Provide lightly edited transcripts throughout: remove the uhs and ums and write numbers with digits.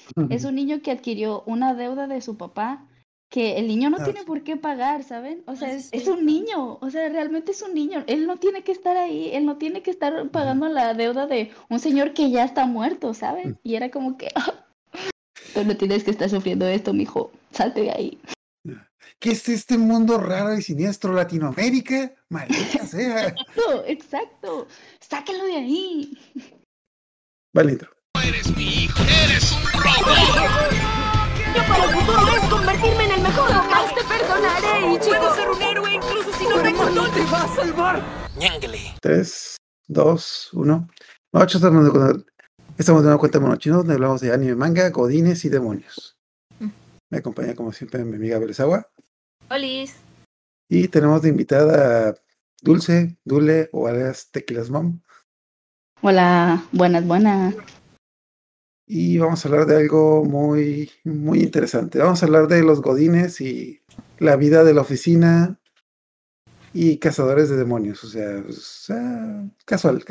Es un niño que adquirió una deuda de su papá que el niño no Ah, tiene por qué pagar, ¿saben? O sea, es Sí. un niño, o sea, realmente es un niño. Él no tiene que estar ahí, él no tiene que estar pagando la deuda de un señor que ya está muerto, ¿saben? Y era como que, tú no tienes que estar sufriendo esto, mijo, salte de ahí. ¿Qué es este mundo raro y siniestro Latinoamérica? Maldita sea. No, exacto, sáquenlo de ahí. Va el intro. Eres mi hijo. ¡Eres un robot! Yo para el futuro es convertirme en el mejor local. Te perdonaré, Ichigo. Puedo ser un héroe incluso si no tengo dónde. ¡Te va a salvar! Ñéngle. 3, 2, 1. Estamos de una cuenta monochino donde hablamos de anime, manga, godines y demonios. Me acompaña como siempre mi amiga Berezawa. Olis. Y tenemos de invitada a Dule o alias Tequilas Mom. Hola, buenas. Y vamos a hablar de algo muy, muy interesante. Vamos a hablar de los godines y la vida de la oficina y cazadores de demonios. O sea, casual.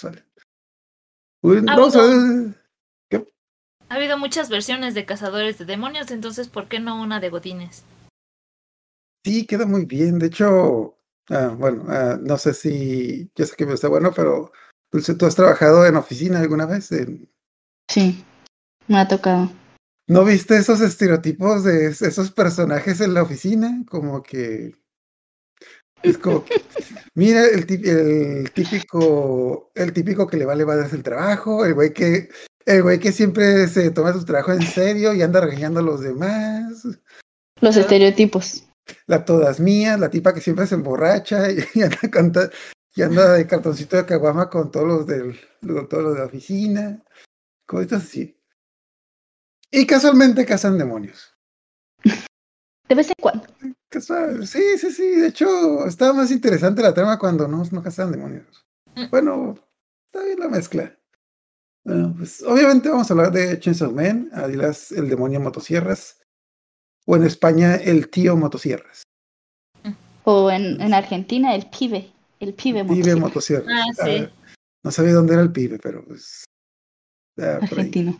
Vamos a ver. ¿Qué? Ha habido muchas versiones de cazadores de demonios, entonces ¿por qué no una de godines? Sí, queda muy bien. De hecho, no sé si, yo sé que está bueno, pero Dulce, ¿tú has trabajado en oficina alguna vez? Sí, me ha tocado. ¿No viste esos estereotipos de esos personajes en la oficina? Como que es como que, mira, el típico que le vale madres el trabajo, el güey que siempre se toma su trabajo en serio y anda regañando a los demás. Los estereotipos. La todas mías, la tipa que siempre se emborracha y anda de cartoncito de caguama con todos todos los de la oficina. Cosas así. Y casualmente cazan demonios. De vez en cuando. Casual, sí. De hecho, estaba más interesante la trama cuando no cazan demonios. Bueno, está bien la mezcla. Bueno, pues obviamente vamos a hablar de Chainsaw Man, alias el demonio motosierras. O en España, el tío motosierras. O en Argentina, el pibe. El pibe motosierras. Sí. No sabía dónde era el pibe, pero pues. Argentino.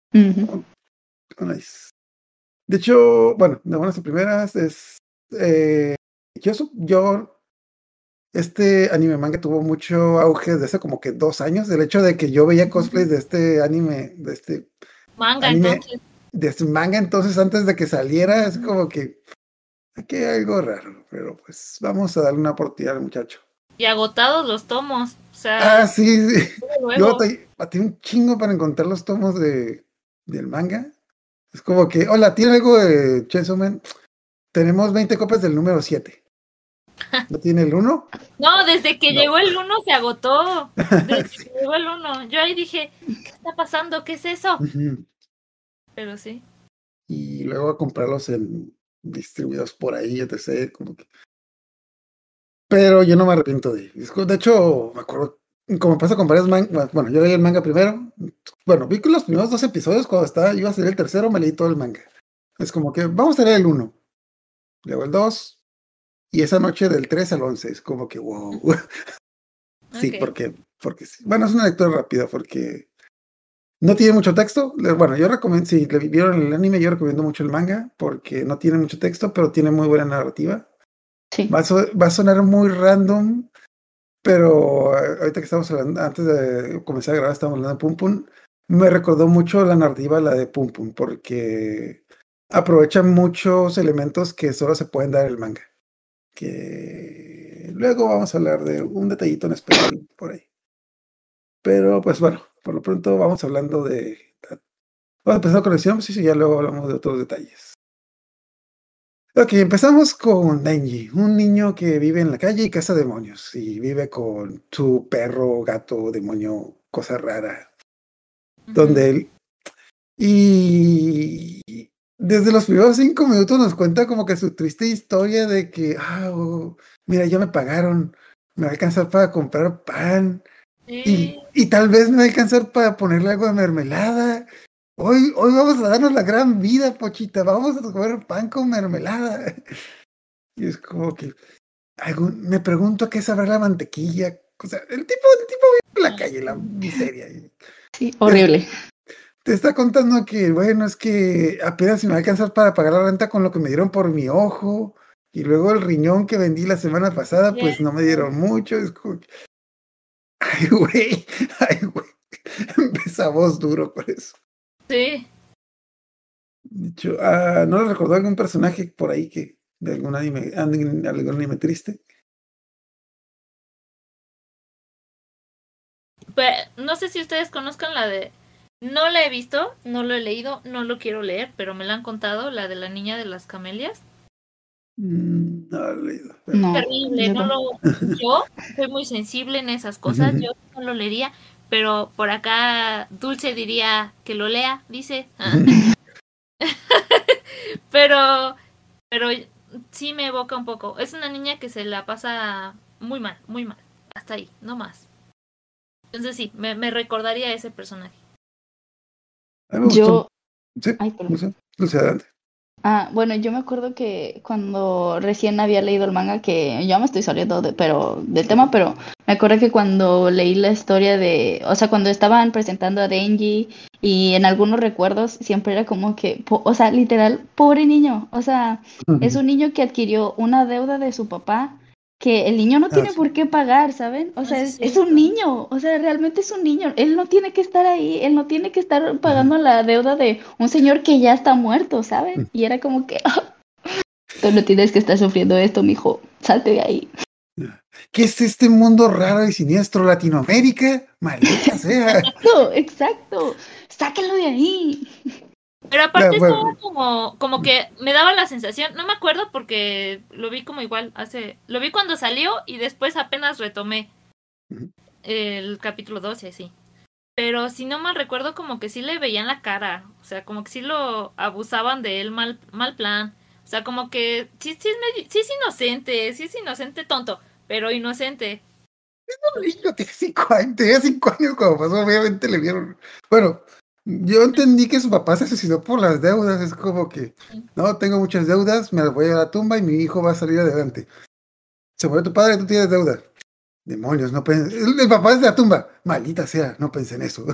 Nice. De hecho, bueno, de buenas a primeras es. Este anime manga tuvo mucho auge desde hace como que 2 años. El hecho de que yo veía cosplays de este anime, de este manga, entonces antes de que saliera, es como que aquí hay algo raro, pero pues vamos a darle una oportunidad al muchacho. Y agotados los tomos. O sea, sí. Yo batí un chingo para encontrar los tomos del manga. Es como que, hola, ¿tiene algo de Chainsaw Man? Tenemos 20 copias del número 7. ¿No tiene el 1? No, desde que llegó el 1 se agotó. Desde Sí. que llegó el 1. Yo ahí dije, ¿qué está pasando? ¿Qué es eso? Pero sí. Y luego a comprarlos distribuidos por ahí, etc. Como que... Pero yo no me arrepiento de ellos. De hecho, me acuerdo, como pasa con varios mangas, bueno, yo leí el manga primero. Bueno, vi que los primeros 2 episodios, cuando iba a salir el tercero, me leí todo el manga. Es como que vamos a leer el 1, luego el 2, y esa noche del 3 al 11, es como que wow. Sí, Okay. porque sí. Bueno, es una lectura rápida, porque no tiene mucho texto. Bueno, yo recomiendo, si le vieron el anime, yo recomiendo mucho el manga, porque no tiene mucho texto, pero tiene muy buena narrativa. Sí. Va a sonar muy random, pero ahorita que estamos hablando, antes de comenzar a grabar, estamos hablando de Pum Pum. Me recordó mucho la narrativa, la de Pum Pum, porque aprovecha muchos elementos que solo se pueden dar en el manga. Que luego vamos a hablar de un detallito en especial por ahí. Pero pues bueno, por lo pronto vamos hablando de. Vamos a empezar con el sinopsis y ya luego hablamos de otros detalles. Ok, empezamos con Denji, un niño que vive en la calle y caza demonios. Y vive con su perro, gato, demonio, cosa rara. Donde él. Y desde los primeros 5 minutos nos cuenta como que su triste historia de que, mira, ya me pagaron, me va a alcanzar para comprar pan. Y tal vez me va a alcanzar para ponerle algo de mermelada. Hoy vamos a darnos la gran vida, Pochita. Vamos a comer pan con mermelada. Y es como que me pregunto a qué sabrá la mantequilla. O sea, el tipo vive en la calle, la miseria. Sí, horrible. te está contando que, bueno, es que apenas si me va a alcanzar para pagar la renta con lo que me dieron por mi ojo. Y luego el riñón que vendí la semana pasada, pues no me dieron mucho. Es como ay, güey. Empezamos duro por eso. Sí. De hecho, ¿no le recordó algún personaje por ahí que de algún anime triste? Pues, no sé si ustedes conozcan la de... No la he visto, no lo he leído, no lo quiero leer, pero me la han contado, la de la niña de las camelias. No lo he leído. No, Terrible, yo no no. yo soy muy sensible en esas cosas, yo no lo leería, pero por acá Dulce diría que lo lea, dice. pero sí me evoca un poco. Es una niña que se la pasa muy mal, hasta ahí, no más. Entonces sí, me recordaría a ese personaje. A mí me gustó. Yo, Sí, ay, perdón. no sé, adelante. Bueno, yo me acuerdo que cuando recién había leído el manga, que ya me estoy saliendo del tema, pero me acuerdo que cuando leí la historia o sea, cuando estaban presentando a Denji y en algunos recuerdos siempre era como que, o sea, literal, pobre niño, o sea, es un niño que adquirió una deuda de su papá que el niño no tiene sí. por qué pagar, ¿saben? O sea, Sí, es un niño, o sea, realmente es un niño, él no tiene que estar ahí, él no tiene que estar pagando la deuda de un señor que ya está muerto, ¿saben? Y era como que, tú no tienes que estar sufriendo esto, mijo, salte de ahí. ¿Qué es este mundo raro y siniestro? ¿Latinoamérica? Maldita sea. No, exacto, sáquenlo de ahí. Pero aparte Bueno, estaba como que me daba la sensación, no me acuerdo porque lo vi como igual lo vi cuando salió y después apenas retomé el capítulo 12 así. Pero si no mal recuerdo como que sí le veían la cara, o sea, como que sí lo abusaban de él mal plan. O sea, como que sí es inocente tonto, pero inocente. un niño tenía 5 años cuando pasó, obviamente le vieron. Bueno, yo entendí que su papá se suicidó por las deudas, es como que, no, tengo muchas deudas, me las voy a la tumba y mi hijo va a salir adelante. Se murió tu padre, tú tienes deuda. Demonios, no pensé. El papá es de la tumba. Maldita sea, no pensé en eso.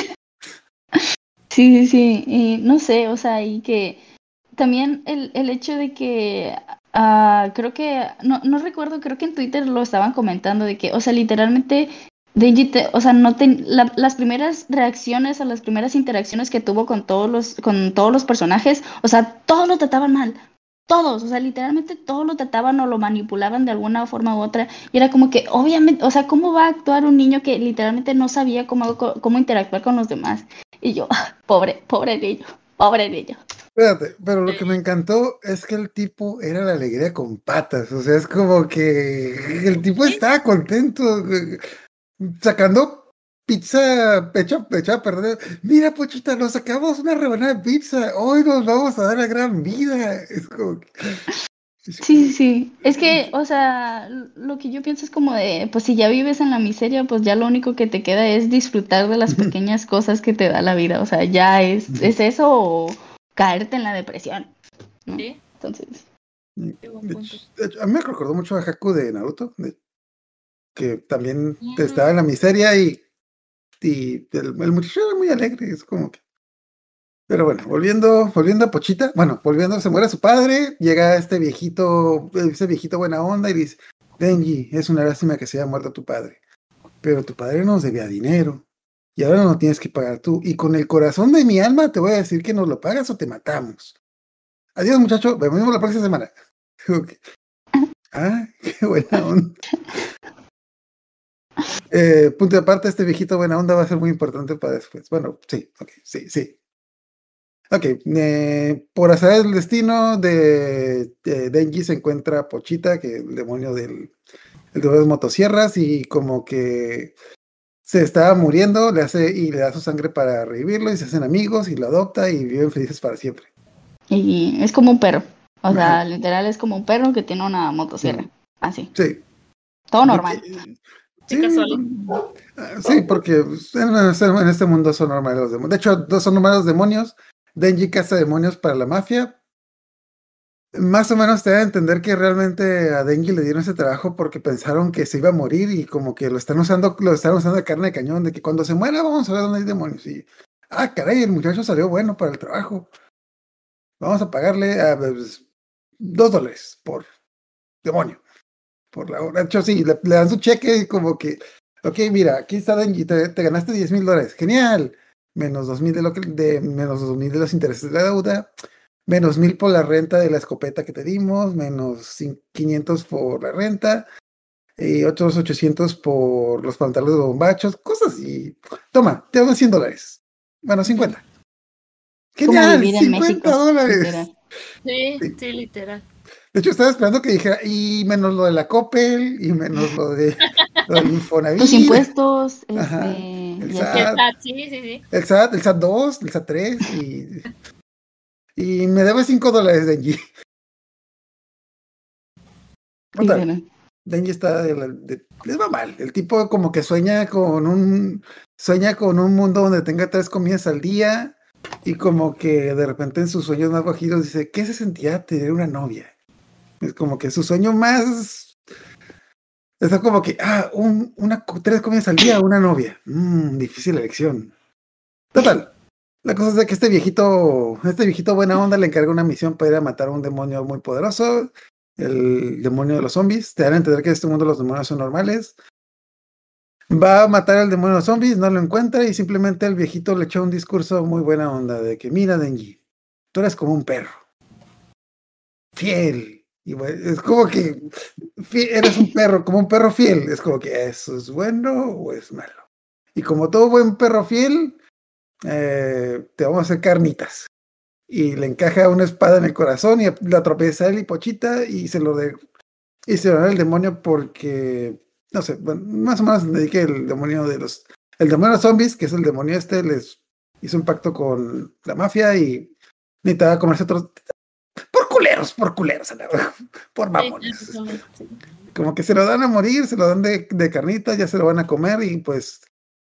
Sí, y no sé, o sea, y que también el hecho de que creo que, no recuerdo, creo que en Twitter lo estaban comentando de que, o sea, literalmente Denji, o sea, las primeras reacciones o las primeras interacciones que tuvo con todos los personajes, o sea, todos lo trataban mal. Todos, o sea, literalmente todos lo trataban o lo manipulaban de alguna forma u otra. Y era como que, obviamente, o sea, ¿cómo va a actuar un niño que literalmente no sabía cómo interactuar con los demás? Y yo, pobre niño, pobre niño. Espérate, pero lo que me encantó es que el tipo era la alegría con patas. O sea, es como que el tipo estaba contento, sacando pizza hecha a perder. Mira, Pochita, nos sacamos una rebanada de pizza. Hoy nos vamos a dar la gran vida. Es como que... Sí. Es que, o sea, lo que yo pienso es como de, pues si ya vives en la miseria, pues ya lo único que te queda es disfrutar de las pequeñas cosas que te da la vida. O sea, ya es eso o caerte en la depresión, ¿no? Sí. Entonces, De hecho, a mí me recordó mucho a Haku de Naruto, que también estaba en la miseria y el muchacho era muy alegre, es como que... Pero bueno, volviendo a Pochita, se muere su padre, llega ese viejito buena onda y dice, Denji, es una lástima que se haya muerto tu padre, pero tu padre nos debía dinero y ahora no tienes que pagar tú, y con el corazón de mi alma te voy a decir que nos lo pagas o te matamos. Adiós, muchacho, nos vemos la próxima semana. Qué buena onda. Punto de aparte, este viejito buena onda va a ser muy importante para después. Bueno, sí, sí. Ok, por azar del destino de Denji se encuentra Pochita, que el demonio de las motosierras, y como que se estaba muriendo, le da su sangre para revivirlo y se hacen amigos y lo adopta y viven felices para siempre. y es como un perro. O sea, literal es como un perro que tiene una motosierra. Así. Sí. Todo normal. Sí, porque en este mundo son normales los demonios. De hecho, son normales los demonios. Denji caza demonios para la mafia. Más o menos te da a entender que realmente a Denji le dieron ese trabajo porque pensaron que se iba a morir y como que lo están usando de carne de cañón, de que cuando se muera vamos a ver dónde hay demonios. Y caray, el muchacho salió bueno para el trabajo. Vamos a pagarle a $2 por demonio. Por la hora. De hecho, sí, le dan su cheque y como que, ok, mira, aquí está Denji, te ganaste $10,000. Genial. Menos 2,000 menos 2,000 de los intereses de la deuda, menos 1,000 por la renta de la escopeta que te dimos, menos 500 por la renta, y otros 800 por los pantalones de bombachos, cosas así. Toma, te doy $100. Bueno, 50. Como Genial, vivir en México, $50. literal. Sí, literal. De hecho, estaba esperando que dijera, y menos lo de la Coppel, y menos lo del Infonavit. Tus impuestos, Ajá, y el así. SAT, Sí. el SAT 2, el SAT 3, y me debe $5, Denji. Total, Literal. Denji está les va mal. El tipo como que sueña con un mundo donde tenga 3 comidas al día, y como que de repente en sus sueños más bajitos dice, ¿qué se sentía tener una novia? Es como que su sueño más está como que 3 comidas al día, una novia. Difícil elección. Total. La cosa es de que este viejito buena onda le encarga una misión para ir a matar a un demonio muy poderoso, el demonio de los zombies. Te dan a entender que en este mundo los demonios son normales. Va a matar al demonio de los zombies, no lo encuentra y simplemente el viejito le echó un discurso muy buena onda de que mira, Denji, tú eres como un perro. Fiel. Y bueno, es como que eres un perro, como un perro fiel. Es como que ¿eso es bueno o es malo? Y como todo buen perro fiel, te vamos a hacer carnitas. Y le encaja una espada en el corazón y la atraviesa él y Pochita y se lo da el demonio porque, no sé, bueno, más o menos entendí que el demonio de los zombies, que es el demonio les hizo un pacto con la mafia y necesitaba comerse otros por culeros, por mamones. Sí. Como que se lo dan a morir, se lo dan de carnitas, ya se lo van a comer y pues,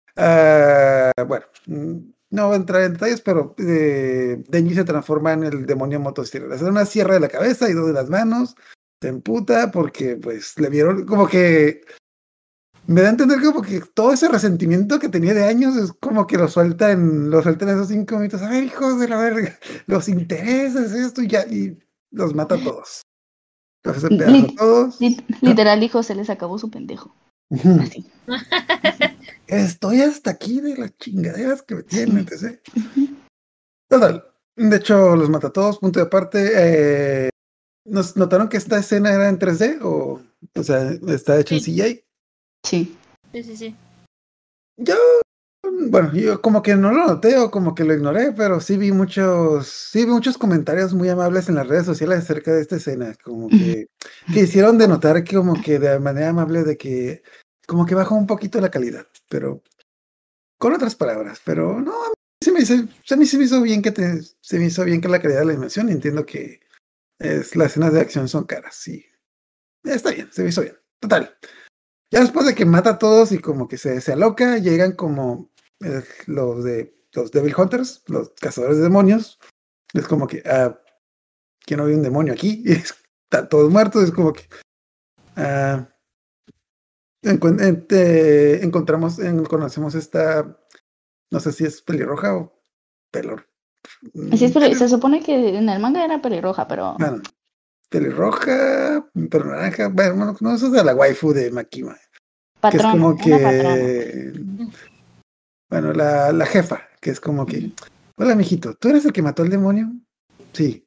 bueno, no voy a entrar en detalles, pero Denji se transforma en el demonio motosierra. Le hacen una sierra de la cabeza y 2 de las manos, se emputa porque pues le vieron como que me da a entender como que todo ese resentimiento que tenía de años es como que lo suelta en esos 5 minutos. A ver, hijos de la verga, los intereses, esto y los mata a todos. Los hace pedazos a todos. Literal, hijo, se les acabó su pendejo. Así. Estoy hasta aquí de las chingaderas que me tienen, etc. Total. De hecho, los mata a todos, punto de aparte. ¿Nos notaron que esta escena era en 3D? O sea, está hecha en CGI. Sí. Sí. Yo como que no lo noté o como que lo ignoré, pero sí vi muchos comentarios muy amables en las redes sociales acerca de esta escena, como que hicieron de notar que como que de manera amable de que como que bajó un poquito la calidad, pero con otras palabras, pero no, a mí se me hizo bien se me hizo bien que la calidad de la animación, y entiendo que las escenas de acción son caras, sí. Está bien, se me hizo bien. Total. Ya después de que mata a todos y como que se aloca, llegan como los Devil Hunters, los cazadores de demonios. Es como que, que no hay un demonio aquí. Y están todos muertos. Es como que conocemos esta, no sé si es pelirroja o pelor. Así es, pero se supone que en el manga era pelirroja, pero... Bueno, pelirroja, pero naranja. Bueno, no, eso es de la waifu de Makima. Patrona, que es como que... bueno, la jefa, que es como que, hola, mijito, ¿tú eres el que mató al demonio? Sí.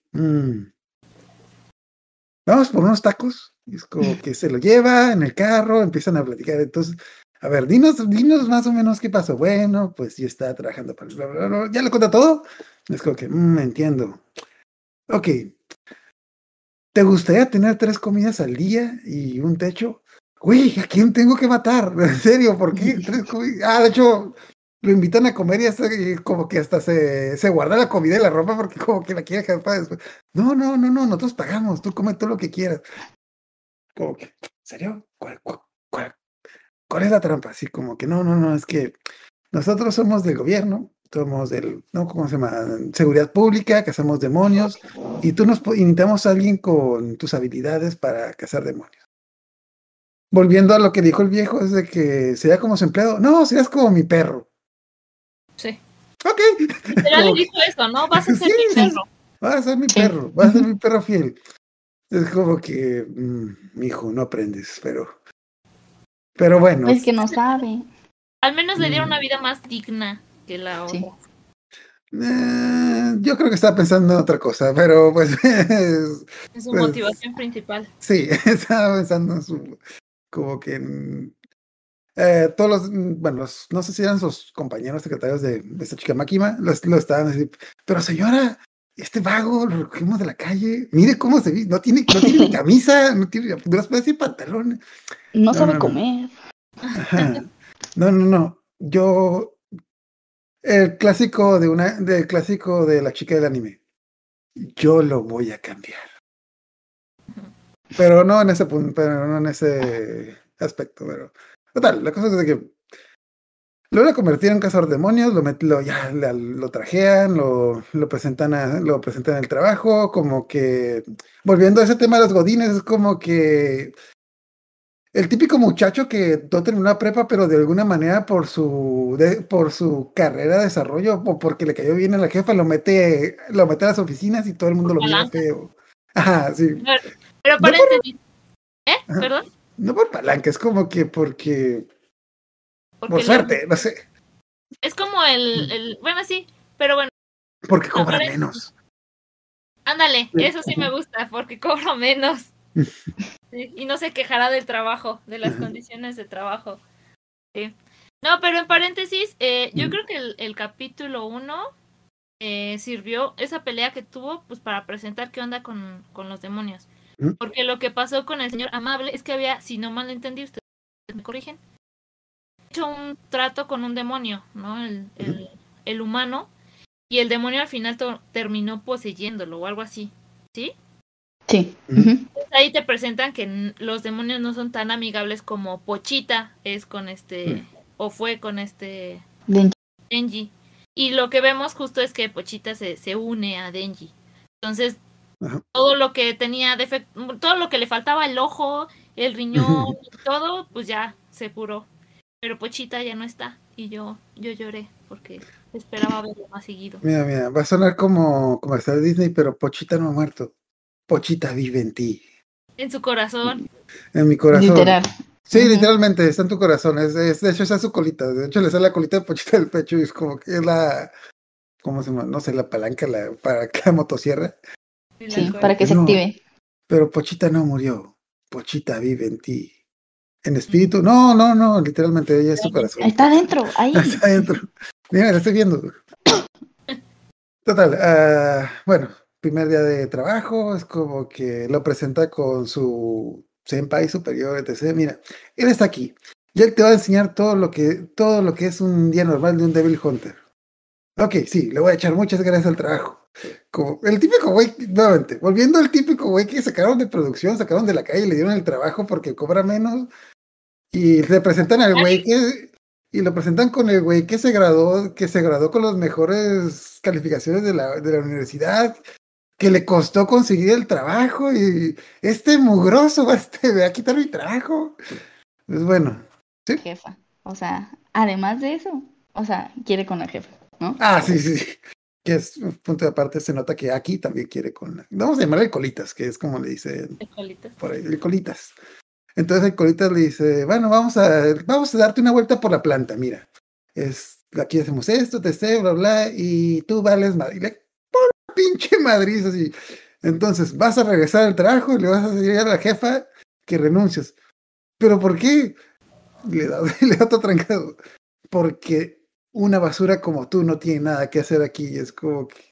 Vamos por unos tacos. Y es como que se lo lleva en el carro, empiezan a platicar. Entonces, a ver, dinos más o menos qué pasó. Bueno, pues yo estaba trabajando para bla, bla, bla. ¿Ya le cuenta todo? Es como que, entiendo. Ok. ¿Te gustaría tener 3 comidas al día y un techo? Uy, ¿a quién tengo que matar? En serio, ¿por qué? 3 comidas. De hecho, lo invitan a comer y como que hasta se guarda la comida y la ropa porque como que la quiere dejar para después. No, nosotros pagamos, tú come todo lo que quieras. Como que, ¿en serio? ¿Cuál es la trampa? Así como que no, es que nosotros somos del gobierno, somos ¿cómo se llama? Seguridad pública, cazamos demonios, y necesitamos a alguien con tus habilidades para cazar demonios. Volviendo a lo que dijo el viejo, es de que sería como su empleado. No, serías como mi perro. Sí. Ok. Ya le dijo eso, ¿no? Vas a ser mi perro. Vas a ser mi perro, vas a ser mi perro fiel. Es como que, hijo, no aprendes, pero bueno. Es que no sabe. Al menos le dieron una vida más digna que la otra. Sí. Yo creo que estaba pensando en otra cosa, pero pues... Es su pues, motivación principal. Sí, estaba pensando en su... Como que... todos los... Bueno, no sé si eran sus compañeros secretarios de esta chica Máquina, lo estaban así, pero señora, este vago lo recogimos de la calle, mire cómo se ve, no tiene ni camisa, no tiene ni pantalones. No sabe comer. Ajá. No. Yo... El clásico del clásico de la chica del anime. Yo lo voy a cambiar. Pero no en ese punto, pero no en ese aspecto, pero total, la cosa es de que lo van a convertir en un cazador de demonios, lo trajean, lo presentan en el trabajo, como que volviendo a ese tema de los godines, es como que el típico muchacho que no terminó la prepa, pero de alguna manera por su carrera de desarrollo o porque le cayó bien a la jefa, lo mete a las oficinas y todo el mundo lo mira feo. Ajá, sí. Pero paréntesis. ¿Perdón? No por palanca, es como que porque por suerte, no sé. Es como bueno, sí, pero bueno. Porque cobra menos. Ándale, eso sí me gusta, porque cobra menos. Sí, y no se quejará del trabajo, de las condiciones de trabajo. Sí. No, pero en paréntesis, yo creo que el capítulo 1 sirvió esa pelea que tuvo pues para presentar qué onda con los demonios. Porque lo que pasó con el señor Amable es que había, si no mal entendí, ustedes me corrigen, hecho un trato con un demonio, ¿no? El humano, y el demonio al final terminó poseyéndolo o algo así, ¿sí? Sí. Entonces ahí te presentan que los demonios no son tan amigables como Pochita es con o fue con Denji. Y lo que vemos justo es que Pochita se une a Denji. Entonces, todo lo que tenía defecto, todo lo que le faltaba, el ojo, el riñón, todo, pues ya se curó. Pero Pochita ya no está. Y yo lloré porque esperaba verlo más seguido. Mira, va a sonar como está Disney, pero Pochita no ha muerto. Pochita vive en ti. En su corazón. En mi corazón. Literal. Sí, literalmente, está en tu corazón. De hecho, está su colita. De hecho, le sale la colita de Pochita del pecho y es como que es la... ¿Cómo se llama? No sé, la palanca para la motosierra. Sí, para que se active. Pero Pochita no murió. Pochita vive en ti. En espíritu. No, literalmente, ella es tu corazón. Está adentro, ahí. Está adentro. Mira, la estoy viendo. Total, bueno, primer día de trabajo, es como que lo presenta con su senpai superior, etc. Mira, él está aquí. Y él te va a enseñar todo lo que es un día normal de un Devil Hunter. Ok, sí, le voy a echar muchas gracias al trabajo. Como el típico güey, nuevamente, volviendo al típico güey que sacaron de producción, sacaron de la calle y le dieron el trabajo porque cobra menos. Y le presentan al güey y lo presentan con el güey que se graduó con las mejores calificaciones de la universidad, que le costó conseguir el trabajo y este mugroso va a quitar mi trabajo. Pues bueno, ¿sí? Jefa. O sea, además de eso, o sea, quiere con la jefa, ¿no? Ah, sí. Que es un punto de aparte, se nota que aquí también quiere con la... Vamos a llamarle el Colitas, que es como le dice por ahí, el Colitas. Entonces el Colitas le dice, bueno, vamos a darte una vuelta por la planta, mira. Aquí hacemos esto, bla, bla, y tú vales madre. Y le pon una pinche madriz así. Entonces, vas a regresar al trabajo y le vas a decir a la jefa que renuncias. ¿Pero por qué? Le da otro trancado. Porque una basura como tú no tiene nada que hacer aquí. Es como que...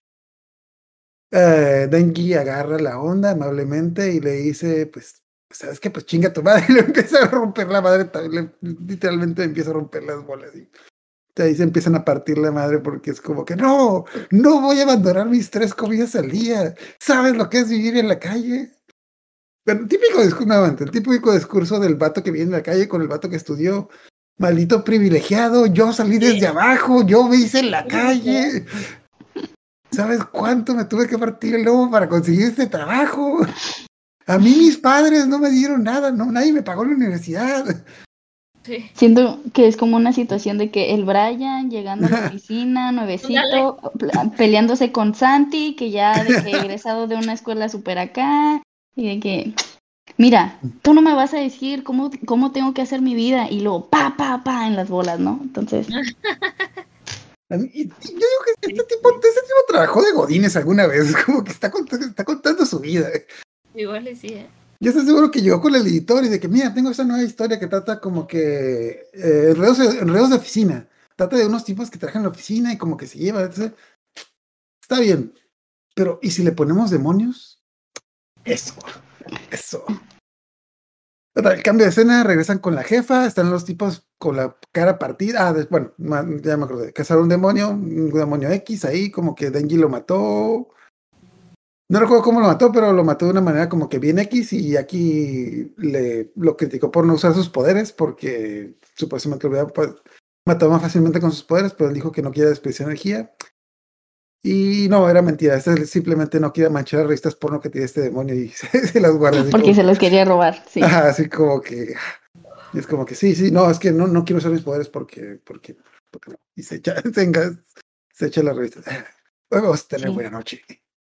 Denji agarra la onda amablemente y le dice, pues, ¿sabes qué? Pues chinga tu madre. Y le empieza a romper la madre. Literalmente empieza a romper las bolas. Y ahí se empiezan a partir la madre porque es como que no voy a abandonar mis 3 comidas al día. ¿Sabes lo que es vivir en la calle? Pero el típico discurso del vato que viene en la calle con el vato que estudió. Maldito privilegiado, yo salí desde abajo, yo me hice en la calle. ¿Sabes cuánto me tuve que partir el lomo para conseguir este trabajo? A mí mis padres no me dieron nada, no, nadie me pagó la universidad. Sí. Siento que es como una situación de que el Brian llegando a la oficina, nuevecito, peleándose con Santi, que ya de que egresado de una escuela súper acá, y de que, mira, tú no me vas a decir cómo tengo que hacer mi vida, y luego pa, en las bolas, ¿no? Entonces, Y yo digo que este tipo trabajó de Godínez alguna vez, como que está contando su vida. Igual y sí, ¿eh? Yo estoy seguro que llegó con el editor y de que, mira, tengo esta nueva historia que trata como que enredos de oficina. Trata de unos tipos que trabajan en la oficina y como que se llevan. Etc. Está bien, pero ¿y si le ponemos demonios? Eso. El cambio de escena, regresan con la jefa, están los tipos con la cara partida. Bueno, ya me acordé. Cazaron un demonio X ahí, como que Denji lo mató. No recuerdo cómo lo mató, pero lo mató de una manera como que bien X y aquí lo criticó por no usar sus poderes porque supuestamente lo hubiera matado más fácilmente con sus poderes, pero él dijo que no quiere desperdiciar energía. Y no, era mentira. Simplemente no quiere manchar las revistas porno que tiene este demonio y se las guarda. porque se los quería robar, sí. Así como que... Es como que sí, no, es que no quiero usar mis poderes porque no. Y se echa las revistas. Vamos a tener buena noche.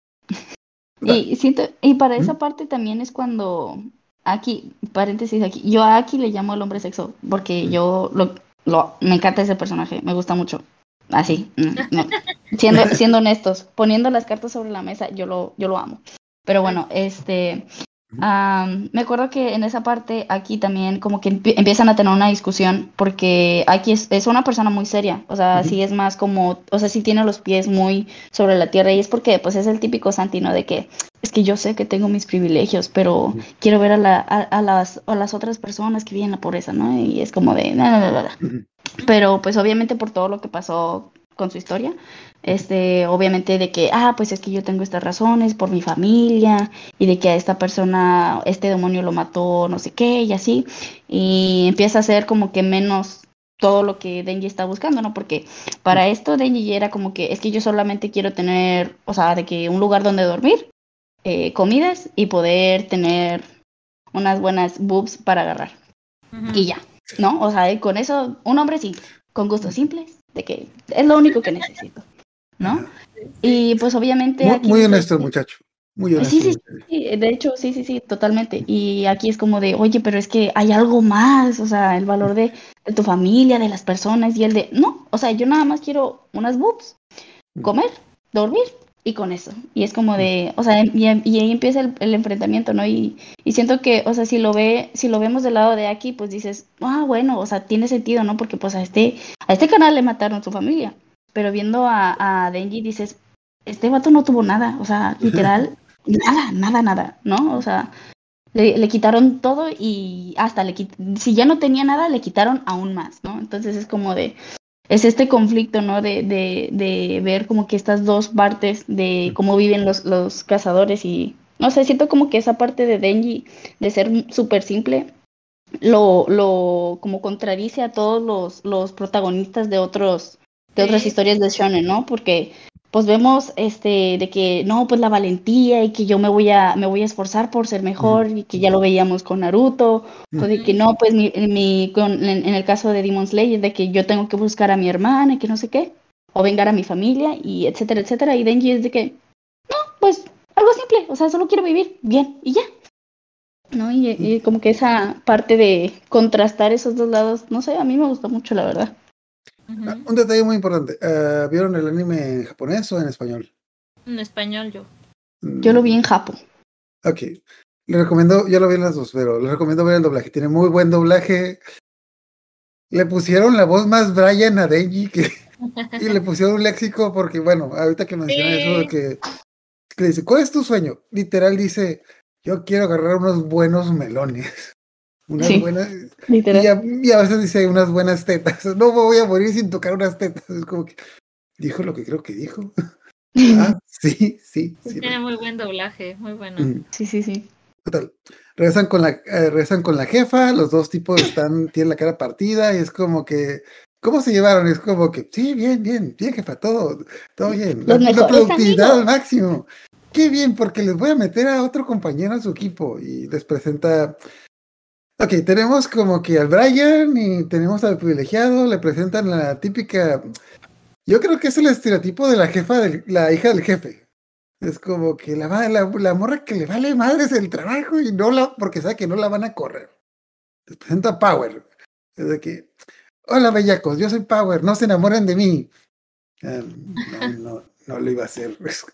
Y para esa parte también es cuando Aki, paréntesis aquí, yo a Aki le llamo el hombre sexo, porque yo me encanta ese personaje, me gusta mucho. Así, no. Siendo honestos, poniendo las cartas sobre la mesa, yo lo amo. Pero bueno, me acuerdo que en esa parte aquí también como que empiezan a tener una discusión porque aquí es una persona muy seria, o sea, sí es más como, o sea, sí tiene los pies muy sobre la tierra y es porque pues es el típico Santi, ¿no? De que es que yo sé que tengo mis privilegios, pero quiero ver a las otras personas que viven en la pobreza, ¿no? Y es como de... Pero pues obviamente por todo lo que pasó con su historia, obviamente de que, pues es que yo tengo estas razones por mi familia y de que a esta persona, este demonio lo mató, no sé qué, y así, y empieza a ser como que menos todo lo que Denji está buscando, ¿no? Porque para esto Denji era como que, es que yo solamente quiero tener, o sea, de que un lugar donde dormir, comidas y poder tener unas buenas boobs para agarrar. Y ya, ¿no? O sea, con eso, un hombre simple, con gustos simples, de que es lo único que necesito, ¿no? Y pues obviamente aquí... Muy honesto el muchacho, muy honesto. Sí, de hecho, sí, totalmente. Y aquí es como de, oye, pero es que hay algo más, o sea, el valor de tu familia, de las personas, y el de, no, o sea, yo nada más quiero unas boobs, comer, dormir, y con eso. Y es como de, o sea, y ahí empieza el enfrentamiento, ¿no? Y siento que, o sea, si lo vemos del lado de aquí, pues dices, bueno, o sea, tiene sentido, ¿no? Porque pues a este canal le mataron su familia. Pero viendo a Denji dices, este vato no tuvo nada, o sea, literal, nada, ¿no? O sea, le quitaron todo y hasta si ya no tenía nada, le quitaron aún más, ¿no? Entonces es como de... Es este conflicto, ¿no? De ver como que estas dos partes de cómo viven los cazadores y... No sé, siento como que esa parte de Denji, de ser súper simple, lo como contradice a todos los protagonistas de otras historias de shonen, ¿no? Porque pues vemos de que no, pues la valentía y que yo me voy a esforzar por ser mejor y que ya lo veíamos con Naruto, o de que no, pues en el caso de Demon Slayer, de que yo tengo que buscar a mi hermana y que no sé qué, o vengar a mi familia y etcétera, y Denji es de que, no, pues algo simple, o sea, solo quiero vivir bien y ya, ¿no? Y como que esa parte de contrastar esos dos lados, no sé, a mí me gustó mucho, la verdad. Un detalle muy importante. ¿Vieron el anime en japonés o en español? En español yo. Yo lo vi en Japón. Ok. Le recomiendo, yo lo vi en las dos, pero le recomiendo ver el doblaje. Tiene muy buen doblaje. Le pusieron la voz más Brian a Denji y le pusieron un léxico porque, bueno, ahorita que mencioné eso de que dice, ¿cuál es tu sueño? Literal dice, yo quiero agarrar unos buenos melones. Buenas, y a veces dice unas buenas tetas. No me voy a morir sin tocar unas tetas. Es como que dijo lo que creo que dijo. Sí. Tiene muy buen doblaje, muy bueno. Sí. Total. Regresan con la jefa, los dos tipos tienen la cara partida y es como que, ¿cómo se llevaron? Es como que, sí, bien, jefa, todo bien. La productividad al máximo. Qué bien, porque les voy a meter a otro compañero a su equipo y les presenta Ok, tenemos como que al Brian y tenemos al privilegiado, le presentan la típica. Yo creo que es el estereotipo de la la hija del jefe. Es como que la morra que le vale madres el trabajo y porque sabe que no la van a correr. Les presenta a Power. Es de que, hola bellacos, yo soy Power, no se enamoren de mí. No lo iba a hacer.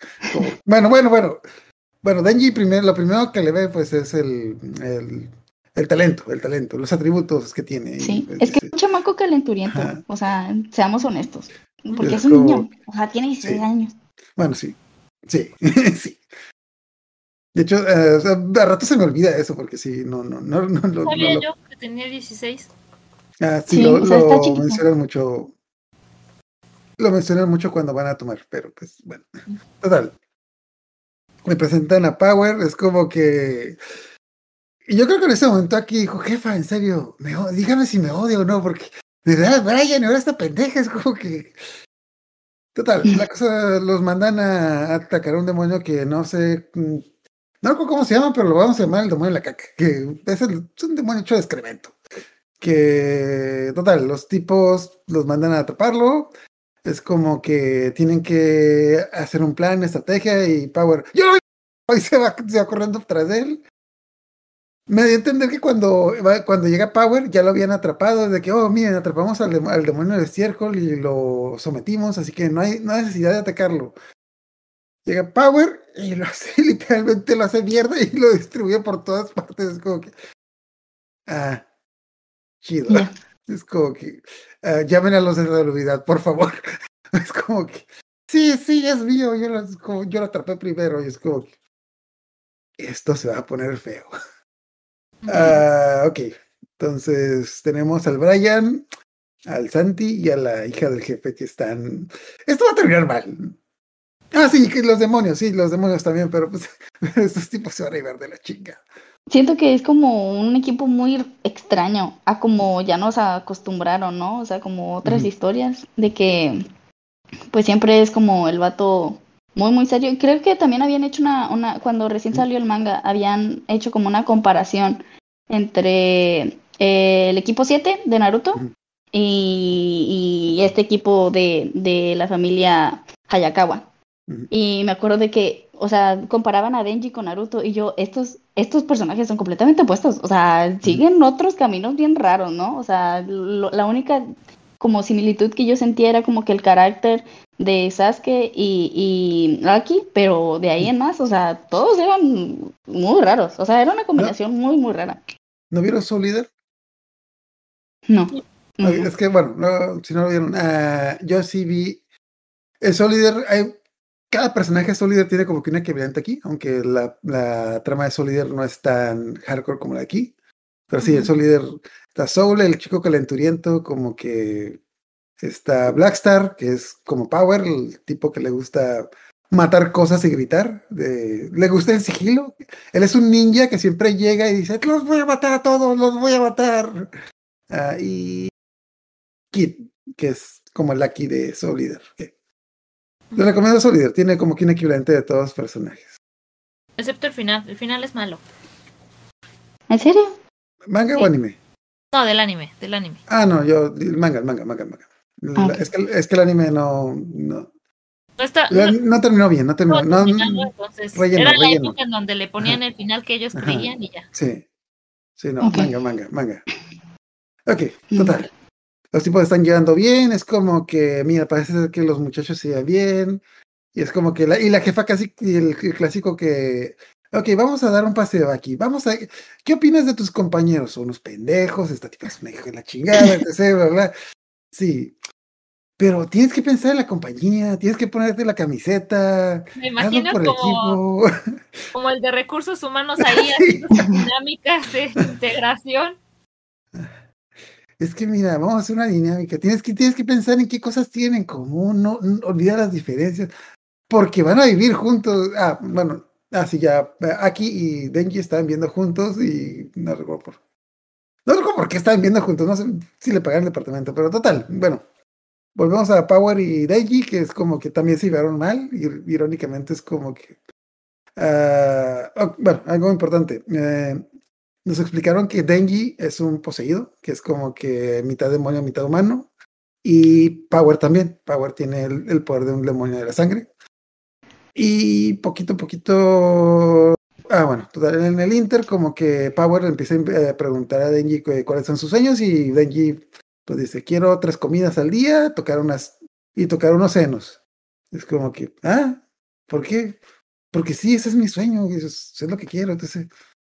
Bueno, Denji lo primero que le ve pues es el talento, los atributos que tiene. Sí, Y, es que es un chamaco calenturiento, ajá, o sea, seamos honestos, porque es es un como, niño, o sea, tiene 16 sí, años. bueno, sí, sí. De hecho, o sea, de rato se me olvida eso, porque sí, no Sabía yo que tenía 16. sí, Sí, o sea, está lo chiquito. mencionan mucho. Lo mencionan mucho cuando van a tomar, pero pues, bueno. Total. Me presentan a Power, es como que. Y yo creo que en ese momento aquí dijo, jefa, en serio, dígame si me odia o no, porque de verdad, Brian, y ahora esta pendeja, es como que. Total, la cosa, los mandan a atacar a un demonio que no sé. No recuerdo cómo se llama, pero lo vamos a llamar el demonio de la caca, que es un demonio hecho de excremento. Que, total, los tipos los mandan a atraparlo. Es como que tienen que hacer un plan, estrategia y Power. ¡Yo lo vi! Y se va corriendo tras de él. Me dio a entender que cuando llega Power ya lo habían atrapado. De que, oh, miren, atrapamos al demonio de estiércol y lo sometimos, así que no hay necesidad de atacarlo. Llega Power y lo hace, literalmente lo hace mierda y lo distribuye por todas partes. Es como que. Ah, chido. Ya. Es como que. Llamen a los de salubridad, por favor. Es como que. Sí, es mío. Yo lo atrapé primero. Y es como que. Esto se va a poner feo. Ok. Entonces tenemos al Brian, al Santi y a la hija del jefe que están. Esto va a terminar mal. Ah, sí, que los demonios también, pero pues estos tipos se van a llevar de la chinga. Siento que es como un equipo muy extraño a como ya nos acostumbraron, ¿no? O sea, como otras historias de que pues siempre es como el vato muy, muy serio. Y creo que también habían hecho cuando recién salió el manga, habían hecho como una comparación entre el equipo 7 de Naruto y este equipo de la familia Hayakawa. Y me acuerdo de que, o sea, comparaban a Denji con Naruto y yo, estos personajes son completamente opuestos, o sea, siguen otros caminos bien raros, ¿no? O sea, la única como similitud que yo sentía era como que el carácter de Sasuke y Aki, pero de ahí en más, o sea, todos eran muy raros, o sea, era una combinación muy, muy rara. ¿No vieron Soul Leader? No. Es que, bueno, si no lo vieron, yo sí vi. El Soul Leader, cada personaje de Soul Leader tiene como que una equivalente aquí, aunque la trama de Soul Leader no es tan hardcore como la de aquí. Pero sí, el Soul Leader está Soul, el chico calenturiento, como que está Blackstar, que es como Power, el tipo que le gusta matar cosas y gritar. Le gusta el sigilo. Él es un ninja que siempre llega y dice, los voy a matar a todos, los voy a matar. Y Kid, que es como el Lucky de Soul Leader. Les recomiendo Soul Leader, tiene como que un equivalente de todos los personajes. Excepto el final es malo. ¿En serio? ¿Manga Sí. o anime? No, del anime. No, el manga. Okay. Es que el anime no terminó bien, no terminó. Entonces, Relleno. era la época en donde le ponían el final que ellos creían y ya. Sí, no, Okay. manga. Ok, total. Los tipos están llevando bien, es como que, mira, parece ser que los muchachos se llevan bien, y es como que la jefa casi, el clásico que, ok, vamos a dar un paseo aquí, ¿qué opinas de tus compañeros? Son unos pendejos, esta tipa es una hija de la chingada, etc., bla, bla. Sí, pero tienes que pensar en la compañía, tienes que ponerte la camiseta, Me imagino hazlo por el equipo. como el de recursos humanos ahí, haciendo sus dinámicas de integración. Es que mira, vamos a hacer una dinámica. Tienes que pensar en qué cosas tienen en común, no olvidar las diferencias, porque van a vivir juntos. Sí, ya Aki y Denji estaban viendo juntos y no recuerdo por qué estaban viendo juntos, no sé si le pagaron el departamento, pero total, bueno, volvemos a Power y Denji, que es como que también se llevaron mal, y irónicamente es como que, bueno, algo importante. nos explicaron que Denji es un poseído, que es como que mitad demonio, mitad humano. Y Power también. Power tiene el poder de un demonio de la sangre. Y poquito a poquito. Bueno, total, en el Inter, como que Power le empieza a preguntar a Denji cuáles son sus sueños. Y Denji pues dice: quiero 3 comidas al día, tocar unos senos. Es como que, ¿por qué? Porque sí, ese es mi sueño, eso es lo que quiero. Entonces,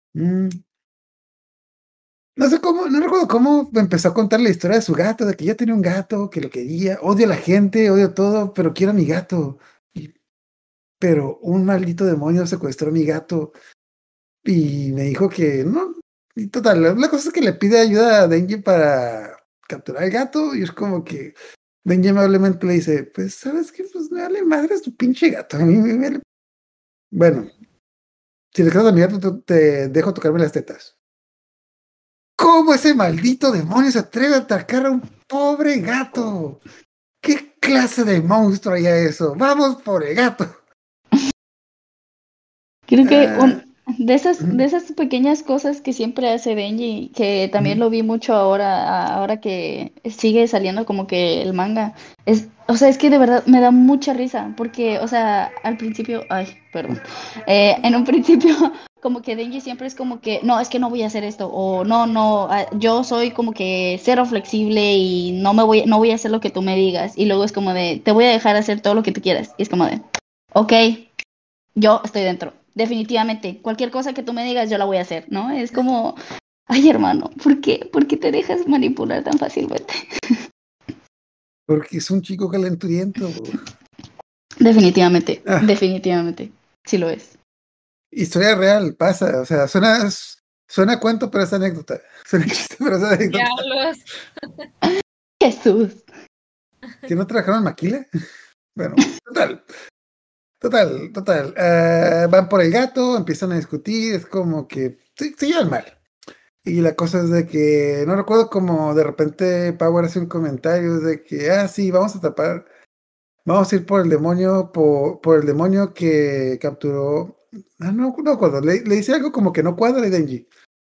no sé cómo, no recuerdo cómo me empezó a contar la historia de su gato, de que ya tenía un gato, que lo quería, odio a la gente, odio todo, pero quiero a mi gato. Pero un maldito demonio secuestró a mi gato y me dijo que no. Y total, la cosa es que le pide ayuda a Denji para capturar al gato y es como que Denji amablemente le dice: pues, ¿sabes qué? Pues me vale madre tu pinche gato. A mí me vale. Bueno, si le quedas a mi gato, te dejo tocarme las tetas. ¿Cómo ese maldito demonio se atreve a atacar a un pobre gato? ¿Qué clase de monstruo haría eso? ¡Vamos por el gato! Creo que de esas pequeñas cosas que siempre hace Denji, que también lo vi mucho ahora que sigue saliendo como que el manga, o sea, es que de verdad me da mucha risa, porque, o sea, al principio, perdón, en un principio como que Denji siempre es como que, no, es que no voy a hacer esto, o no, yo soy como que cero flexible y no voy a hacer lo que tú me digas, y luego es como de, te voy a dejar hacer todo lo que tú quieras, y es como de, ok, yo estoy dentro. Definitivamente, cualquier cosa que tú me digas, yo la voy a hacer, ¿no? Es como, ay, hermano, ¿por qué? ¿Por qué te dejas manipular tan fácilmente? Porque es un chico calenturiento. Definitivamente, sí lo es. Historia real, pasa, o sea, suena cuento, pero es anécdota. Suena chiste, pero es anécdota. Diablos. Jesús. ¿Que no trabajaron en Maquila? Bueno, total. Van por el gato, empiezan a discutir, es como que se llevan mal. Y la cosa es de que, no recuerdo como de repente Power hace un comentario de que, sí, vamos a ir por el demonio, por el demonio que capturó. No acuerdo, le dice algo como que no cuadra de Denji.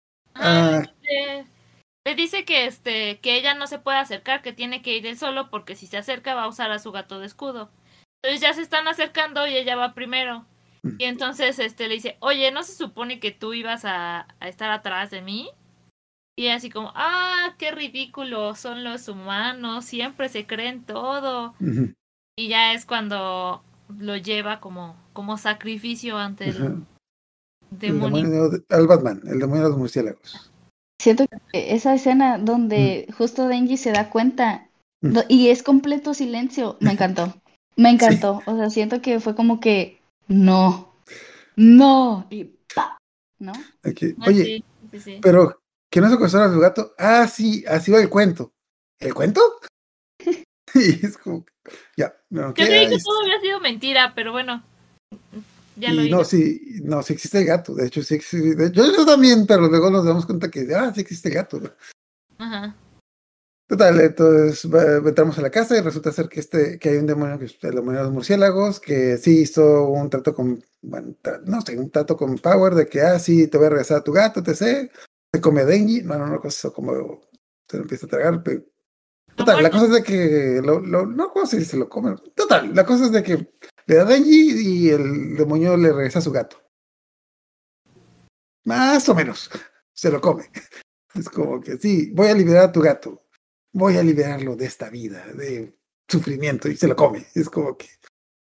Le dice que ella no se puede acercar, que tiene que ir él solo, porque si se acerca va a usar a su gato de escudo. Entonces ya se están acercando y ella va primero. Y entonces le dice: oye, ¿no se supone que tú ibas a estar atrás de mí? Y así como, qué ridículo son los humanos, siempre se creen todo. Y ya es cuando lo lleva como sacrificio ante el demonio. Al Batman, el demonio de los murciélagos. Siento que esa escena donde justo Denji se da cuenta y es completo silencio, me encantó. Me encantó. Sí. O sea, siento que fue como que no, y ¡pa! ¿No? Okay. Oye, sí. Pero que no se acostara a su gato. Sí, así va el cuento. ¿El cuento? Y es como, ya. No, yo creí que todo había sido mentira, pero bueno. Ya lo no, sí existe el gato. De hecho, sí existe. Yo también, pero luego nos damos cuenta que, sí existe el gato. Ajá. Total, entonces entramos a la casa y resulta ser que hay un demonio, que es el demonio de los murciélagos, que sí hizo un trato con, un trato con Power de que, sí, te voy a regresar a tu gato, se come a Denji, no, cosa como se lo empieza a tragar, pero total, la cosa es de que, no puedo decir si se lo come, total, la cosa es de que le da a Denji y el demonio le regresa a su gato. Más o menos, se lo come. Es como que, sí, voy a liberar a tu gato. Voy a liberarlo de esta vida, de sufrimiento, y se lo come. Es como que...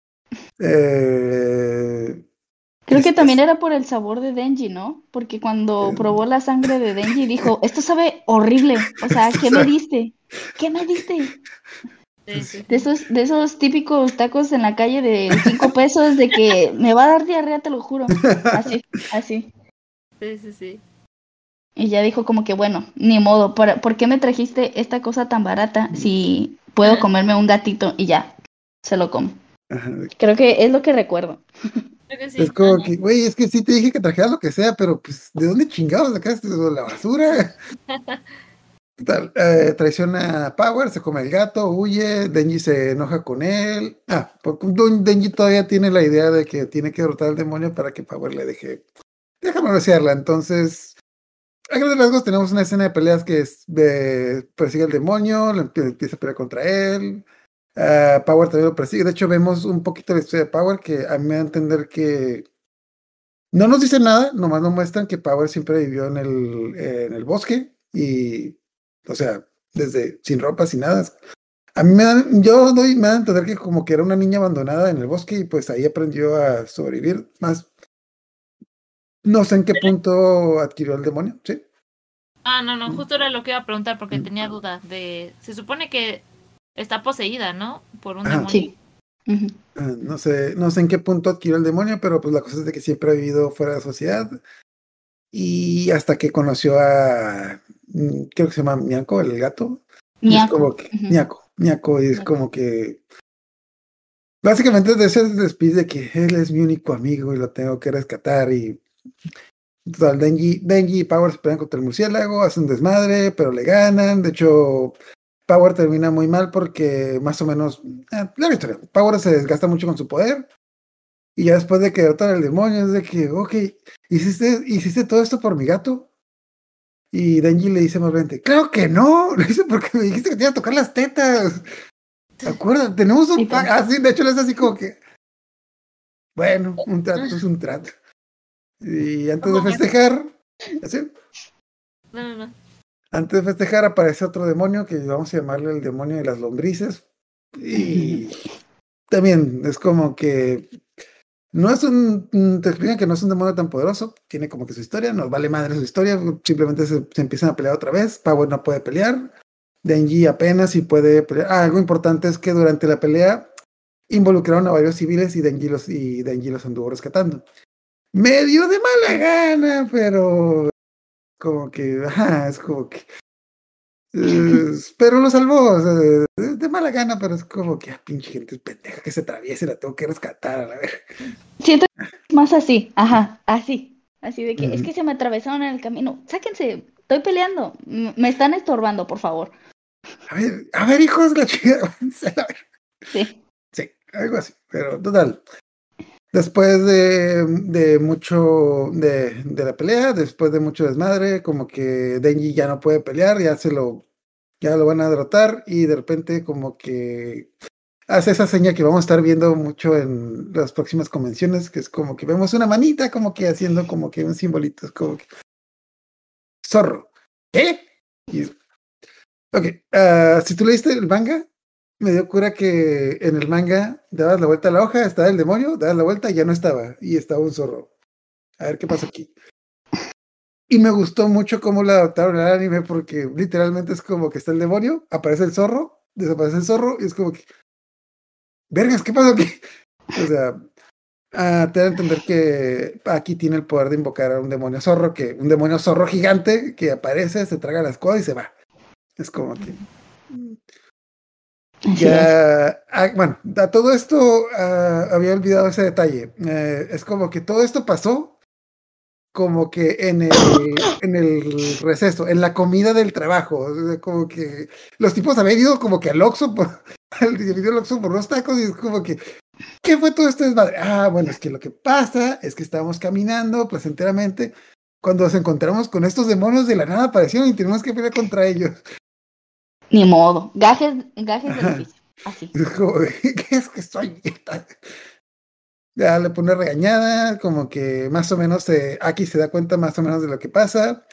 Creo que también era por el sabor de Denji, ¿no? Porque cuando probó la sangre de Denji dijo, esto sabe horrible. O sea, ¿qué me diste? ¿Qué me diste? Sí. De esos típicos tacos en la calle de 5 pesos de que me va a dar diarrea, te lo juro. Así. Sí. Y ya dijo como que, bueno, ni modo, ¿por qué me trajiste esta cosa tan barata si puedo comerme un gatito? Y ya, se lo como. Creo que es lo que recuerdo. Creo que sí. Es como que, güey, es que sí te dije que trajeras lo que sea, pero pues, ¿de dónde chingados sacaste la basura? Total, traiciona a Power, se come el gato, huye, Denji se enoja con él. Porque Denji todavía tiene la idea de que tiene que derrotar al demonio para que Power le deje... Déjame desearla, entonces... A grandes rasgos tenemos una escena de peleas que persigue al demonio, empieza a pelear contra él. Power también lo persigue. De hecho, vemos un poquito la historia de Power que a mí me da a entender que no nos dicen nada, nomás nos muestran que Power siempre vivió en el bosque y, o sea, desde sin ropa, sin nada. A mí me da a entender que como que era una niña abandonada en el bosque y pues ahí aprendió a sobrevivir. Más, no sé en qué punto adquirió el demonio, ¿sí? No, justo era lo que iba a preguntar porque tenía duda se supone que está poseída, ¿no? Por un demonio. Sí. Uh-huh. No sé en qué punto adquirió el demonio, pero pues la cosa es de que siempre ha vivido fuera de la sociedad y hasta que conoció a, creo que se llama Miako, el gato. Y es como que, Miako, y es como que básicamente de ese despido de que él es mi único amigo y lo tengo que rescatar y total, Denji y Power se pelean contra el murciélago, hacen un desmadre, pero le ganan. De hecho, Power termina muy mal porque más o menos, la historia, Power se desgasta mucho con su poder y ya después de que derrotan al demonio es de que, ok, ¿hiciste todo esto por mi gato? Y Denji le dice más bien, claro que no, le dice porque me dijiste que te iba a tocar las tetas. Acuérdate, tenemos un pacto. Sí, de hecho, es así como que, bueno, un trato es un trato. Y antes de festejar, ¿sí? No. Antes de festejar aparece otro demonio que vamos a llamarle el demonio de las lombrices. Y también es como que no es te explican que no es un demonio tan poderoso, tiene como que su historia, nos vale madre su historia, simplemente se empiezan a pelear otra vez, Power no puede pelear, Denji apenas sí puede pelear. Algo importante es que durante la pelea involucraron a varios civiles y Denji los anduvo rescatando. Medio de mala gana, pero como que, es como que pero lo salvó, o sea, de mala gana, pero es como que pinche gente pendeja que se atraviesa y la tengo que rescatar, a la vez. Siento más así, así de que es que se me atravesaron en el camino, sáquense, estoy peleando, me están estorbando, por favor. A ver, hijos de la chica, sí, algo así, pero total. Después de mucho de la pelea, después de mucho desmadre, como que Denji ya no puede pelear, ya lo van a derrotar y de repente como que hace esa seña que vamos a estar viendo mucho en las próximas convenciones, que es como que vemos una manita como que haciendo como que un simbolito, es como que zorro. ¿Qué? Si tú leíste el manga, me dio cura que en el manga dabas la vuelta a la hoja, estaba el demonio, dabas la vuelta y ya no estaba, y estaba un zorro. A ver qué pasa aquí. Y me gustó mucho cómo lo adaptaron al anime, porque literalmente es como que está el demonio, aparece el zorro, desaparece el zorro, y es como que, vergas, ¿qué pasó aquí? O sea, te da a entender que aquí tiene el poder de invocar a un demonio zorro gigante que aparece, se traga las cosas y se va. Es como que... Ya, bueno, a todo esto había olvidado ese detalle. Es como que todo esto pasó como que en el receso, en la comida del trabajo. Como que los tipos habían ido como que al Oxxo por unos tacos y es como que, ¿qué fue todo esto desmadre? Bueno, es que lo que pasa es que estábamos caminando placenteramente cuando nos encontramos con estos demonios de la nada aparecieron y tenemos que pelear contra ellos. Ni modo, gajes del oficio, así. Es como, ¿qué es que soy? Ya le pone regañada, como que más o menos Aki se da cuenta más o menos de lo que pasa.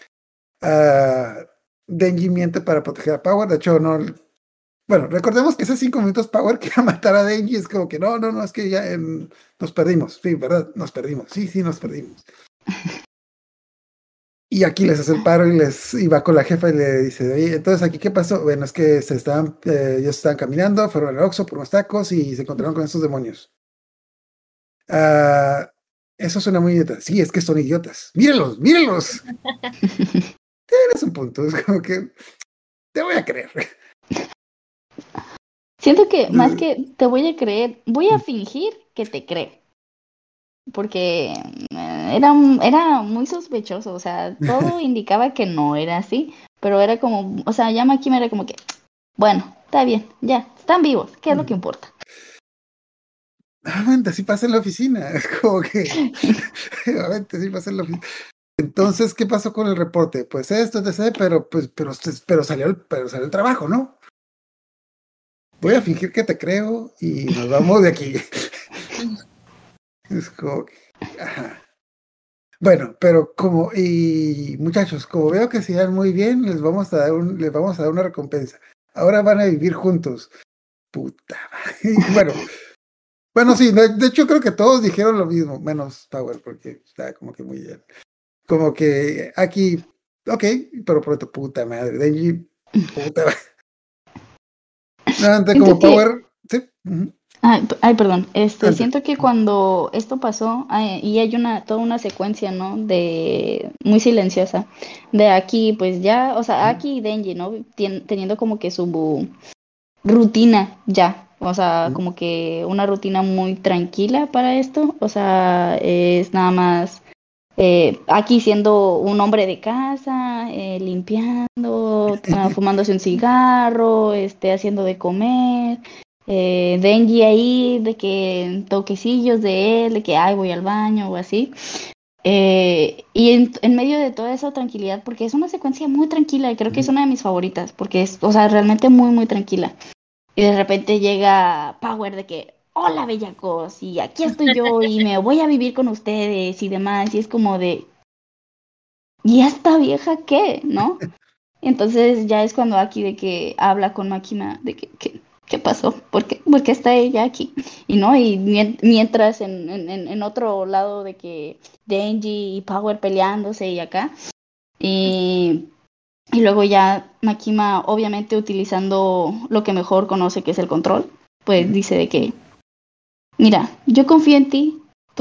Denji miente para proteger a Power, de hecho no. Bueno, recordemos que esos 5 minutos Power quería matar a Denji, es como que no, es que ya nos perdimos, sí, ¿verdad? Nos perdimos, sí, nos perdimos. Y aquí les hace el paro y va con la jefa y le dice, oye, entonces aquí, ¿qué pasó? Bueno, es que ellos estaban caminando, fueron al Oxxo por unos tacos y se encontraron con estos demonios. Eso suena muy idiota. Sí, es que son idiotas. ¡Mírenlos! Tienes un punto, es como que te voy a creer. Siento que más que te voy a creer, voy a fingir que te creo. Porque era muy sospechoso, o sea, todo indicaba que no era así, pero era como, o sea, Yamaki me era como que, bueno, está bien, ya, están vivos, ¿qué es lo que importa? Así pasa en la oficina, es como que, así pasa en la oficina. Entonces, ¿qué pasó con el reporte? Pues esto, etc., pero salió el trabajo, ¿no? Voy a fingir que te creo y nos vamos de aquí. Es como que, ajá. Bueno, pero muchachos, como veo que se dan muy bien, les vamos a dar una recompensa. Ahora van a vivir juntos. Puta madre. Bueno, sí, de hecho creo que todos dijeron lo mismo, menos Power, porque está como que muy bien. Como que aquí, ok, pero pronto, puta madre, Denji, puta madre. Nuevamente como Power, sí. Ay, perdón. Antes. Siento que cuando esto pasó, y hay toda una secuencia, ¿no? Muy silenciosa. De Aki, pues ya, o sea, Aki y Denji, ¿no? Teniendo como que su rutina ya. O sea, como que una rutina muy tranquila para esto. O sea, es nada más Aki siendo un hombre de casa, limpiando, fumándose un cigarro, haciendo de comer. Denji ahí, de que toquecillos de él, de que ay, voy al baño o así. Y en medio de toda esa tranquilidad, porque es una secuencia muy tranquila y creo que es una de mis favoritas, porque es, o sea, realmente muy, muy tranquila. Y de repente llega Power de que, hola bellacos, y aquí estoy yo y me voy a vivir con ustedes y demás, y es como de, ¿y esta vieja qué? ¿No? Entonces ya es cuando Aki de que habla con Makima de que, ¿qué pasó? ¿Por qué está ella aquí? Y no, y mientras en otro lado de que Denji y Power peleándose y acá, y luego ya Makima, obviamente utilizando lo que mejor conoce, que es el control, pues dice de que, mira, yo confío en ti,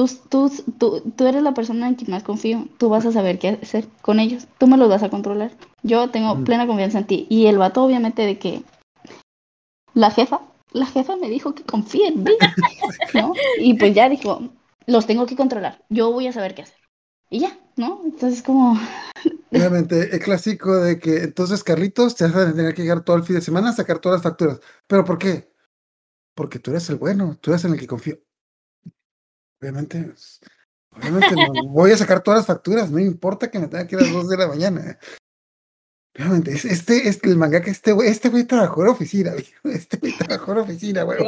tú eres la persona en quien más confío, tú vas a saber qué hacer con ellos, tú me los vas a controlar, yo tengo plena confianza en ti. Y el vato obviamente de que la jefa me dijo que confíe en mí, ¿no? Y pues ya dijo, los tengo que controlar, yo voy a saber qué hacer. Y ya, ¿no? Entonces como... Obviamente, el clásico de que entonces Carlitos te vas a tener que llegar todo el fin de semana a sacar todas las facturas. ¿Pero por qué? Porque tú eres el bueno, tú eres en el que confío. Obviamente no voy a sacar todas las facturas, no importa que me tenga que ir a las 2 de la mañana. Obviamente, el mangaka, este güey trabajó en oficina, viejo. Este güey trabajó en oficina, güey.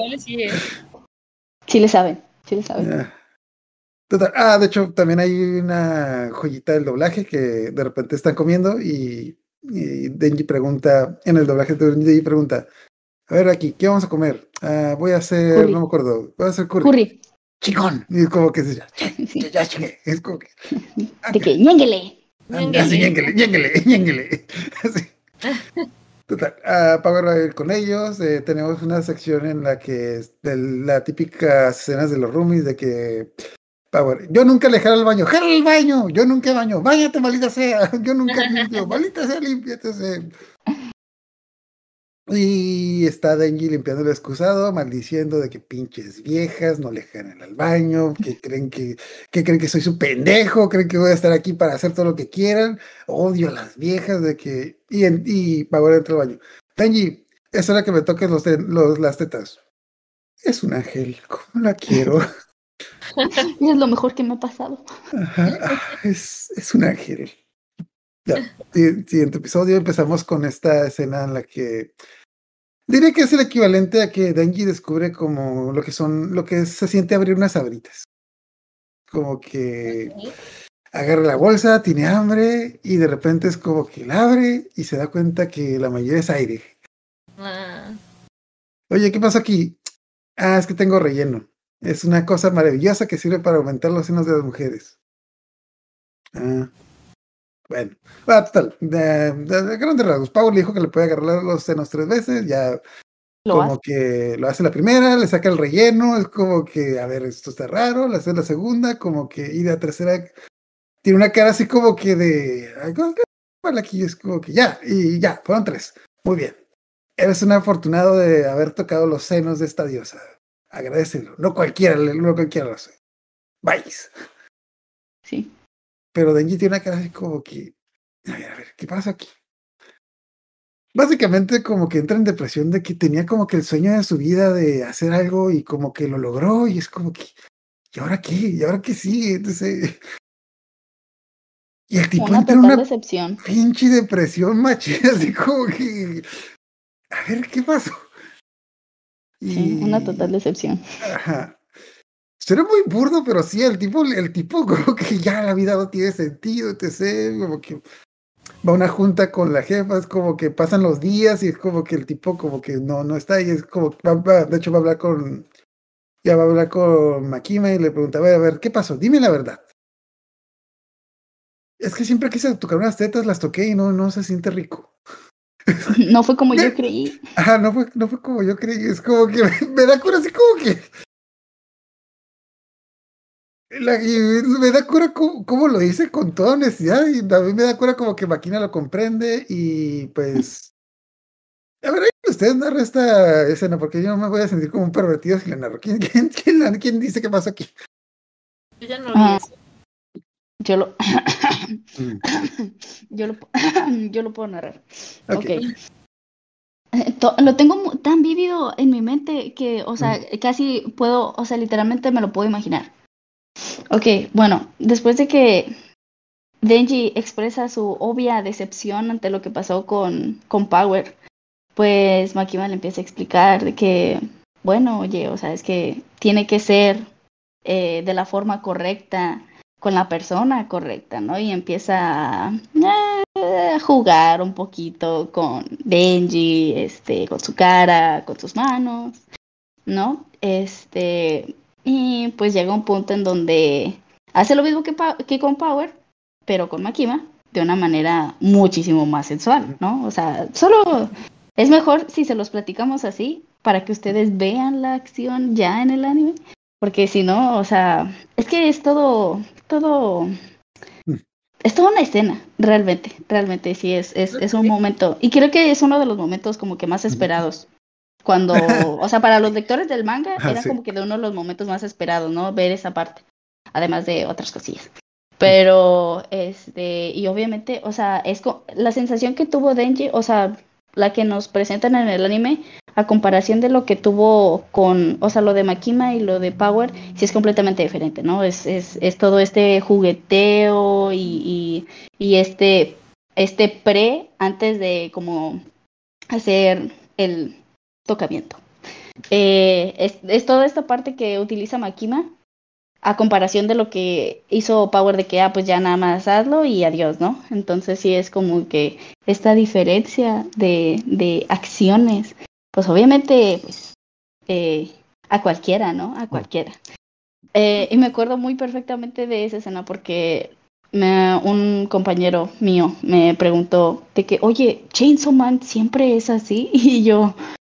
Sí le saben, sí le saben. Total. De hecho, también hay una joyita del doblaje que de repente están comiendo y Denji pregunta, en el doblaje de Denji pregunta, a ver aquí, ¿qué vamos a comer? Voy a hacer, Curry. no me acuerdo, voy a hacer curry. Curry. Chingón. Y es como que se Sí. ya chingué. Es como que. De que ñénguele. Así, ñénguele. Así. Total. Power va a ir con ellos. Tenemos una sección en la que es de la típica escenas de los roomies de que Power, yo nunca le jalo al baño, ¡jala el baño! Yo nunca baño, váyate, maldita sea, yo nunca limpio, maldita sea, límpiate. Y está Denji limpiando el excusado, maldiciendo de que pinches viejas no le jalan al baño, que creen que soy su pendejo, creen que voy a estar aquí para hacer todo lo que quieran. Odio a las viejas de que. Y Power entra al baño. Denji, es hora que me toques las tetas. Es un ángel, ¿cómo la quiero? Es lo mejor que me ha pasado. Ajá, es un ángel. Ya, siguiente episodio empezamos con esta escena en la que diré que es el equivalente a que Denji descubre como lo que se siente abrir unas sabritas. Como que agarra la bolsa, tiene hambre y de repente es como que la abre y se da cuenta que la mayoría es aire. Oye, ¿qué pasa aquí? Es que tengo relleno. Es una cosa maravillosa que sirve para aumentar los senos de las mujeres. Bueno, total. De grandes rasgos. Power le dijo que le puede agarrar los senos 3 veces. Ya como que lo hace la primera, le saca el relleno. Es como que, a ver, esto está raro. Le hace la segunda, como que, y la tercera tiene una cara así como que de. Aquí es como que ya, y ya, fueron 3. Muy bien. Eres un afortunado de haber tocado los senos de esta diosa. Agradecelo. No cualquiera lo hace. Vais. Sí. Pero Denji tiene una cara así como que, a ver, ¿qué pasa aquí? Básicamente como que entra en depresión de que tenía como que el sueño de su vida de hacer algo y como que lo logró y es como que, ¿y ahora qué? ¿Y ahora qué sigue? Entonces, Y el tipo Una entra en total una decepción. pinche depresión machina, así como que, a ver, ¿qué pasó? Sí, una total Y, decepción. ajá. Será muy burdo, pero sí, el tipo como que ya la vida no tiene sentido, etc. Como que va a una junta con la jefa, es como que pasan los días y es como que el tipo como que no está ahí, es como que de hecho ya va a hablar con Makima y le pregunta, a ver, ¿qué pasó? Dime la verdad. Es que siempre quise tocar unas tetas, las toqué y no se siente rico. No fue como yo creí. Ajá, no fue como yo creí, es como que me da cura así como que y me da cura cómo lo dice con toda honestidad y a mí me da cura como que Makina lo comprende y pues a ver, ahí ustedes narran esta escena porque yo no me voy a sentir como un pervertido si la narro. ¿Quién dice qué pasa aquí? Yo ya no vi eso. Yo lo, Mm, yo lo, yo lo puedo narrar. ok. Ok. Lo tengo tan vívido en mi mente que, o sea, casi puedo, o sea, literalmente me lo puedo imaginar. Ok, bueno, después de que Denji expresa su obvia decepción ante lo que pasó con Power, pues Makima le empieza a explicar de que, bueno, oye, o sea, es que tiene que ser de la forma correcta, con la persona correcta, ¿no? Y empieza a jugar un poquito con Denji, con su cara, con sus manos, ¿no? Y pues llega un punto en donde hace lo mismo que con Power, pero con Makima, de una manera muchísimo más sensual, ¿no? O sea, solo es mejor si se los platicamos así, para que ustedes vean la acción ya en el anime, porque si no, o sea, es que es es toda una escena, realmente, sí, es un momento, y creo que es uno de los momentos como que más esperados cuando, o sea, para los lectores del manga Ah, era sí. como que de uno de los momentos más esperados, ¿no? Ver esa parte, además de otras cosillas. Pero, y obviamente, o sea, la sensación que tuvo Denji, o sea, la que nos presentan en el anime, a comparación de lo que tuvo o sea, lo de Makima y lo de Power, sí es completamente diferente, ¿no? Es todo este jugueteo y antes de como hacer el tocamiento. Es toda esta parte que utiliza Makima a comparación de lo que hizo Power de que, pues ya nada más hazlo y adiós, ¿no? Entonces sí es como que esta diferencia de acciones, pues obviamente, pues, a cualquiera, ¿no? A cualquiera. Y me acuerdo muy perfectamente de esa escena porque un compañero mío me preguntó de que, oye, Chainsaw Man siempre es así, y yo...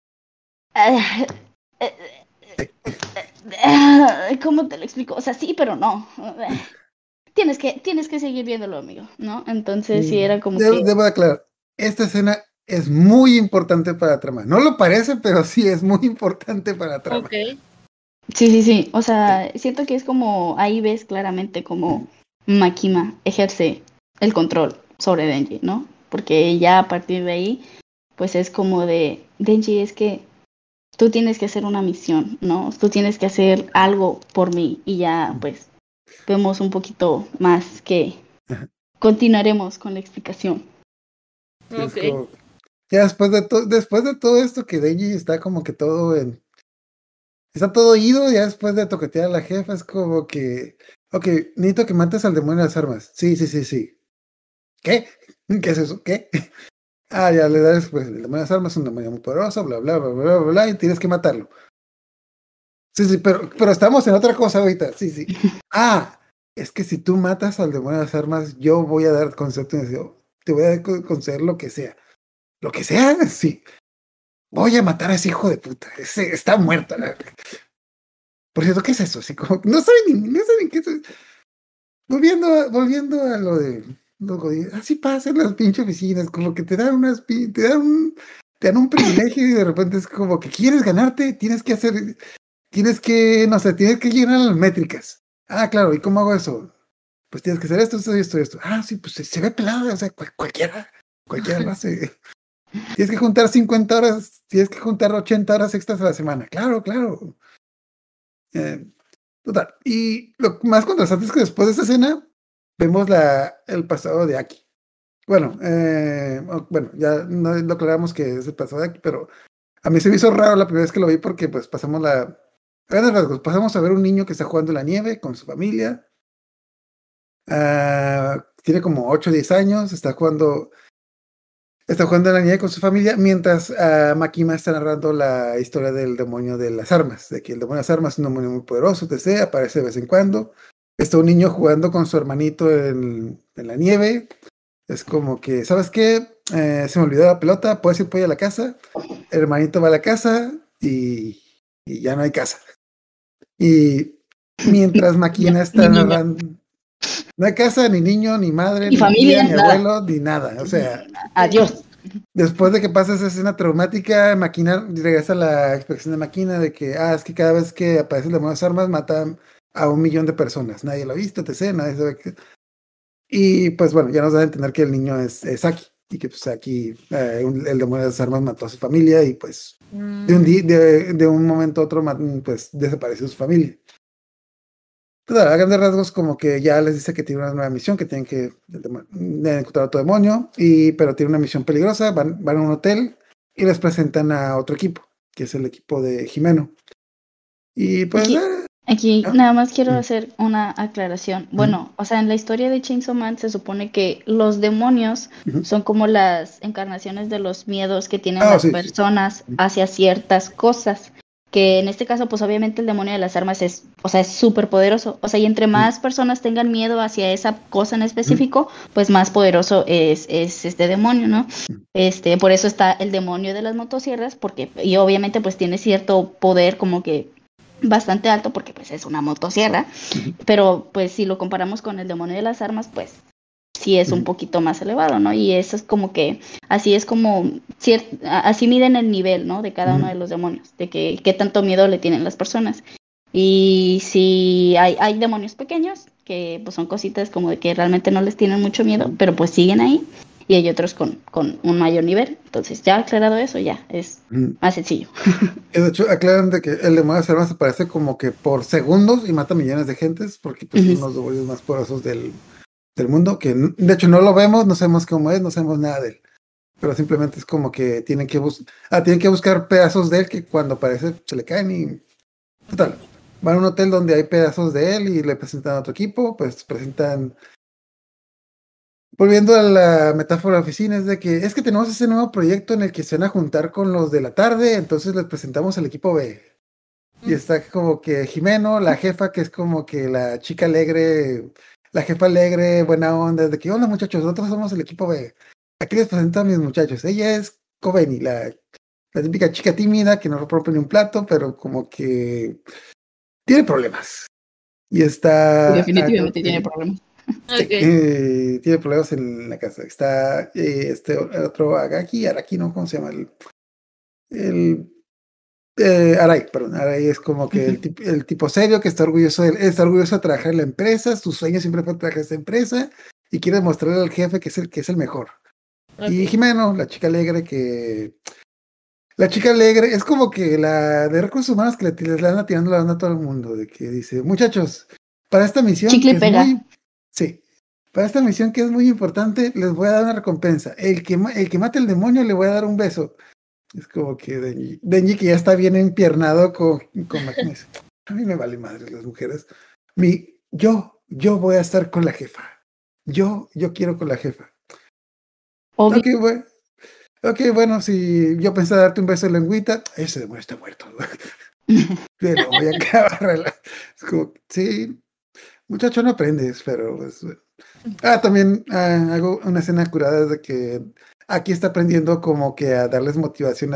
¿Cómo te lo explico? O sea, sí, pero no. Tienes que seguir viéndolo, amigo, ¿no? Entonces sí era como que... Debo aclarar, esta escena es muy importante para la trama. No lo parece, pero sí es muy importante para la trama. Ok. Sí. O sea, siento que es como... Ahí ves claramente como Makima ejerce el control sobre Denji, ¿no? Porque ya a partir de ahí, pues es como de... Denji, es que tú tienes que hacer una misión, ¿no? Tú tienes que hacer algo por mí. Y ya, pues, vemos un poquito más que continuaremos con la explicación. Sí, es Ok. como, ya después de todo esto que Denji está como que está todo ido, ya después de toquetear a la jefa es como que, ok, necesito que mates al demonio de las armas. Sí. ¿Qué? ¿Qué es eso? ¿Qué? Ah, ya le das, pues, el demonio de las armas es un demonio muy poderoso, bla, y tienes que matarlo. Sí, pero estamos en otra cosa ahorita, sí. Ah, es que si tú matas al demonio de las armas, yo voy a dar concepto te voy a conceder lo que sea. Lo que sea, sí. Voy a matar a ese hijo de puta. Ese está muerto. Por cierto, ¿qué es eso? Así como, no saben qué es eso. Volviendo a lo de los godines, así pasa en las pinches oficinas, como que te dan te dan un privilegio y de repente es como que quieres ganarte, no sé, tienes que llenar las métricas. Ah, claro, ¿y cómo hago eso? Pues tienes que hacer esto. Ah, sí, pues se ve pelado, o sea, cualquiera lo hace. Tienes que juntar 50 horas, tienes que juntar 80 horas extras a la semana. Claro. Total. Y lo más contrastante es que después de esa escena, vemos el pasado de Aki. Bueno, ya no lo aclaramos que es el pasado de Aki, pero a mí se me hizo raro la primera vez que lo vi porque pues pasamos a grandes rasgos, pasamos a ver un niño que está jugando en la nieve con su familia. Tiene como 8 o 10 años, está jugando en la nieve con su familia, mientras Makima está narrando la historia del demonio de las armas, de que el demonio de las armas es un demonio muy poderoso, etc., aparece de vez en cuando. Está un niño jugando con su hermanito en la nieve. Es como que, ¿sabes qué? Se me olvidó la pelota, ¿puedes ir por ahí a la casa? El hermanito va a la casa y ya no hay casa. Y mientras Makina está narrando... No hay casa, ni niño, ni madre, ni familia, tía, ni abuelo, ni nada. O sea, adiós. Después de que pasa esa escena traumática, Makina regresa a la expresión de Makina de que, es que cada vez que aparece el demonio de las armas matan a 1 millón de personas. Nadie lo ha visto, etc. Nadie sabe que... Y pues bueno, ya nos da a entender que el niño es Saki. Y que pues aquí el demonio de las armas mató a su familia y pues de un momento a otro pues desapareció su familia. Entonces, a grandes rasgos, como que ya les dice que tiene una nueva misión, que tienen que encontrar a otro demonio, pero tiene una misión peligrosa, van a un hotel y les presentan a otro equipo, que es el equipo de Jimeno. Y pues... Aquí nada más quiero hacer una aclaración. Bueno, o sea, en la historia de Chainsaw Man se supone que los demonios son como las encarnaciones de los miedos que tienen las personas hacia ciertas cosas. Que en este caso, pues obviamente el demonio de las armas es súper poderoso. O sea, y entre más personas tengan miedo hacia esa cosa en específico, pues más poderoso es este demonio, ¿no? Por eso está el demonio de las motosierras, y obviamente pues tiene cierto poder como que bastante alto, porque pues es una motosierra, pero pues si lo comparamos con el demonio de las armas, pues sí es un poquito más elevado, ¿no? Y eso es como que, así es como, así miden el nivel, ¿no? De cada uno de los demonios, de qué tanto miedo le tienen las personas. Y si hay demonios pequeños, que pues son cositas como de que realmente no les tienen mucho miedo, pero pues siguen ahí, y hay otros con un mayor nivel. Entonces, ya aclarado eso, ya es más sencillo. De hecho, aclaran de que el demonio de las armas aparece como que por segundos y mata millones de gentes, porque pues, son los demonios más poderosos del mundo, que de hecho no lo vemos, no sabemos cómo es, no sabemos nada de él, pero simplemente es como que tienen que buscar pedazos de él que cuando aparece se le caen y total, van a un hotel donde hay pedazos de él y le presentan a otro equipo, pues presentan, volviendo a la metáfora de oficina, es de que es que tenemos ese nuevo proyecto en el que se van a juntar con los de la tarde, entonces les presentamos al equipo B. Y está como que Jimeno, la jefa, que es como que la chica alegre, la jefa alegre, buena onda, de que, hola muchachos, nosotros somos el equipo B. Aquí les presento a mis muchachos. Ella es Kobeni, la típica chica tímida que no rompe ni un plato, pero como que tiene problemas. Y está... Definitivamente tiene problemas. Sí, tiene problemas en la casa. Está otro Araki, ¿no? ¿Cómo se llama? Arai es como que el tipo serio que está orgulloso de trabajar en la empresa, su sueño siempre fue trabajar en esta empresa y quiere mostrarle al jefe que es el mejor. Y Jimeno, la chica alegre es como que la de recursos humanos que les anda tirando la onda a todo el mundo, de que dice, muchachos, para esta misión para esta misión que es muy importante, les voy a dar una recompensa. El que mate el demonio le voy a dar un beso. Es como que Denji que ya está bien empiernado con Makina. A mí me vale madre las mujeres. Yo voy a estar con la jefa. Yo quiero con la jefa. Ok, bueno, si yo pensaba darte un beso de lengüita, ese demonio está muerto. Pero voy a acabar. Es como, sí, muchacho, no aprendes, pero pues, también hago una escena curada de que aquí está aprendiendo como que a darles motivación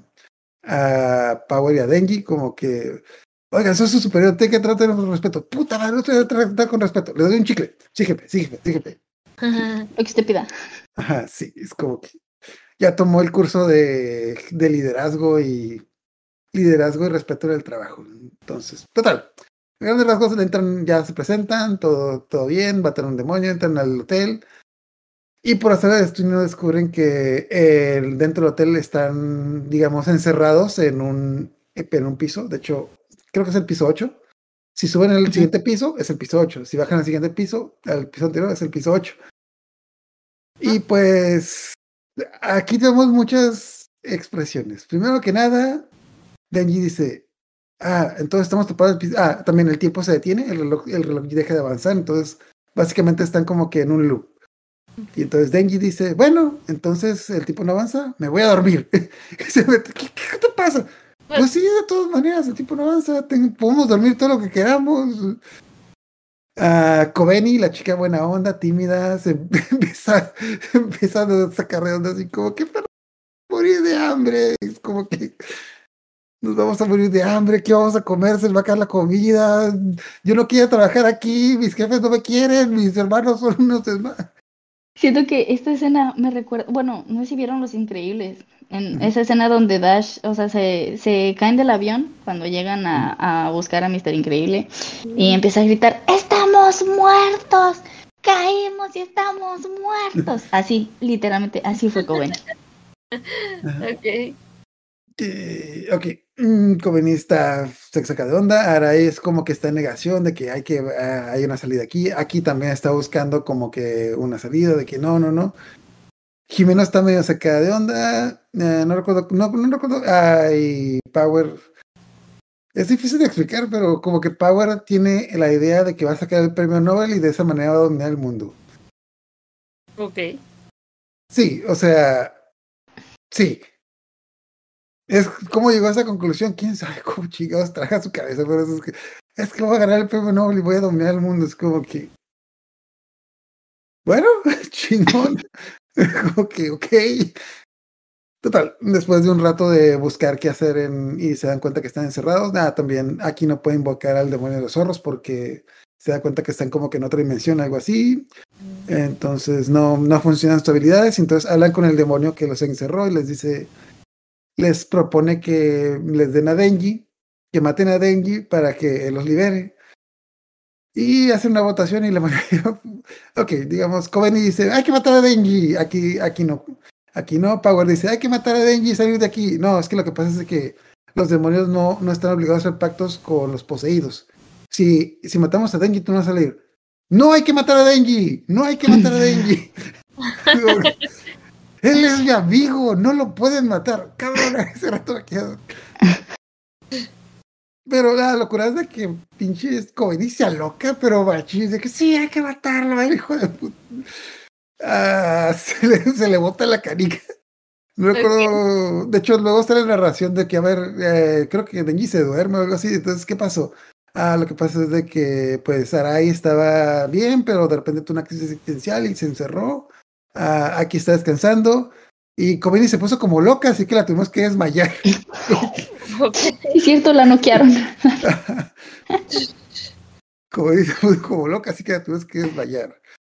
a Power y a Denji, como que, oiga, soy su superior, tengo que tratar con respeto. Puta madre, no te voy a tratar con respeto. Le doy un chicle. Sí, jefe. Lo que te pida. Ajá, sí, es como que ya tomó el curso de liderazgo y respeto en el trabajo. Entonces, total. Grandes rasgos entran, ya se presentan, todo bien, va a tener un demonio, entran al hotel. Y por hacer el destino descubren que dentro del hotel están, digamos, encerrados en un piso. De hecho, creo que es el piso 8. Si suben al siguiente piso, es el piso 8. Si bajan al siguiente piso, al piso anterior, es el piso 8. Y pues aquí tenemos muchas expresiones. Primero que nada, Denji dice, entonces estamos tapados el piso. También el tiempo se detiene, el reloj deja de avanzar, entonces básicamente están como que en un loop. Y entonces Denji dice, bueno, entonces el tipo no avanza, me voy a dormir. ¿Qué te pasa? Pues sí, de todas maneras, el tipo no avanza, podemos dormir todo lo que queramos. Kobeni, la chica buena onda, tímida, se empieza a sacar de onda así como que para morir de hambre. Es como que nos vamos a morir de hambre, ¿qué vamos a comer? Se nos va a acabar la comida. Yo no quiero trabajar aquí, mis jefes no me quieren, mis hermanos son unos desmadres. Siento que esta escena me recuerda, bueno, no sé si vieron Los Increíbles, en esa escena donde Dash, o sea, se caen del avión cuando llegan a buscar a Mr. Increíble y empieza a gritar, ¡estamos muertos! ¡Caímos y estamos muertos! Así, literalmente, así fue Coven. Ok. Ok, Kobeni se saca de onda. Arai es como que está en negación de que hay una salida aquí. Aquí también está buscando como que una salida de que no. Jimeno está medio sacada de onda. No recuerdo. Y Power. Es difícil de explicar, pero como que Power tiene la idea de que va a sacar el premio Nobel y de esa manera va a dominar el mundo. Ok. Sí, o sea. Sí. Es como llegó a esa conclusión, quién sabe cómo chingados traga su cabeza, pero es que voy a ganar el premio Nobel y voy a dominar el mundo. Es como que, bueno, chingón. Como que, ok. Total, después de un rato de buscar qué hacer y se dan cuenta que están encerrados, también aquí no pueden invocar al demonio de los zorros porque se da cuenta que están como que en otra dimensión, algo así. Entonces no funcionan sus habilidades, entonces hablan con el demonio que los encerró y les propone que les den a Denji, que maten a Denji para que los libere. Y hacen una votación y la mayoría, ok, digamos, Kobeni dice, hay que matar a Denji, aquí no, Power dice, hay que matar a Denji y salir de aquí. No, es que lo que pasa es que los demonios no están obligados a hacer pactos con los poseídos. Si matamos a Denji, tú no vas a salir. No hay que matar a Denji, no hay que matar a Denji. Él es mi amigo, no lo pueden matar. Cabrón, ese rato me quedo. Pero la locura es de que pinche Kobeni se aloca, pero machis, de que sí, hay que matarlo, hijo de puta. Se le bota la canica. No recuerdo. De hecho, luego está la narración de que, a ver, creo que Denji se duerme o algo así. Entonces, ¿qué pasó? Lo que pasa es de que, pues, Arai estaba bien, pero de repente tuvo una crisis existencial y se encerró. Aquí está descansando. Y Kobeni se puso como loca, así que la tuvimos que desmayar. Es cierto, la noquearon. Kobeni se puso como loca, así que la tuvimos que desmayar.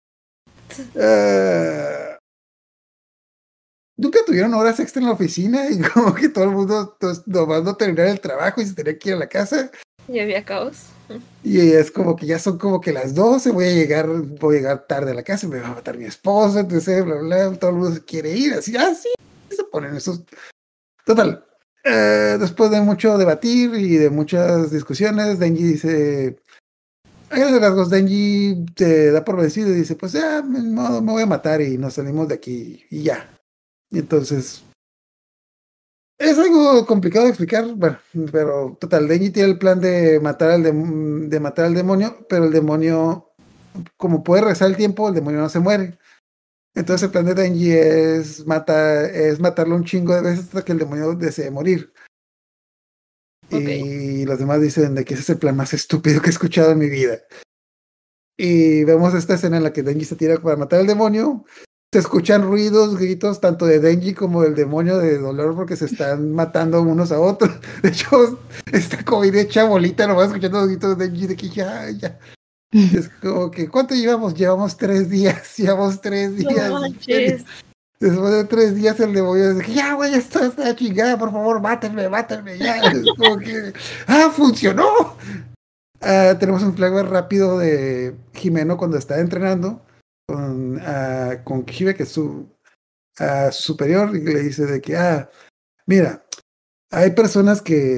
Nunca tuvieron horas extra en la oficina y como que todo el mundo nomás no terminar el trabajo y se tenía que ir a la casa. Y había caos. Y es como que ya son como que las 12, voy a llegar tarde a la casa, me va a matar mi esposa, entonces bla, bla, todo el mundo se quiere ir, así, se ponen esos. Total, después de mucho debatir y de muchas discusiones, Denji dice, a grandes rasgos, Denji se da por vencido y dice, pues ya, me voy a matar y nos salimos de aquí y ya. Y entonces, es algo complicado de explicar, bueno, pero total, Denji tiene el plan de matar al demonio, pero el demonio, como puede rezar el tiempo, el demonio no se muere. Entonces el plan de Denji es matarlo un chingo de veces hasta que el demonio desee morir. Okay. Y los demás dicen de que ese es el plan más estúpido que he escuchado en mi vida. Y vemos esta escena en la que Denji se tira para matar al demonio. Se escuchan ruidos, gritos, tanto de Denji como del demonio de dolor porque se están matando unos a otros. De hecho, está como hecha bolita, nomás escuchando los gritos de Denji de que ya. Es como que, ¿cuánto llevamos? Llevamos 3 días. No manches. Después de 3 días el demonio dice, ya, güey, está chingada, por favor, mátenme, ya. Es como que, ¡funcionó! Tenemos un flashback rápido de Jimeno cuando está entrenando con Kishibe, que es su superior, y le dice de que, mira, hay personas que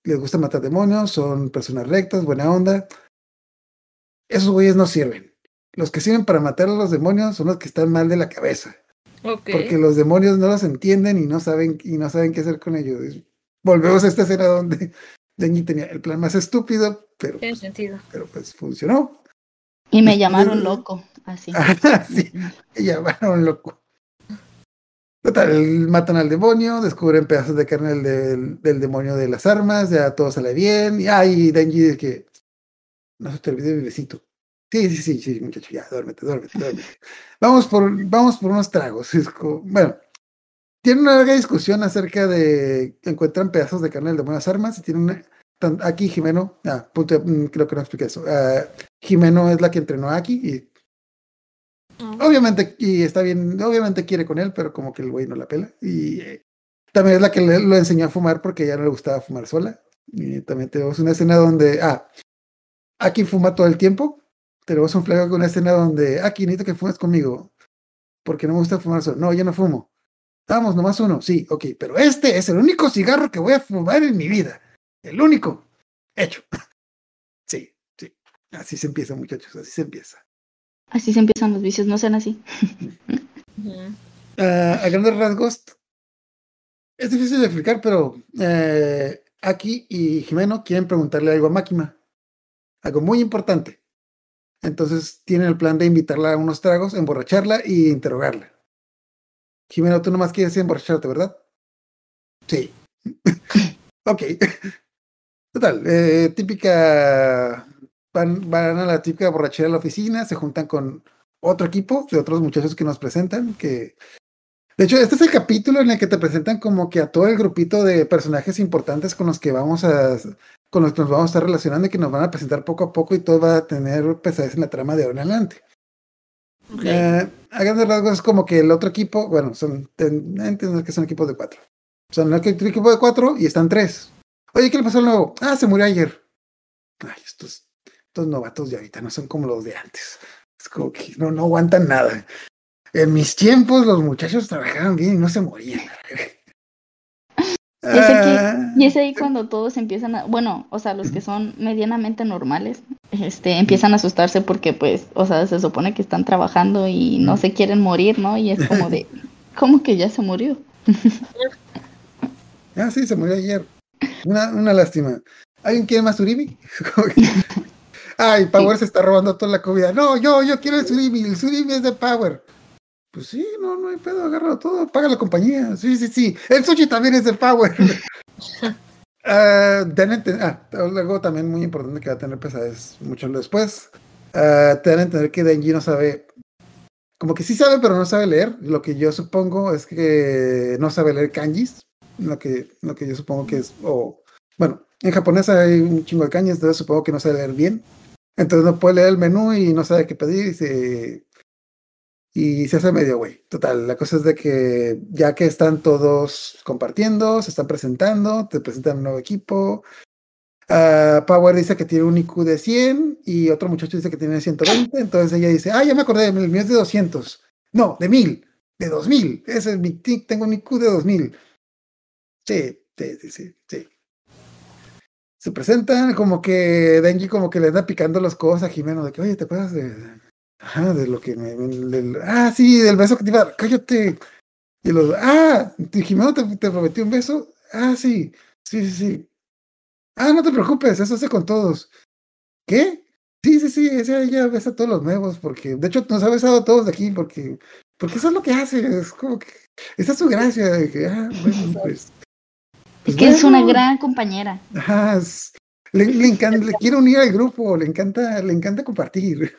les gusta matar demonios, son personas rectas, buena onda. Esos güeyes no sirven. Los que sirven para matar a los demonios son los que están mal de la cabeza. Ok. Porque los demonios no los entienden y no saben qué hacer con ellos. Volvemos a esta escena donde Denji tenía el plan más estúpido, pero Tiene sentido. pues funcionó. Y me llamaron loco, así. Sí, me llamaron loco. Total, matan al demonio, descubren pedazos de carne del demonio de las armas, ya todo sale bien. Y Denji dice que no se te olvide mi besito. Sí, muchacho, ya, duérmete. Vamos por unos tragos. Bueno, tienen una larga discusión acerca de que encuentran pedazos de carne del demonio de las armas y tienen aquí Jimeno, creo que no expliqué eso. Jimeno es la que entrenó a Aki y obviamente, y está bien, obviamente quiere con él, pero como que el güey no la pela. Y también es la que lo enseñó a fumar porque ya no le gustaba fumar sola. Y también tenemos una escena donde Aki fuma todo el tiempo. Tenemos un flash con una escena donde Aki, necesito que fumes conmigo porque no me gusta fumar solo. No, yo no fumo. Vamos, nomás uno. Sí, ok, pero este es el único cigarro que voy a fumar en mi vida. El único. Hecho. Sí. Así se empieza, muchachos, así se empieza. Así se empiezan los vicios, no sean así. A grandes rasgos, es difícil de explicar, pero Aki y Jimeno quieren preguntarle algo a Máquina. Algo muy importante. Entonces tienen el plan de invitarla a unos tragos, emborracharla y interrogarla. Jimeno, tú nomás quieres emborracharte, ¿verdad? Sí. Ok. Total, típica... Van a la típica borrachera de la oficina, se juntan con otro equipo de otros muchachos que nos presentan, que... De hecho, este es el capítulo en el que te presentan como que a todo el grupito de personajes importantes con los que nos vamos a estar relacionando y que nos van a presentar poco a poco y todo va a tener pesadez en la trama de ahora en adelante. Okay. A grandes rasgos es como que el otro equipo, bueno, entender que son equipos de 4. Son un equipo de 4 y están 3. Oye, ¿qué le pasó al nuevo? Se murió ayer. Ay, estos novatos de ahorita no son como los de antes. Es como que no aguantan nada. En mis tiempos los muchachos trabajaban bien y no se morían. Y es ahí cuando todos empiezan a, bueno, o sea, los que son medianamente normales, empiezan a asustarse porque pues, o sea, se supone que están trabajando y no se quieren morir, ¿no? Y es como de, ¿cómo que ya se murió? Sí, se murió ayer. Una lástima. ¿Alguien quiere más surimi? Power se está robando toda la comida. No, yo quiero el surimi es de Power. Pues sí, no hay pedo, agárralo todo, paga la compañía. Sí. El sushi también es de Power. Luego también muy importante que va a tener pesadez mucho después. Te dan a entender que Denji no sabe, como que sí sabe, pero no sabe leer. Lo que yo supongo es que no sabe leer kanjis. Lo que yo supongo que es, bueno, en japonés hay un chingo de kanjis, entonces supongo que no sabe leer bien. Entonces no puede leer el menú y no sabe qué pedir y se hace medio güey. Total, la cosa es de que ya que están todos compartiendo, se están presentando, te presentan un nuevo equipo. Power dice que tiene un IQ de 100 y otro muchacho dice que tiene 120. Entonces ella dice, ya me acordé, el mío es de 200. No, de 1000, de 2000. Ese es mi tic, tengo un IQ de 2000. Sí. Se presentan como que Denji como que le anda picando las cosas a Jimeno de que, oye, ¿te acuerdas de lo que sí, del beso que te iba a dar? Cállate. Y Jimeno te prometió un beso. Sí. No te preocupes, eso hace con todos. ¿Qué? Sí, ella besa a todos los nuevos, porque, de hecho, nos ha besado a todos de aquí, porque eso es lo que hace, es como que, esa es su gracia, de que, bueno, pues es que es una gran compañera. Le encanta, le quiere unir al grupo, le encanta compartir.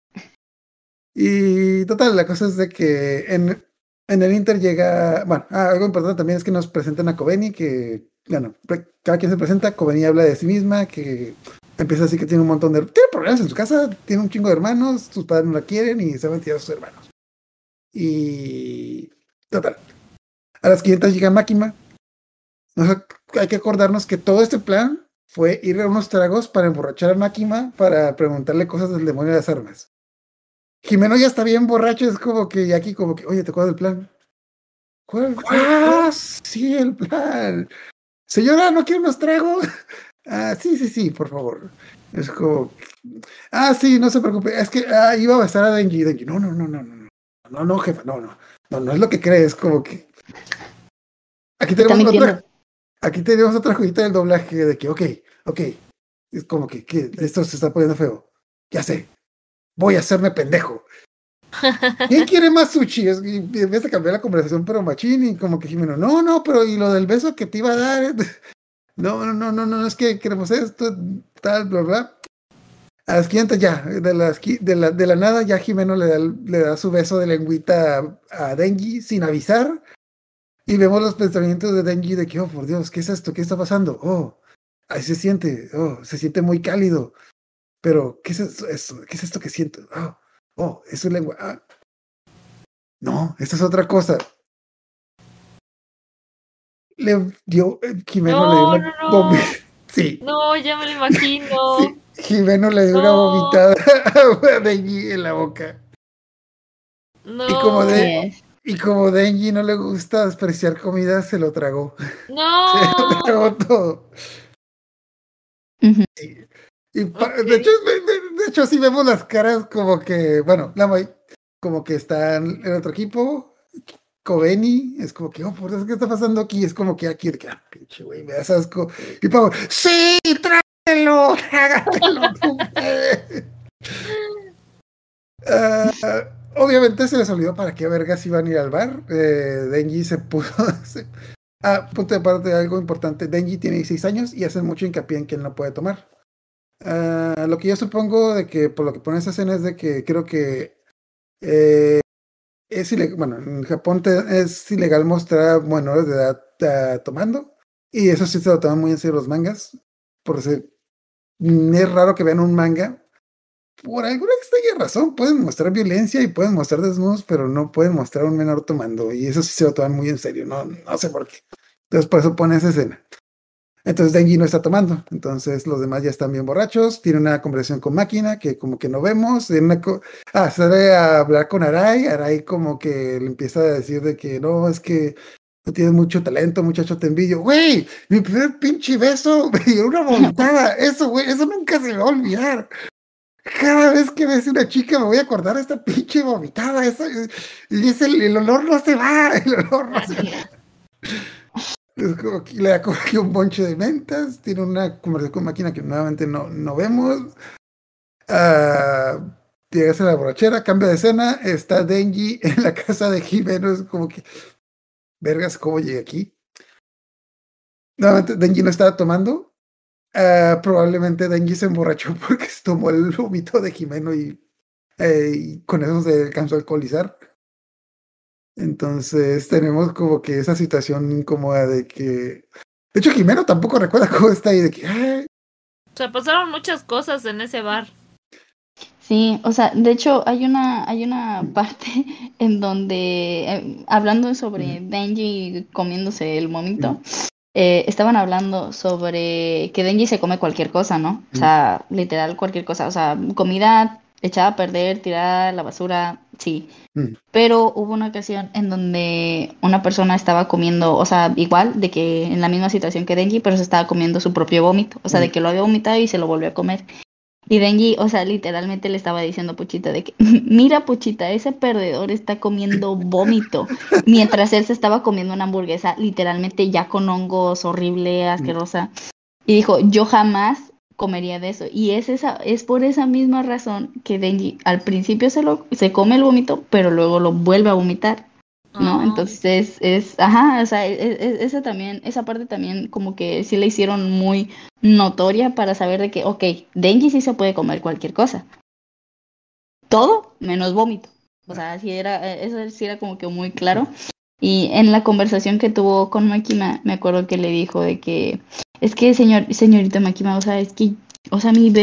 Y total, la cosa es de que en el Inter llega, bueno, algo importante también es que nos presentan a Kobeni, que, bueno, cada quien se presenta, Kobeni habla de sí misma, que empieza así que tiene un montón tiene problemas en su casa, tiene un chingo de hermanos, sus padres no la quieren y se van a tirar a sus hermanos. Y total, a las 500 llega Máquina. Hay que acordarnos que todo este plan fue ir a unos tragos para emborrachar a Máquina para preguntarle cosas del demonio de las armas. Jimeno ya está bien borracho, es como que aquí como que, oye, ¿te acuerdas del plan? ¿Cuál? Sí, el plan. señora, ¿no quiere unos tragos? Sí, por favor. Es como, sí, no se preocupe, es que iba a besar a Denji. No, jefa, no es lo que crees, como que aquí Está tenemos mintiendo. otra joyita del doblaje de que, ok, es como que esto se está poniendo feo, ya sé, voy a hacerme pendejo. ¿Quién quiere más sushi? Y empieza a cambiar la conversación, pero machín, y como que Jimeno, no, pero y lo del beso que te iba a dar, no, es que queremos esto, tal, bla, bla. A las 500 ya, de la nada ya Jimeno le da su beso de lengüita a Denji sin avisar, y vemos los pensamientos de Denji de que, oh, por Dios, ¿qué es esto? ¿Qué está pasando? Oh, ahí se siente muy cálido, pero ¿qué es eso? ¿Qué es esto que siento? Oh, es su lengua. No, esta es otra cosa. Jimeno le dio una No. Sí. No, ya me lo imagino. Sí, Jimeno le dio una vomitada a Denji en la boca. No. Y como Denji no le gusta despreciar comida, se lo tragó. No. Se lo tragó todo. Sí. Y de hecho, sí vemos las caras como que, bueno, como que están en otro equipo. Kobeni es como que, oh, por Dios, ¿qué está pasando aquí? Es como que aquí, pinche güey, me das asco. Y Pavo, ¡sí, trágatelo! ¡Tú puedes! Obviamente se les olvidó para qué vergas iban a ir al bar. Denji se puso... punto de parte de algo importante. Denji tiene 16 años y hacen mucho hincapié en que él no puede tomar. Lo que yo supongo de que por lo que pone esa escena es de que creo que es ilegal, bueno, en Japón es ilegal mostrar menores de edad tomando, y eso sí se lo toman muy en serio los mangas, porque es raro que vean un manga. Por alguna extraña razón pueden mostrar violencia y pueden mostrar desnudos, pero no pueden mostrar un menor tomando, y eso sí se lo toman muy en serio, no sé por qué. Entonces por eso pone esa escena. Entonces Denji no está tomando, entonces los demás ya están bien borrachos, tiene una conversación con Máquina que como que no vemos, sale a hablar con Arai como que le empieza a decir de que no, es que no tienes mucho talento, muchacho, te envidio. Güey, mi primer pinche beso me dio una vomitada, eso nunca se me va a olvidar. Cada vez que ves una chica me voy a acordar de esta pinche vomitada, y el olor no se va, Es como que le da como que un bonche de mentas, tiene una conversación con Máquina que nuevamente no vemos. Llegas a la borrachera, cambia de escena, está Denji en la casa de Jimeno, es como que, vergas, ¿cómo llegué aquí? Nuevamente Denji no estaba tomando, probablemente Denji se emborrachó porque se tomó el vómito de Jimeno y con eso se alcanzó a alcoholizar. Entonces tenemos como que esa situación incómoda de que... De hecho, Jimeno tampoco recuerda cómo está ahí de que... Ay. O sea, pasaron muchas cosas en ese bar. Sí, o sea, de hecho hay una parte en donde, hablando sobre Denji comiéndose el vómito, estaban hablando sobre que Denji se come cualquier cosa, ¿no? O sea, literal cualquier cosa, o sea, comida echada a perder, tirada a la basura, sí. Pero hubo una ocasión en donde una persona estaba comiendo, o sea, igual de que en la misma situación que Denji, pero se estaba comiendo su propio vómito, o sea, de que lo había vomitado y se lo volvió a comer. Y Denji, o sea, literalmente le estaba diciendo a Puchita de que, mira Puchita, ese perdedor está comiendo vómito, mientras él se estaba comiendo una hamburguesa, literalmente ya con hongos, horrible, asquerosa. Y dijo, yo jamás comería de eso. Y es por esa misma razón que Denji al principio se come el vómito, pero luego lo vuelve a vomitar, ¿no? Entonces o sea, esa parte también como que sí la hicieron muy notoria para saber de que, ok, Denji sí se puede comer cualquier cosa. Todo menos vómito. O sea, eso sí era como que muy claro. Y en la conversación que tuvo con Makima, me acuerdo que le dijo de que, es que señorita Makima, o sea, es que, o sea, mi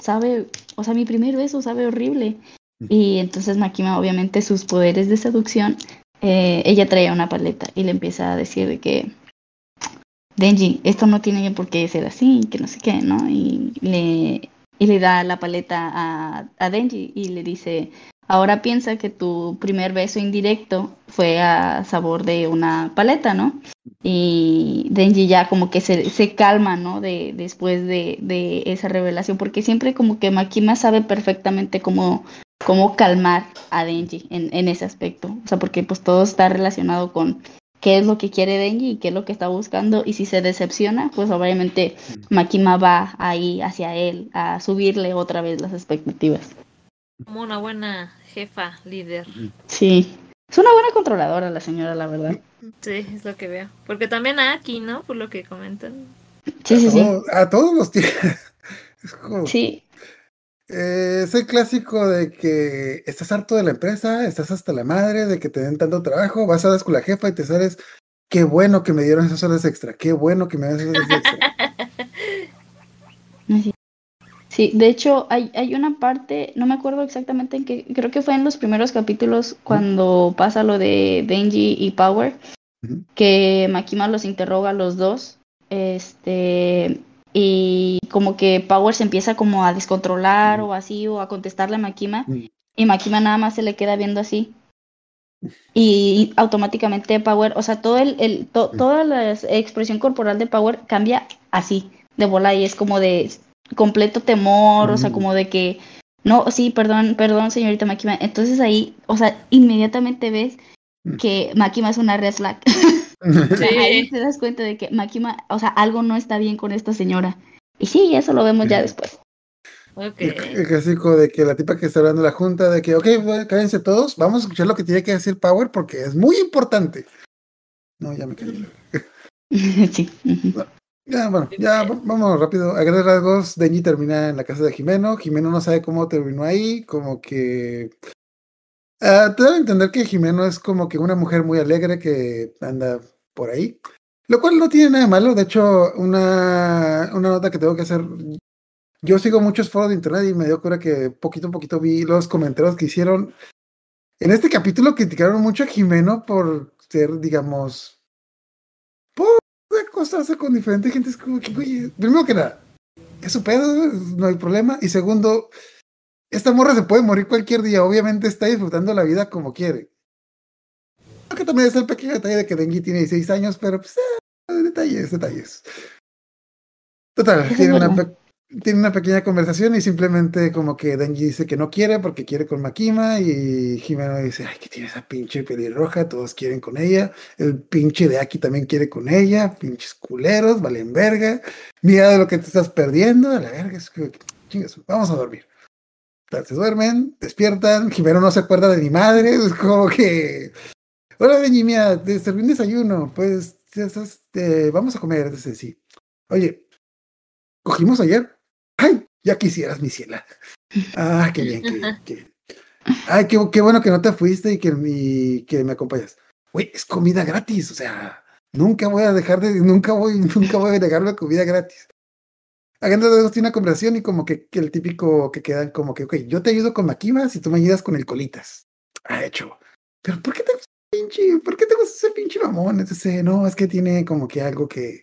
primer beso sabe horrible. Y entonces Makima, obviamente, sus poderes de seducción, ella traía una paleta y le empieza a decir de que, Denji, esto no tiene por qué ser así, que no sé qué, ¿no? Y le da la paleta a Denji y le dice, ahora piensa que tu primer beso indirecto fue a sabor de una paleta, ¿no? Y Denji ya como que se calma, ¿no? Después de esa revelación, porque siempre como que Makima sabe perfectamente cómo calmar a Denji en ese aspecto. O sea, porque pues todo está relacionado con qué es lo que quiere Denji y qué es lo que está buscando. Y si se decepciona, pues obviamente Makima va ahí hacia él a subirle otra vez las expectativas. Como una buena jefa, líder. Sí. Es una buena controladora la señora, la verdad. Sí, es lo que veo. Porque también a Aki, ¿no? Por lo que comentan. Sí. A todos los tiene. Es como, Sí. es el clásico de que estás harto de la empresa, estás hasta la madre de que te den tanto trabajo, vas a hablar con la jefa y te sales, qué bueno que me dieron esas horas extra, qué bueno que me dieron esas horas extra. Sí, de hecho hay una parte, no me acuerdo exactamente en qué, creo que fue en los primeros capítulos cuando pasa lo de Denji y Power, Ujú. que Makima los interroga a los dos, y como que Power se empieza como a descontrolar o así, o a contestarle a Makima, Ujú. y Makima nada más se le queda viendo así. Y automáticamente Power, o sea, toda la expresión corporal de Power cambia así, de bola, y es como de completo temor, o sea, como de que, no, sí, perdón, señorita Makima. Entonces ahí, o sea, inmediatamente ves que Makima es una red flag. O sea, ahí Sí. te das cuenta de que Makima, o sea, algo no está bien con esta señora. Y sí, eso lo vemos ya después. Ok. El clásico de que la tipa que está hablando en la junta, de que, ok, bueno, cállense todos, vamos a escuchar lo que tiene que decir Power porque es muy importante. No, ya me callé. Sí. Ujú. No, ya, bueno, ya vamos rápido. A grandes rasgos, Denji termina en la casa de Jimeno. Jimeno no sabe cómo terminó ahí, como que... te da a entender que Jimeno es como que una mujer muy alegre que anda por ahí, lo cual no tiene nada de malo. De hecho, una nota que tengo que hacer. Yo sigo muchos foros de internet y me dio cuenta que poquito a poquito vi los comentarios que hicieron. En este capítulo criticaron mucho a Jimeno por ser, digamos, por acostarse con diferentes gente. Es como que, güey, primero que nada, es su pedo, no hay problema. Y segundo, esta morra se puede morir cualquier día. Obviamente está disfrutando la vida como quiere. Aunque también es el pequeño detalle de que Denji tiene 16 años, pero pues, detalles. Total, Eso es verdad. tiene una pequeña conversación y simplemente como que Denji dice que no quiere porque quiere con Makima y Jimeno dice, ay, que tiene esa pinche pelirroja, todos quieren con ella, el pinche de Aki también quiere con ella, pinches culeros, valen verga, mira de lo que te estás perdiendo, a la verga, es que, chingas, vamos a dormir. Tal, se duermen, despiertan, Jimeno no se acuerda de mi madre, es como que, hola Denji, mira, te serví un desayuno, pues, vamos a comer, entonces sí. Oye, ¿cogimos ayer? ¡Ay! Ya quisieras, mi ciela. Ah, qué bien, qué bien, qué bien. Ay, qué bueno que no te fuiste y que me acompañas. Güey, es comida gratis, o sea, nunca voy a nunca voy a negar la comida gratis. Hagando de dos tiene una conversación y como que el típico que quedan como que, ok, yo te ayudo con Maquimas y tú me ayudas con el Colitas. Ah, hecho. Pero ¿por qué te gusta ese pinche mamón? Ese, no, es que tiene como que algo que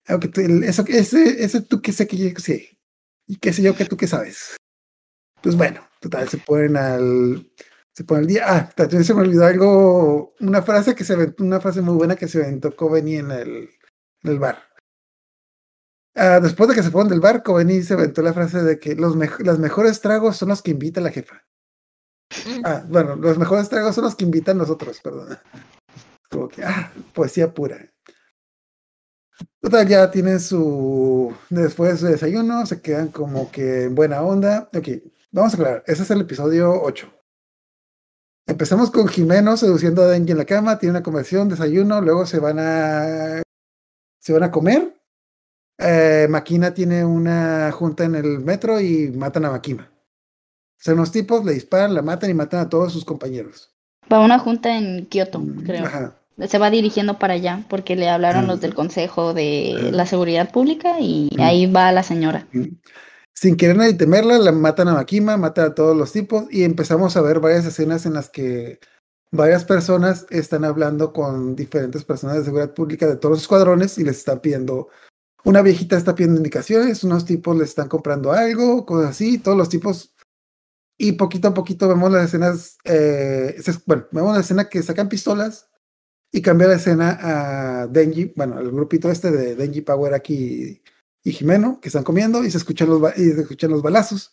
ese tú que sé que yo sé. Y qué sé yo que tú que sabes. Pues bueno, total, se pone al día. Ah, también se me olvidó algo, una frase muy buena que se aventó Kobeni en el bar. Después de que se fueron del bar, Kobeni se aventó la frase de que los mejores tragos son los que invita la jefa. Bueno, los mejores tragos son los que invitan nosotros, perdón. Como que, poesía pura. Total, ya tienen después de su desayuno, se quedan como que en buena onda. Ok, vamos a aclarar, ese es el episodio 8. Empezamos con Jimeno seduciendo a Denji en la cama, tiene una conversación, desayuno, luego se van a comer. Makina tiene una junta en el metro y matan a Makima. Son unos tipos, le disparan, la matan y matan a todos sus compañeros. Va a una junta en Kioto, creo. Ajá. Se va dirigiendo para allá porque le hablaron los del Consejo de la Seguridad Pública y ahí va la señora. Sin querer ni temerla, la matan a Makima, matan a todos los tipos y empezamos a ver varias escenas en las que varias personas están hablando con diferentes personas de seguridad pública de todos los escuadrones y les están pidiendo, una viejita está pidiendo indicaciones, unos tipos les están comprando algo, cosas así, todos los tipos Y poquito a poquito vemos las escenas, vemos la escena que sacan pistolas y cambia la escena a Denji, bueno, el grupito este de Denji, Power, Aki y Jimeno, que están comiendo y se escuchan los balazos.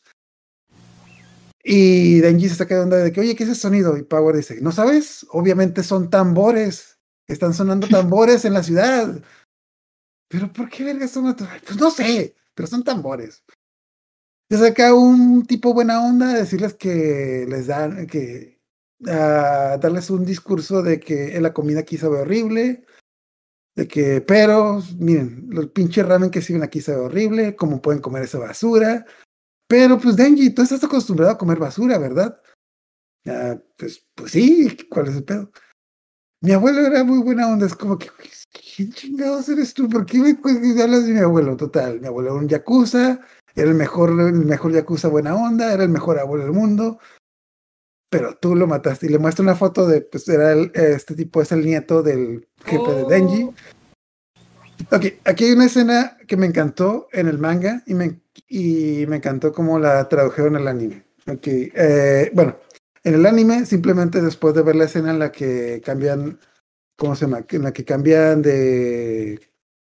Y Denji se saca de onda de que, oye, ¿qué es ese sonido? Y Power dice, ¿no sabes? Obviamente son tambores. Están sonando tambores en la ciudad. ¿Pero por qué verga son tambores? Pues no sé, pero son tambores. Se saca un tipo buena onda a decirles que les dan, darles un discurso de que la comida aquí sabe horrible, de que, pero, miren, los pinches ramen que sirven aquí sabe horrible, ¿cómo pueden comer esa basura? Pero pues Denji, tú estás acostumbrado a comer basura, ¿verdad? Pues sí, ¿cuál es el pedo? Mi abuelo era muy buena onda, es como que, ¿quién chingados eres tú? ¿Por qué me hablas de mi abuelo? Total, mi abuelo era un yakuza, era el mejor yakuza buena onda, era el mejor abuelo del mundo, pero tú lo mataste. Y le muestra una foto de, pues era este tipo, es el nieto del jefe de Denji. Ok, aquí hay una escena que me encantó en el manga y me encantó cómo la tradujeron en el anime. Ok, bueno, en el anime simplemente después de ver la escena en la que cambian, ¿cómo se llama? En la que cambian de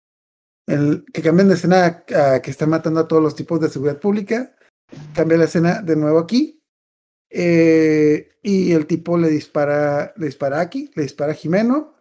escena a que están matando a todos los tipos de seguridad pública, cambia la escena de nuevo aquí y el tipo le dispara aquí, le dispara a Jimeno,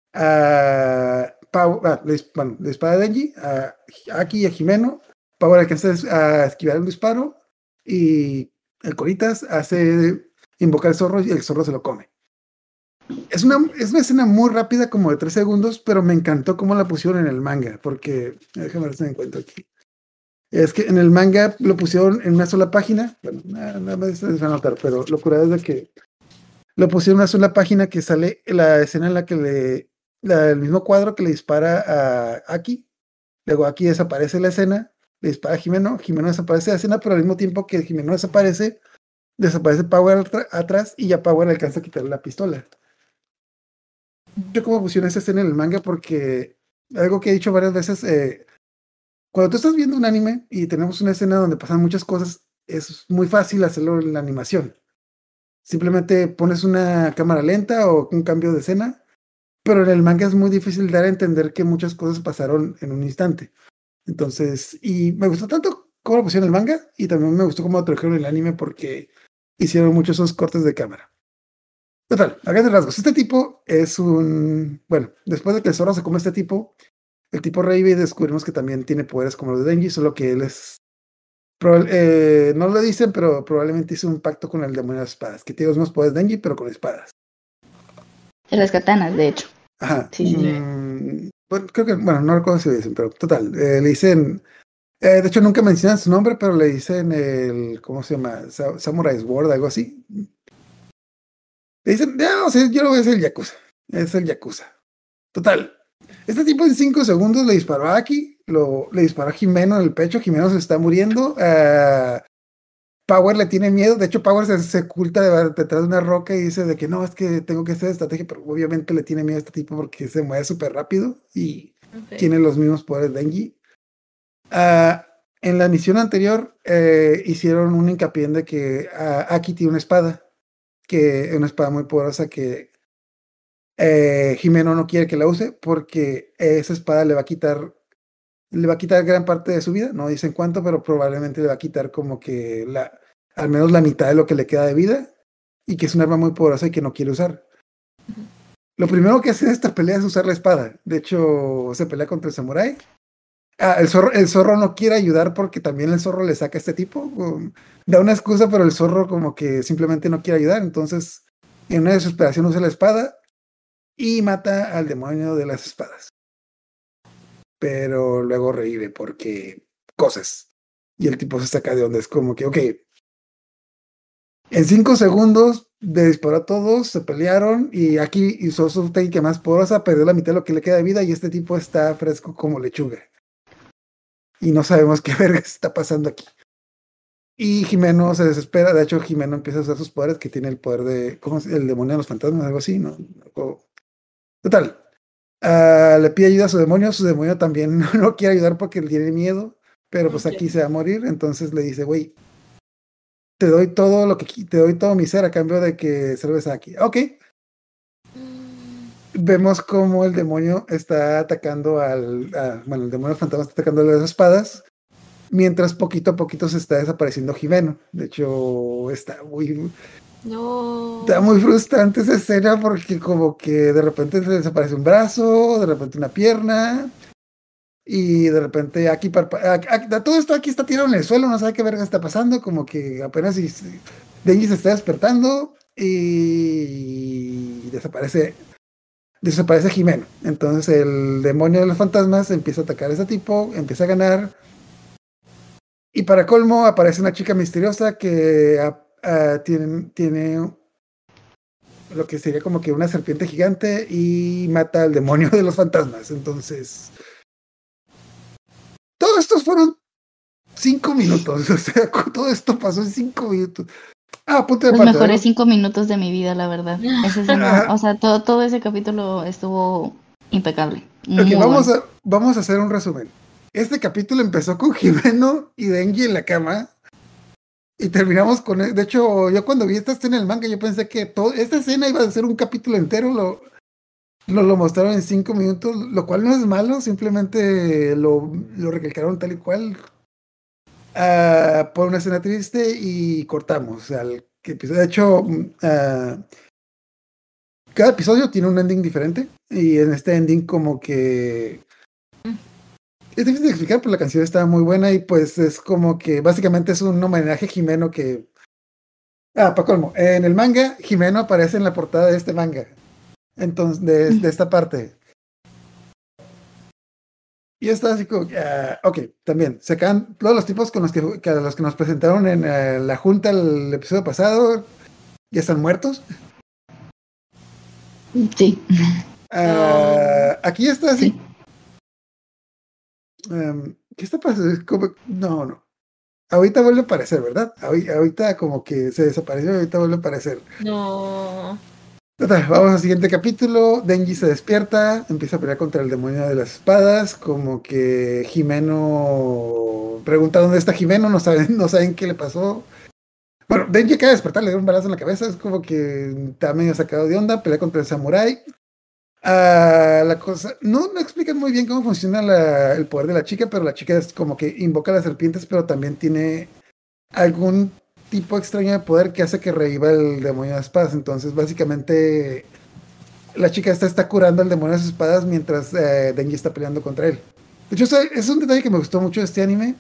le dispara a Denji, a Aki y a Jimeno. Power alcanza a esquivar el disparo y el Coritas hace invocar al zorro y el zorro se lo come. Es una escena muy rápida, como de 3 segundos, pero me encantó cómo la pusieron en el manga, porque, déjame ver si me encuentro aquí. Es que en el manga lo pusieron en una sola página, bueno, nada más se va a notar, pero lo curado es de que lo pusieron en una sola página que sale la escena en la que el mismo cuadro que le dispara a Aki, luego Aki desaparece la escena, le dispara a Jimeno desaparece la escena, pero al mismo tiempo que Jimeno desaparece Power atrás y ya Power alcanza a quitarle la pistola. Yo como pusieron esa escena en el manga porque algo que he dicho varias veces, cuando tú estás viendo un anime y tenemos una escena donde pasan muchas cosas, es muy fácil hacerlo en la animación. Simplemente pones una cámara lenta o un cambio de escena, pero en el manga es muy difícil dar a entender que muchas cosas pasaron en un instante. Entonces, y me gustó tanto cómo lo pusieron en el manga y también me gustó cómo lo trajeron en el anime porque hicieron muchos esos cortes de cámara. Total, a grandes rasgos, este tipo es bueno, después de que el zorro se come a este tipo, el tipo revive y descubrimos que también tiene poderes como los de Denji, solo que él es, no lo dicen, pero probablemente hizo un pacto con el demonio de las espadas, que tiene los mismos poderes de Denji, pero con espadas. En las katanas, de hecho. Ajá. Sí. Bueno, creo que, bueno, no recuerdo si lo dicen, pero total, le dicen, de hecho nunca mencionan su nombre, pero le dicen ¿cómo se llama? Samurai Sword, algo así. Le dicen, no, yo lo voy a hacer el Yakuza. Es el Yakuza. Total. Este tipo en 5 segundos le disparó a Aki, le disparó a Jimeno en el pecho, Jimeno se está muriendo. Power le tiene miedo, de hecho Power se oculta detrás de una roca y dice de que no, es que tengo que hacer estrategia, pero obviamente le tiene miedo a este tipo porque se mueve súper rápido y tiene los mismos poderes de Denji. En la misión anterior hicieron un hincapié en de que Aki tiene una espada muy poderosa que Jimeno no quiere que la use porque esa espada le va a quitar gran parte de su vida, no dicen cuánto, pero probablemente le va a quitar como que al menos la mitad de lo que le queda de vida y que es un arma muy poderosa y que no quiere usar. Lo primero que hace en esta pelea es usar la espada. De hecho, se pelea contra el samurái. El zorro no quiere ayudar porque también el zorro le saca a este tipo. Da una excusa, pero el zorro como que simplemente no quiere ayudar. Entonces, en una desesperación usa la espada y mata al demonio de las espadas. Pero luego revive porque cosas. Y el tipo se saca de onda. Es como que, ok. En 5 segundos disparó a todos, se pelearon y aquí hizo su técnica más poderosa, perdió la mitad de lo que le queda de vida y este tipo está fresco como lechuga. Y no sabemos qué verga está pasando aquí. Y Jimeno se desespera. De hecho, Jimeno empieza a usar sus poderes, que tiene el poder de, ¿cómo es? El demonio de los fantasmas, algo así, ¿no? Total. Le pide ayuda a su demonio también no quiere ayudar porque le tiene miedo, pero pues aquí se va a morir. Entonces le dice, güey, te doy todo te doy todo mi ser a cambio de que salves a Aki. Ok. Vemos como el demonio está atacando el demonio fantasma está atacando a las espadas, mientras poquito a poquito se está desapareciendo Jimeno. De hecho, está muy frustrante esa escena porque como que de repente se desaparece un brazo, de repente una pierna, y de repente aquí todo esto aquí está tirado en el suelo, no sabe qué verga está pasando, como que apenas Denji se está despertando y desaparece Jimeno. Entonces el demonio de los fantasmas empieza a atacar a ese tipo, empieza a ganar. Y para colmo aparece una chica misteriosa que tiene lo que sería como que una serpiente gigante y mata al demonio de los fantasmas. Entonces, todos estos fueron 5 minutos. O sea, todo esto pasó en 5 minutos. Punto de Los parte, mejores 5 minutos de mi vida, la verdad. O sea, todo ese capítulo estuvo impecable. Okay, vamos a hacer un resumen. Este capítulo empezó con Jimeno y Denji en la cama y terminamos con... De hecho, yo cuando vi esta escena en el manga, yo pensé que esta escena iba a ser un capítulo entero. Lo mostraron en 5 minutos, lo cual no es malo, simplemente lo recalcaron tal y cual. Por una escena triste y cortamos al episodio. De hecho, cada episodio tiene un ending diferente y en este ending como que es difícil de explicar, pero la canción está muy buena y pues es como que básicamente es un homenaje a Jimeno que... para colmo, en el manga Jimeno aparece en la portada de este manga, entonces de esta parte. Y está así como, ok, también, se acaban todos los tipos con los que nos presentaron en la junta el episodio pasado, ya están muertos. Sí. Aquí está así. Sí. ¿Qué está pasando? No. Ahorita vuelve a aparecer, ¿verdad? Ahorita como que se desapareció, ahorita vuelve a aparecer. No. Vamos al siguiente capítulo. Denji se despierta, empieza a pelear contra el demonio de las espadas, como que Jimeno pregunta dónde está Jimeno, no saben qué le pasó. Bueno, Denji acaba de despertar, le dio un balazo en la cabeza, es como que está medio sacado de onda, pelea contra el samurái. La cosa, no explican muy bien cómo funciona el poder de la chica, pero la chica es como que invoca a las serpientes, pero también tiene algún tipo extraño de poder que hace que reviva el demonio de las espadas. Entonces básicamente la chica está curando al demonio de las espadas mientras Denji está peleando contra él. De hecho, es un detalle que me gustó mucho de este anime.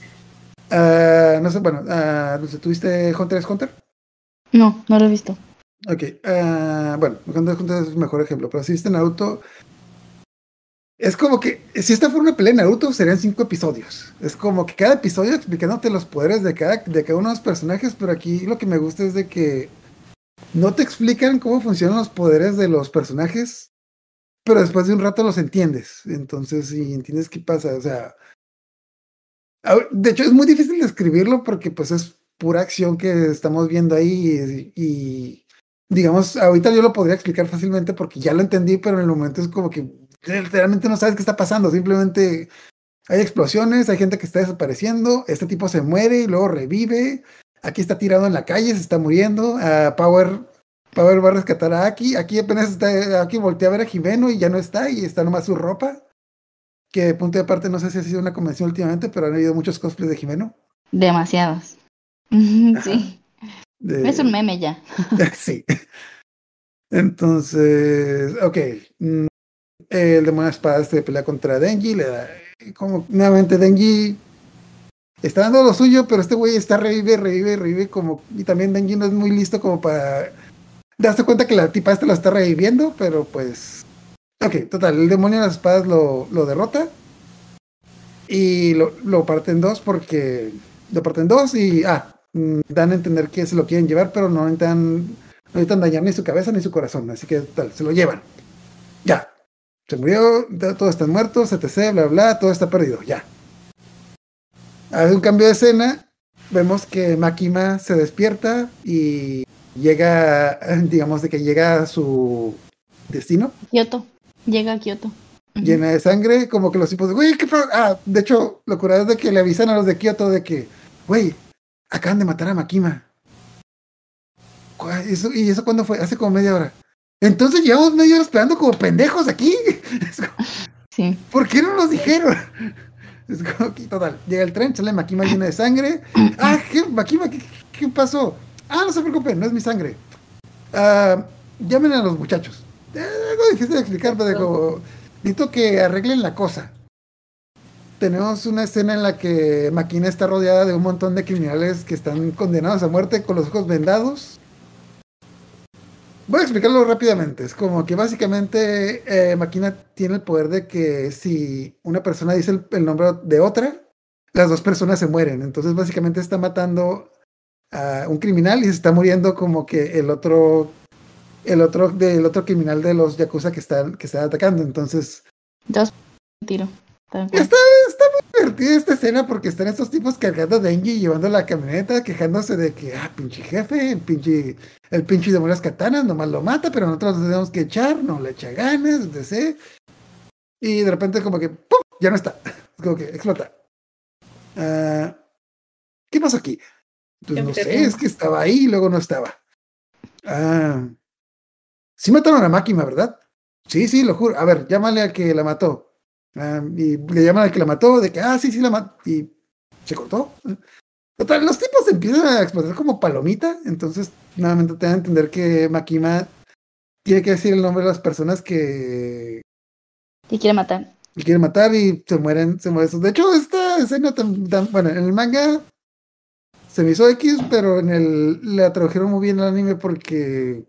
No sé, bueno, ¿tuviste Hunter x Hunter? No lo he visto. Ok, bueno, Hunter x Hunter es el mejor ejemplo, pero si viste Naruto, es como que si esta fuera una pelea de Naruto serían 5 episodios. Es como que cada episodio explicándote los poderes de cada uno de los personajes, pero aquí lo que me gusta es de que no te explican cómo funcionan los poderes de los personajes, pero después de un rato los entiendes. Entonces, si entiendes qué pasa, o sea... De hecho, es muy difícil describirlo porque pues es pura acción que estamos viendo ahí y digamos, ahorita yo lo podría explicar fácilmente porque ya lo entendí, pero en el momento es como que realmente no sabes qué está pasando, simplemente hay explosiones, hay gente que está desapareciendo, este tipo se muere y luego revive, aquí está tirado en la calle, se está muriendo, Power va a rescatar a Aki apenas está, Aki voltea a ver a Jimeno y ya no está, y está nomás su ropa, que punto de aparte no sé si ha sido una convención últimamente, pero han habido muchos cosplays de Jimeno. Demasiados. Sí. Es un meme ya. Sí. Entonces, ok. El demonio de espadas se pelea contra Denji, le da, como nuevamente Denji está dando lo suyo, pero este güey está revive como, y también Denji no es muy listo como para darse cuenta que la tipa lo está reviviendo, pero pues ok, total, el demonio de las espadas lo derrota y lo parte en dos porque lo parte en dos y dan a entender que se lo quieren llevar, pero no necesitan dañar ni su cabeza ni su corazón, así que tal, se lo llevan. Ya. Se murió, todos están muertos, etc, bla, bla, todo está perdido, ya. Hace un cambio de escena, vemos que Makima se despierta y llega, digamos, de que llega a su destino. Kioto, llega a Kioto. Llena de sangre, como que los tipos de, güey, ¿qué de hecho, lo curado es de que le avisan a los de Kioto de que, güey, acaban de matar a Makima. ¿Y eso cuándo fue? Hace como media hora. Entonces llevamos media hora esperando como pendejos aquí. Sí. ¿Por qué no nos dijeron? Es como que, total, llega el tren, sale Makima llena de sangre. Makima, ¿qué pasó? No se preocupen, no es mi sangre. Llamen a los muchachos. Algo difícil de explicar, pero necesito que arreglen la cosa. Tenemos una escena en la que Makina está rodeada de un montón de criminales que están condenados a muerte con los ojos vendados. Voy a explicarlo rápidamente. Es como que básicamente Makina tiene el poder de que si una persona dice el nombre de otra, las dos personas se mueren. Entonces básicamente está matando a un criminal y se está muriendo como que el otro criminal de los yakuza que están atacando. Entonces Dos tiro. está muy divertida esta escena porque están estos tipos cargando a Denji, llevando la camioneta, quejándose de que pinche jefe, el pinche de las katanas nomás lo mata, pero nosotros lo tenemos que echar, no le echa ganas, etc. Y de repente como que ¡pum! Ya no está. Es como que explota. ¿Qué pasó aquí? Pues no sé, es que estaba ahí y luego no estaba. Sí mataron a Makima, ¿verdad? Sí, lo juro. A ver, llámale al que la mató. Y le llaman al que la mató, de que, sí, la mató. Y se cortó. Total, los tipos empiezan a explotar como palomita. Entonces, nuevamente te dan a entender que Makima tiene que decir el nombre de las personas que quiere matar. Y quiere matar y se mueren. De hecho, esta escena bueno, en el manga se me hizo X, pero la tradujeron muy bien al anime porque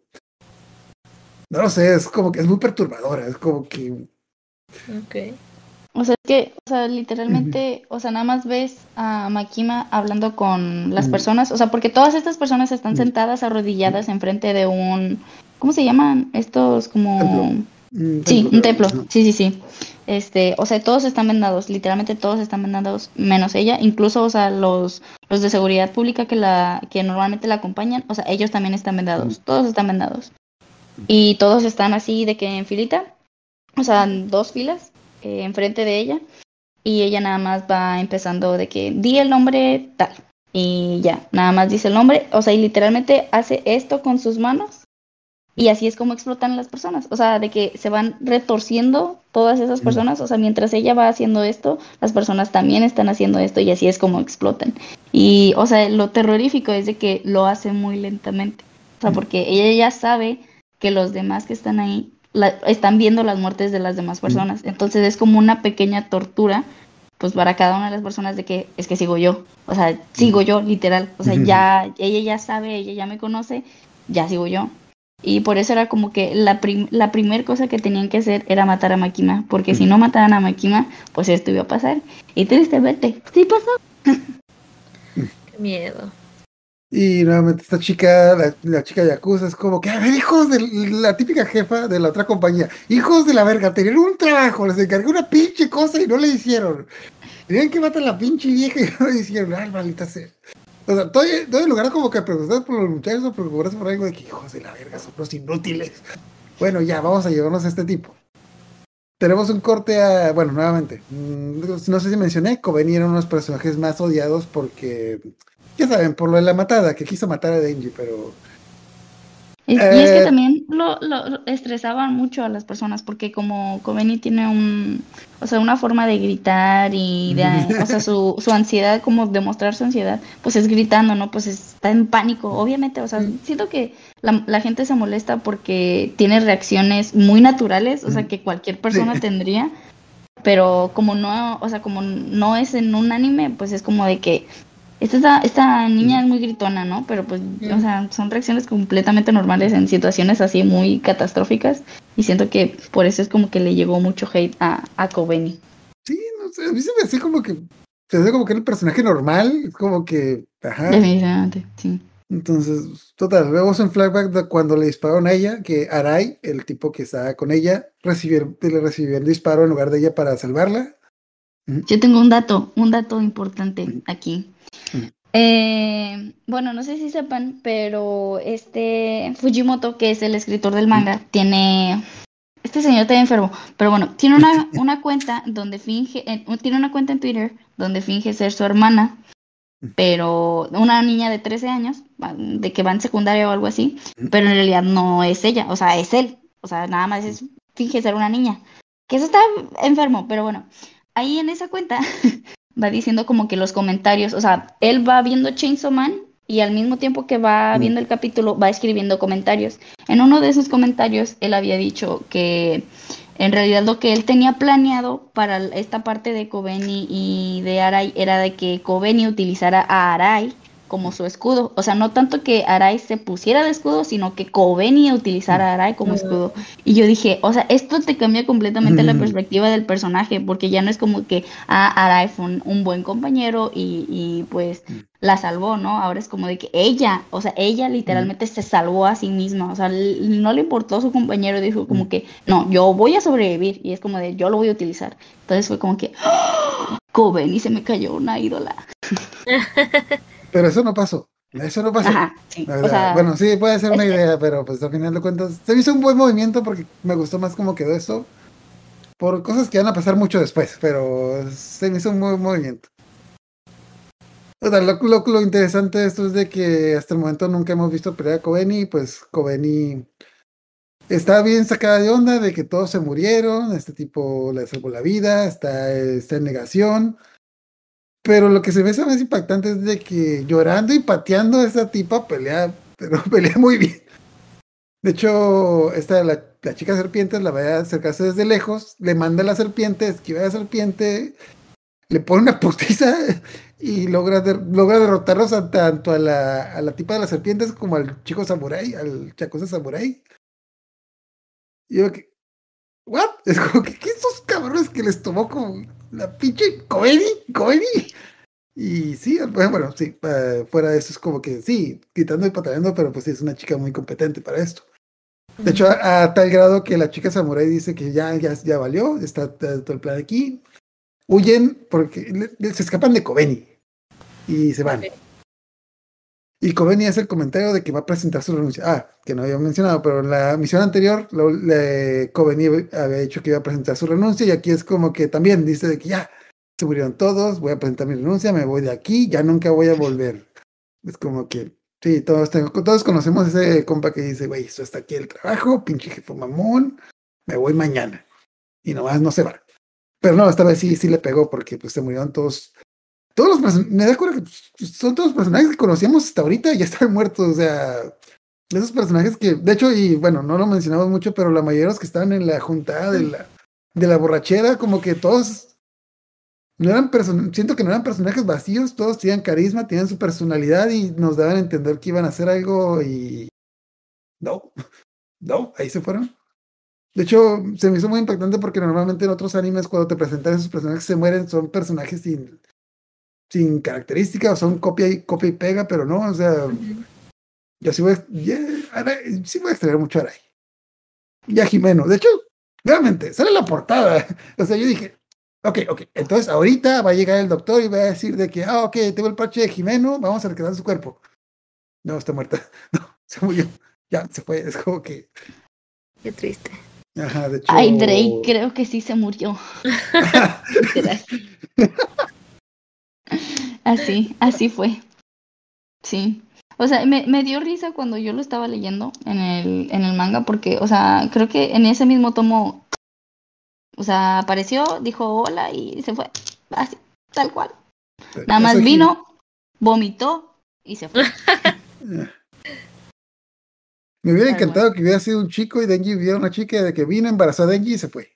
no lo sé, es como que es muy perturbadora, es como que Ok. O sea, literalmente, o sea, nada más ves a Makima hablando con las personas, o sea, porque todas estas personas están sentadas arrodilladas enfrente de un, ¿cómo se llaman? Estos como... Sí, un templo. Sí. O sea, todos están vendados, literalmente todos están vendados, menos ella, incluso, o sea, los de seguridad pública que normalmente la acompañan, o sea, ellos también están vendados, todos están vendados. Y todos están así de que en filita, o sea, en dos filas, enfrente de ella, y ella nada más va empezando de que di el nombre tal, y ya, nada más dice el nombre, o sea, y literalmente hace esto con sus manos, y así es como explotan las personas, o sea, de que se van retorciendo todas esas personas, o sea, mientras ella va haciendo esto, las personas también están haciendo esto, y así es como explotan. Y, o sea, lo terrorífico es de que lo hace muy lentamente, o sea, porque ella ya sabe que los demás que están ahí están viendo las muertes de las demás personas. Entonces es como una pequeña tortura, pues para cada una de las personas de que es que sigo yo. O sea, sigo yo, literal. O sea, ella ya sabe, ella ya me conoce, ya sigo yo. Y por eso era como que la primer cosa que tenían que hacer era matar a Makima. Porque si no mataran a Makima, pues esto iba a pasar. Y tristemente, sí pasó. Qué miedo. Y nuevamente esta chica, la chica Yakuza, es como que, a ver, hijos de la típica jefa de la otra compañía, hijos de la verga, tenían un trabajo, les encargué una pinche cosa y no le hicieron. Tenían que matar a la pinche vieja y no le hicieron. Maldita sea. O sea, todo en lugar como que preguntar por los muchachos o preocuparse por algo de que hijos de la verga, son los inútiles. Bueno, ya, vamos a llevarnos a este tipo. Tenemos un corte bueno, nuevamente, no sé si mencioné, Kobeni era uno de los personajes más odiados porque... Ya saben, por lo de la matada, que quiso matar a Denji, pero... Y es que también lo estresaban mucho a las personas, porque como Kobeni tiene una forma de gritar y o sea, su ansiedad, como demostrar su ansiedad, pues es gritando, ¿no? Pues está en pánico, obviamente, o sea, siento que la gente se molesta porque tiene reacciones muy naturales, o sea, que cualquier persona tendría, pero como no, o sea, como no es en un anime, pues es como de que esta niña es muy gritona, ¿no? Pero pues, o sea, son reacciones completamente normales en situaciones así muy catastróficas. Y siento que por eso es como que le llegó mucho hate a Kobeni. Sí, no sé, a mí se me hace como que era el personaje normal, es como que, ajá. Definitivamente, sí. Entonces, total, vemos un flashback de cuando le dispararon a ella, que Arai, el tipo que estaba con ella, le recibió el disparo en lugar de ella para salvarla. Yo tengo un dato importante aquí. Bueno, no sé si sepan, pero Fujimoto, que es el escritor del manga, este señor está enfermo, pero bueno, tiene una cuenta donde tiene una cuenta en Twitter donde finge ser su hermana pero una niña de 13 años, de que va en secundaria o algo así, pero en realidad no es ella, o sea, es él, o sea, nada más finge ser una niña, que eso está enfermo, pero bueno, ahí en esa cuenta va diciendo como que los comentarios, o sea, él va viendo Chainsaw Man y al mismo tiempo que va viendo el capítulo va escribiendo comentarios. En uno de esos comentarios él había dicho que en realidad lo que él tenía planeado para esta parte de Kobeni y de Arai era de que Kobeni utilizara a Arai como su escudo. O sea, no tanto que Arai se pusiera de escudo, sino que Kobeni utilizara a Arai como escudo. Y yo dije, o sea, esto te cambia completamente la perspectiva del personaje, porque ya no es como que Arai fue un buen compañero y pues la salvó, ¿no? Ahora es como de que ella, o sea, ella literalmente se salvó a sí misma, o sea, no le importó a su compañero, dijo como que, no, yo voy a sobrevivir, y es como de, yo lo voy a utilizar. Entonces fue como que, ¡oh! Kobeni se me cayó una ídola. Pero eso no pasó. Eso no pasó. Ajá, sí, La o verdad. sea, Bueno, sí, puede ser una idea, pero pues al final de cuentas se me hizo un buen movimiento porque me gustó más cómo quedó esto. Por cosas que van a pasar mucho después, pero se me hizo un buen movimiento. O sea, lo interesante de esto es de que hasta el momento nunca hemos visto pelear a Kobeni, pues Kobeni está bien sacada de onda de que todos se murieron, este tipo le salvó la vida, está en negación. Pero lo que se me hace más impactante es de que llorando y pateando a esa tipa pelea, pero pelea muy bien. De hecho, la chica serpiente la va a acercarse desde lejos, le manda a la serpiente, esquiva a la serpiente, le pone una putiza y logra derrotarlos tanto a la tipa de las serpientes como al chico samurái, al Yakuza samurái. Y yo que, ¿what? Es como que, ¿qué esos cabrones que les tomó como la pinche Koeni? Y sí, bueno, sí, fuera de eso es como que sí, gritando y pataleando, pero pues sí, es una chica muy competente para esto. De hecho, a tal grado que la chica samurai dice que ya valió, está todo el plan aquí. Huyen porque se escapan de Kobeni y se van. Y Kobeni hace el comentario de que va a presentar su renuncia. Ah, que no había mencionado, pero en la misión anterior, Kobeni había dicho que iba a presentar su renuncia y aquí es como que también dice de que ya se murieron todos, voy a presentar mi renuncia, me voy de aquí, ya nunca voy a volver. Es como que, sí, todos conocemos ese compa que dice, güey, eso está aquí el trabajo, pinche jefe mamón, me voy mañana. Y nomás no se va. Pero no, esta vez sí le pegó porque pues se murieron todos los personajes, me da cuenta que pues, son todos los personajes que conocíamos hasta ahorita y ya están muertos, o sea, esos personajes que, de hecho, y bueno, no lo mencionamos mucho, pero la mayoría de los que estaban en la juntada de la borrachera, como que todos no eran siento que no eran personajes vacíos, todos tenían carisma, tenían su personalidad y nos daban a entender que iban a hacer algo y no, ahí se fueron. De hecho, se me hizo muy impactante porque normalmente en otros animes cuando te presentan esos personajes que se mueren son personajes sin características, o son copia y pega, pero no, o sea, yo sí sí voy a extraer mucho a Arai. Y a Jimeno. De hecho, realmente, sale la portada. O sea, yo dije, ok, entonces ahorita va a llegar el doctor y va a decir de que, ok, tengo el parche de Jimeno, vamos a recrear su cuerpo. No, está muerta. No, se murió. Ya, se fue. Es como que... Qué triste. Ajá, de hecho... Ay, Drake creo que sí se murió. Literal. Así fue. Sí. O sea, me dio risa cuando yo lo estaba leyendo en el manga porque, o sea, creo que en ese mismo tomo, o sea, apareció, dijo hola y se fue. Así, tal cual. Nada más vino, vomitó y se fue. Me hubiera encantado que hubiera sido un chico y Denji hubiera una chica de que vino, embarazó a Denji y se fue.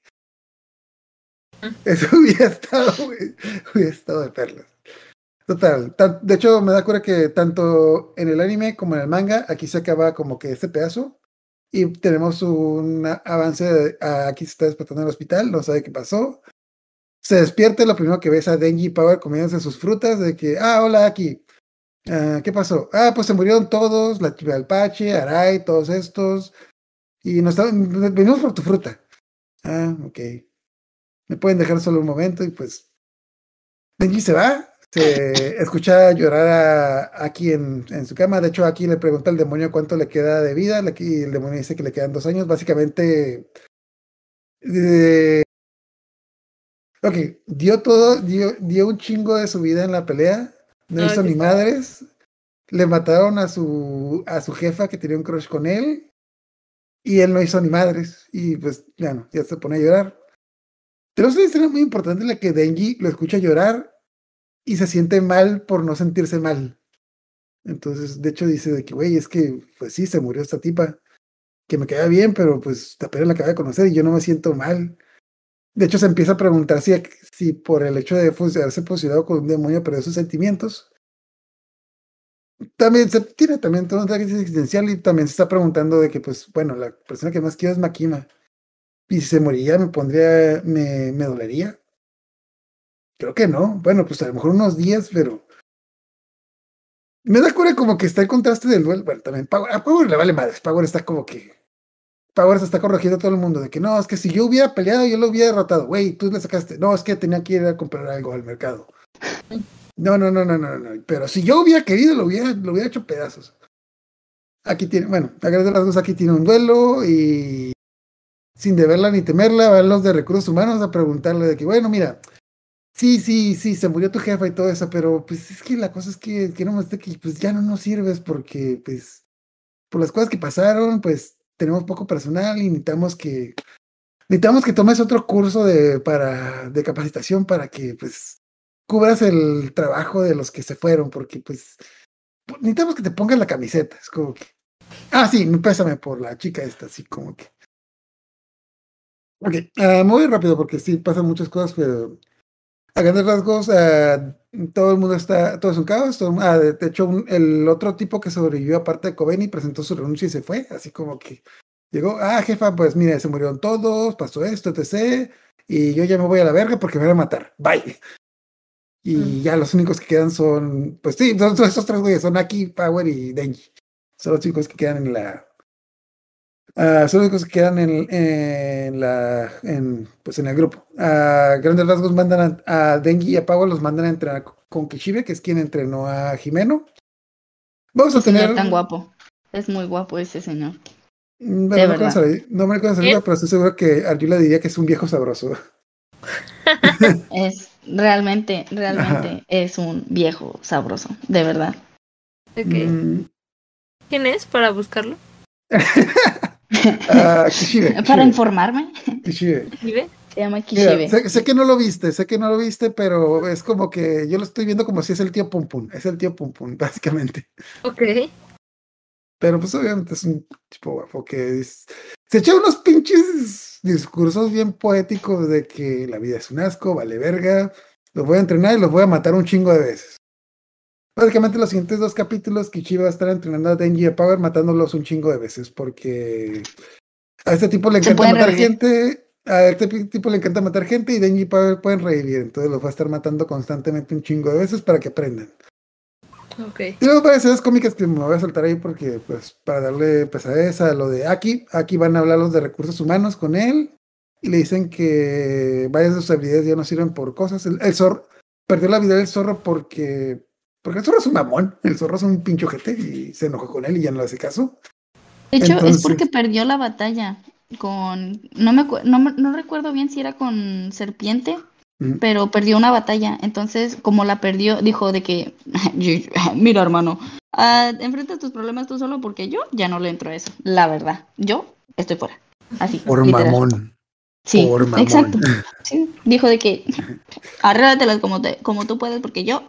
Eso hubiera estado de perlas. Total. De hecho, me da cuenta que tanto en el anime como en el manga, aquí se acaba como que este pedazo. Y tenemos un avance. Aquí se está despertando en el hospital, no sabe qué pasó. Se despierta y lo primero que ves a Denji y Power comiéndose sus frutas. De que, hola, aquí. ¿Qué pasó? Pues se murieron todos, la chiva del Pache, Arai, todos estos. Y venimos por tu fruta. Ok. Me pueden dejar solo un momento y pues Denji se va. Se escucha llorar a Aki en su cama. De hecho, Aki le pregunta al demonio cuánto le queda de vida. Y el demonio dice que le quedan 2 años. Básicamente, ok, dio un chingo de su vida en la pelea. no hizo ni madres, le mataron a su jefa que tenía un crush con él, y él no hizo ni madres, y pues ya se pone a llorar. Tenemos una escena muy importante en la que Denji lo escucha llorar y se siente mal por no sentirse mal. Entonces, de hecho, dice de que, güey, es que, pues sí, se murió esta tipa, que me caía bien, pero pues apenas la acabé de conocer y yo no me siento mal. De hecho, se empieza a preguntar si por el hecho de haberse fusionado con un demonio perdió sus sentimientos. También tiene también toda una crisis existencial y también se está preguntando de que, pues, bueno, la persona que más quiero es Makima. Y si se moriría, me dolería. Creo que no. Bueno, pues a lo mejor unos días, pero me da cura como que está el contraste del duelo. Bueno, también a Power le vale madres. Power está como que Power se está corrigiendo a todo el mundo de que no, es que si yo hubiera peleado, yo lo hubiera derrotado. Güey, tú le sacaste. No, es que tenía que ir a comprar algo al mercado. No. Pero si yo hubiera querido, lo hubiera hecho pedazos. Aquí tiene, bueno, a grandes rasgos aquí tiene un duelo y sin deberla ni temerla, van los de recursos humanos a preguntarle de que, bueno, mira, sí, se murió tu jefa y todo eso, pero pues es que la cosa es que no que pues ya no nos sirves porque pues por las cosas que pasaron, pues tenemos poco personal y necesitamos que tomes otro curso de capacitación para que pues cubras el trabajo de los que se fueron, porque pues necesitamos que te pongas la camiseta. Es como que sí, pésame por la chica esta, así como que ok, muy rápido porque sí pasan muchas cosas, pero a grandes rasgos todo el mundo todo es un caos. De hecho, el otro tipo que sobrevivió aparte de Kobeni presentó su renuncia y se fue, así como que llegó, jefa, pues mira, se murieron todos, pasó esto, etc. Y yo ya me voy a la verga porque me van a matar, bye. Y ya los únicos que quedan son, pues sí, son esos tres güeyes, son Aki, Power y Denji. Son los únicos que quedan en la... son los únicos que quedan pues en el grupo. Grandes rasgos mandan a Denji y a Power, los mandan a entrenar con Kishibe, que es quien entrenó a Jimeno. Vamos a tener... señor tan guapo. Es muy guapo ese señor. Bueno, no me recuerdo arriba, pero estoy seguro que Arjula diría que es un viejo sabroso. Es realmente es un viejo sabroso, de verdad. Okay. ¿Quién es para buscarlo? Kishibe. Para informarme. Kishibe. Se llama Kishibe. Mira, sé que no lo viste, pero es como que yo lo estoy viendo como si es el tío Pum Pum. Es el tío Pum Pum, básicamente. Ok. Pero pues obviamente es un tipo guapo que se echa unos pinches discursos bien poéticos de que la vida es un asco, vale verga, los voy a entrenar y los voy a matar un chingo de veces. Básicamente los siguientes 2 capítulos Kishibe va a estar entrenando a Denji y a Power matándolos un chingo de veces porque a este tipo le encanta matar gente, y Denji y Power pueden revivir, entonces los va a estar matando constantemente un chingo de veces para que aprendan. Okay. Y luego varias escenas cómicas que me voy a saltar ahí porque, pues, para darle pesadez a lo de Aki van a hablar los de recursos humanos con él y le dicen que varias de sus habilidades ya no sirven por cosas. El zorro perdió la habilidad del zorro porque el zorro es un mamón, el zorro es un pinche ojete y se enojó con él y ya no le hace caso. De hecho, es porque perdió la batalla con... No recuerdo bien si era con Serpiente, pero perdió una batalla. Entonces, como la perdió, dijo de que... Mira, hermano, enfrenta tus problemas tú solo porque yo ya no le entro a eso. La verdad, yo estoy fuera. Así, por literal. Mamón. Sí, por mamón. Exacto. Sí, dijo de que arréglatelas como tú puedes porque yo...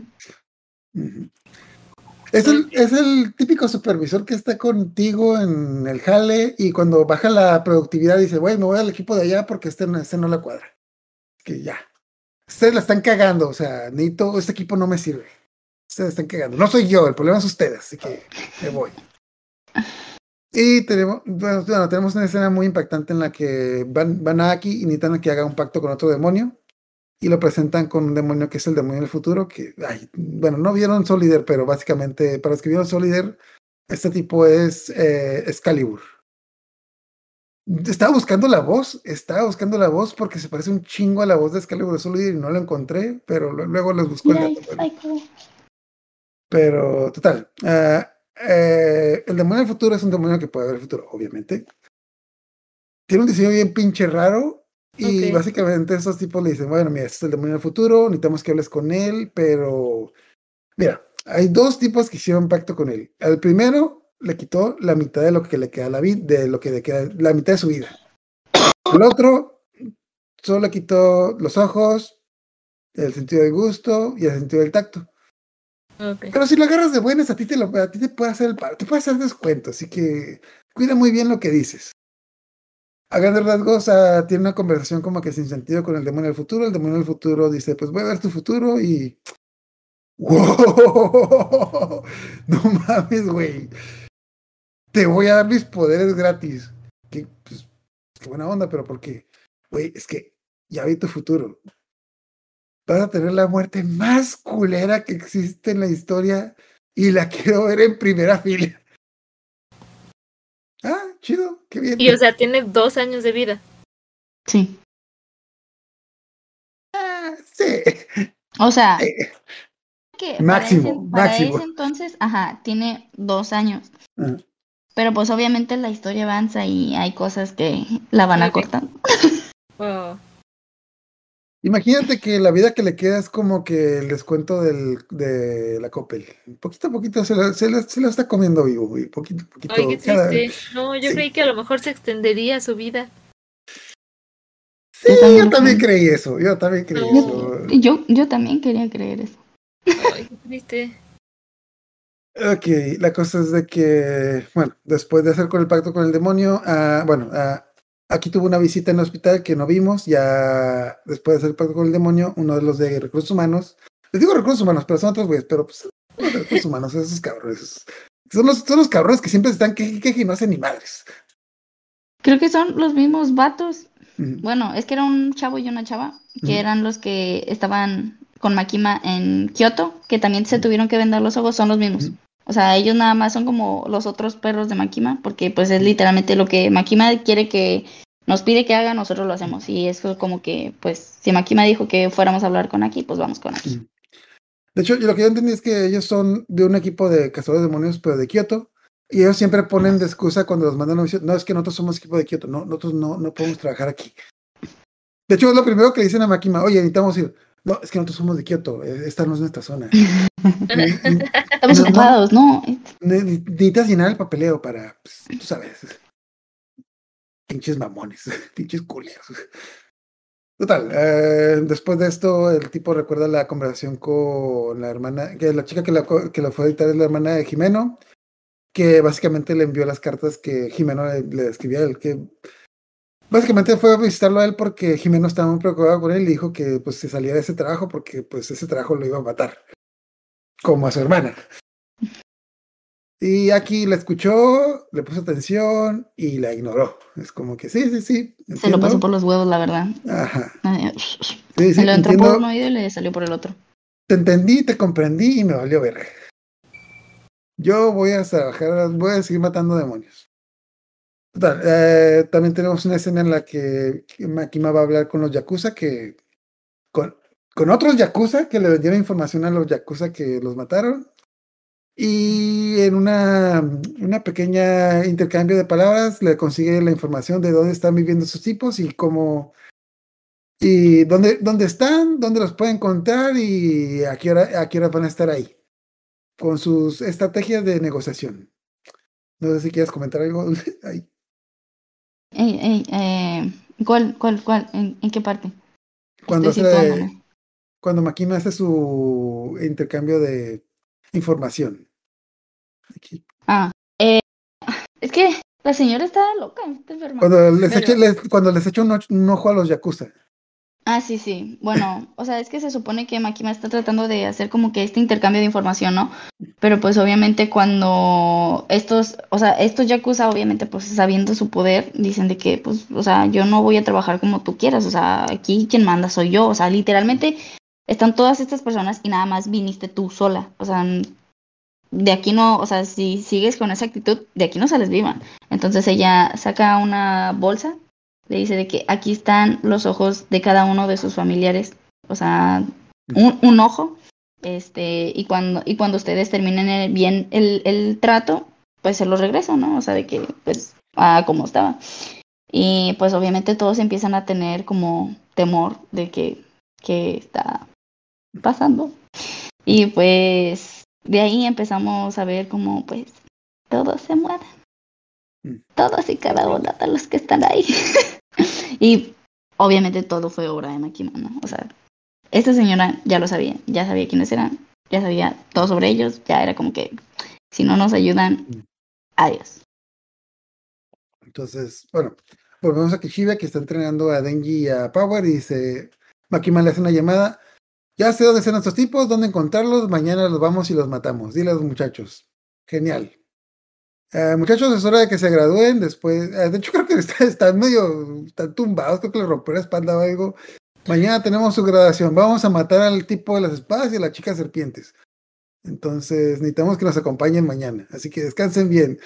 Es el típico supervisor que está contigo en el jale y cuando baja la productividad dice, güey, me voy al equipo de allá porque este no la cuadra. Que ya. Ustedes la están cagando, o sea, este equipo no me sirve. Ustedes están cagando. No soy yo, el problema es ustedes, así que me voy. Y tenemos una escena muy impactante en la que van a Aki y necesitan que haga un pacto con otro demonio. Y lo presentan con un demonio que es el demonio del futuro, que, no vieron Soul Eater, pero básicamente, para los que vieron Soul Eater, este tipo es Excalibur. Estaba buscando la voz porque se parece un chingo a la voz de Excalibur de Soul Eater y no la encontré, pero luego les busco el dato. Pero, total, el demonio del futuro es un demonio que puede ver el futuro, obviamente. Tiene un diseño bien pinche raro. Y básicamente esos tipos le dicen, bueno, mira, este es el demonio del futuro, necesitamos que hables con él, pero Mira, hay dos tipos que hicieron pacto con él. Al primero le quitó la mitad de lo que le queda a la vida, de lo que le queda, la mitad de su vida. Al otro solo le quitó los ojos, el sentido del gusto y el sentido del tacto. Okay. Pero si lo agarras de buenas, a ti te puede hacer el paro, te puede hacer descuento, así que cuida muy bien lo que dices. A grandes rasgos, tiene una conversación como que sin sentido con el demonio del futuro. El demonio del futuro dice, pues voy a ver tu futuro y... ¡Wow! No mames, güey. Te voy a dar mis poderes gratis. Que, pues, qué buena onda, pero ¿por qué? Güey, es que ya vi tu futuro. Vas a tener la muerte más culera que existe en la historia y la quiero ver en primera fila. Ah, chido, qué bien. Y o sea, tiene 2 años de vida. Sí. Sí. O sea, que Máximo, para máximo. ese entonces, ajá, tiene 2 años. Ah. Pero pues obviamente la historia avanza y hay cosas que la van acortando. Oh. Imagínate que la vida que le queda es como que el descuento de la Coppel. Poquito a poquito se lo está comiendo vivo, güey. Poquito a poquito. Ay, qué triste. No, yo creí que a lo mejor se extendería su vida. Sí, yo también creí eso. Yo también creí eso. Yo también quería creer eso. Ay, qué triste. Ok, la cosa es de que, bueno, después de hacer con el pacto con el demonio, aquí tuvo una visita en el hospital que no vimos, ya después de hacer el pacto con el demonio, uno de los de recursos humanos, les digo recursos humanos, pero son otros güeyes, pero pues, los de recursos humanos, esos cabrones, son los cabrones que siempre están que y no hacen ni madres. Creo que son los mismos vatos. Bueno, es que era un chavo y una chava, que eran los que estaban con Makima en Kioto, que también se tuvieron que vendar los ojos, son los mismos. O sea, ellos nada más son como los otros perros de Makima, porque pues es literalmente lo que Makima quiere que nos pide que haga, nosotros lo hacemos. Y eso como que, pues, si Makima dijo que fuéramos a hablar con Aki, pues vamos con Aki. De hecho, lo que yo entendí es que ellos son de un equipo de cazadores de demonios, pero de Kioto, y ellos siempre ponen de excusa cuando los mandan a misión. No, es que nosotros somos equipo de Kioto, no, nosotros no podemos trabajar aquí. De hecho, es lo primero que le dicen a Makima, oye, necesitamos ir. No, es que nosotros somos de Kioto, esta no es nuestra zona. Estamos ocupados, ¿no? Necesitas llenar el papeleo para, pues, tú sabes, pinches mamones, pinches culeros. Total, después de esto, el tipo recuerda la conversación con la hermana, que la chica que la fue a editar es la hermana de Jimeno, que básicamente le envió las cartas que Jimeno le escribía a él, que básicamente fue a visitarlo a él porque Jimeno estaba muy preocupado por él y dijo que pues se saliera de ese trabajo porque pues ese trabajo lo iba a matar, como a su hermana. Y aquí la escuchó, le puso atención y la ignoró. Es como que sí. Entiendo. Se lo pasó por los huevos, la verdad. Ajá. Sí, se lo entró por un oído y le salió por el otro. Te entendí, te comprendí y me valió verga. Yo voy a trabajar, voy a seguir matando demonios. Total, también tenemos una escena en la que Makima va a hablar con los Yakuza, con otros Yakuza que le dieron información a los Yakuza que los mataron. Y en una pequeña intercambio de palabras le consigue la información de dónde están viviendo esos tipos y cómo y dónde están, dónde los pueden encontrar y a qué hora van a estar ahí con sus estrategias de negociación. No sé si quieres comentar algo ahí. ¿Cuál? ¿En qué parte? Cuando Makima hace su intercambio de información. Aquí. Es que la señora está loca, está enferma. Cuando les echa un ojo a los Yakuza. Sí. Bueno, o sea, es que se supone que Makima está tratando de hacer como que este intercambio de información, ¿no? Pero pues obviamente cuando estos Yakuza, obviamente pues sabiendo su poder, dicen de que pues, o sea, yo no voy a trabajar como tú quieras, o sea, aquí quien manda soy yo, o sea, literalmente están todas estas personas y nada más viniste tú sola, o sea, de aquí no, o sea, si sigues con esa actitud, de aquí no sales viva. Entonces ella saca una bolsa, le dice de que aquí están los ojos de cada uno de sus familiares, o sea, un ojo, y cuando ustedes terminen bien el trato, pues se los regreso, ¿no? O sea, de que, pues, como estaba. Y pues obviamente todos empiezan a tener como temor de que está pasando. Y pues de ahí empezamos a ver cómo pues todos se mueren. Todos y cada uno de los que están ahí. Y obviamente todo fue obra de Makima, ¿no? O sea, esta señora ya lo sabía, ya sabía quiénes eran, ya sabía todo sobre ellos, ya era como que si no nos ayudan, adiós. Entonces, bueno, volvemos a Kishibe, que está entrenando a Denji y a Power, y dice, Makima le hace una llamada, ya sé dónde están estos tipos, dónde encontrarlos, mañana los vamos y los matamos, dile a los muchachos. Genial. Muchachos, es hora de que se gradúen, después, de hecho creo que están tumbados, creo que le rompió la espalda o algo. Mañana tenemos su graduación, vamos a matar al tipo de las espadas y a la chica serpientes. Entonces necesitamos que nos acompañen mañana, así que descansen bien.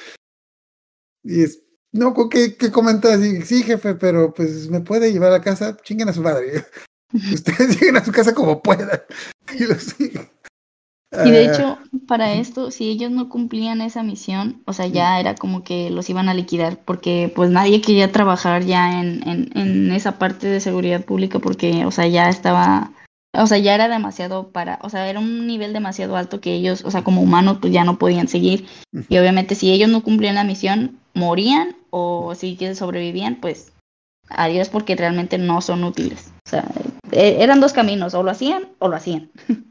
Y es, no, ¿qué comentas? Sí, jefe, pero pues me puede llevar a la casa, chinguen a su madre. Ustedes lleguen a su casa como puedan. Y lo siguen. Y de hecho, para esto, si ellos no cumplían esa misión, o sea, ya era como que los iban a liquidar, porque pues nadie quería trabajar ya en esa parte de seguridad pública, porque, o sea, ya estaba, o sea, ya era demasiado o sea, era un nivel demasiado alto que ellos, o sea, como humanos, pues ya no podían seguir. Y obviamente, si ellos no cumplían la misión, morían, o si que sobrevivían, pues adiós, porque realmente no son útiles. O sea, eran dos caminos, o lo hacían o lo hacían.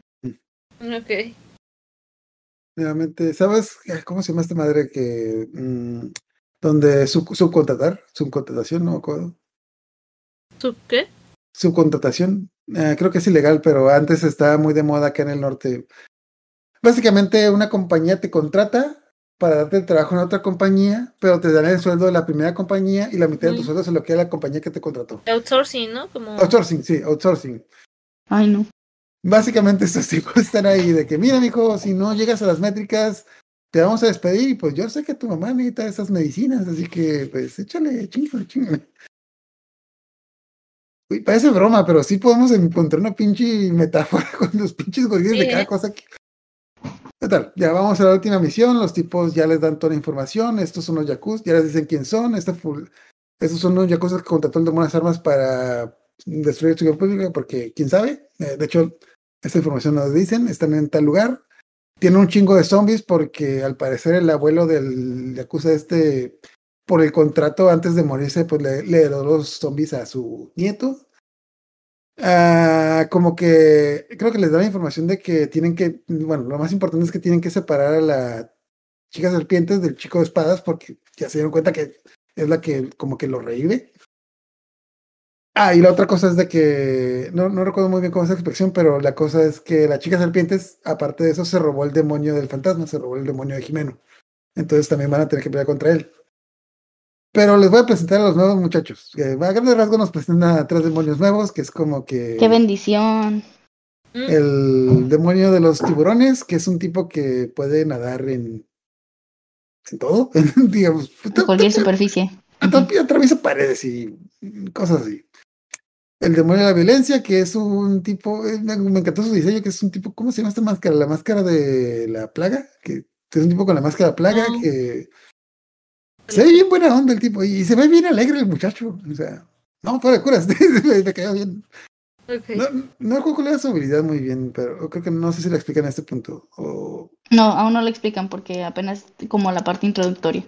Ok. Nuevamente, ¿sabes cómo se llama esta madre que donde subcontratación, no me acuerdo. ¿Tú qué? Subcontratación, creo que es ilegal, pero antes estaba muy de moda acá en el norte. Básicamente una compañía te contrata para darte el trabajo en otra compañía, pero te dan el sueldo de la primera compañía y la mitad de tu sueldo se lo queda la compañía que te contrató. Outsourcing, ¿no? Como... Outsourcing, sí, outsourcing. Ay, no. Básicamente estos tipos están ahí de que, mira, mijo, si no llegas a las métricas, te vamos a despedir y pues yo sé que tu mamá necesita esas medicinas, así que pues échale, chingale. Uy, parece broma, pero sí podemos encontrar una pinche metáfora con los pinches gorilas de cada cosa. Total, ya vamos a la última misión, los tipos ya les dan toda la información, estos son los yakuza, ya les dicen quién son, estos son los yakuza que contrató el de Buenas Armas para destruir su pública, porque quién sabe, de hecho, esta información nos dicen, están en tal lugar, tienen un chingo de zombies porque al parecer el abuelo del yakuza por el contrato antes de morirse, pues le heredó los zombies a su nieto. Como que creo que les da la información de que tienen que, bueno, lo más importante es que tienen que separar a la chica serpientes del chico de espadas porque ya se dieron cuenta que es la que como que lo revive. Y la otra cosa es de que, no recuerdo muy bien cómo es la expresión, pero la cosa es que la chica serpientes, aparte de eso, se robó el demonio del fantasma, se robó el demonio de Jimeno. Entonces también van a tener que pelear contra él. Pero les voy a presentar a los nuevos muchachos. A grandes rasgos nos presentan a 3 demonios nuevos, que es como que... ¡Qué bendición! El demonio de los tiburones, que es un tipo que puede nadar en todo, digamos. En cualquier superficie. Atraviesa paredes y cosas así. El demonio de la violencia, que es un tipo... me encantó su diseño, que es un tipo... ¿Cómo se llama esta máscara? La máscara de la plaga, que es un tipo con la máscara plaga, que... Se ve bien buena onda el tipo, y se ve bien alegre el muchacho, o sea, no, fuera de curas, me cayó bien. Okay. No recuerdo cuál era su habilidad muy bien, pero creo que no sé si la explican en este punto. No, aún no lo explican porque apenas como la parte introductoria.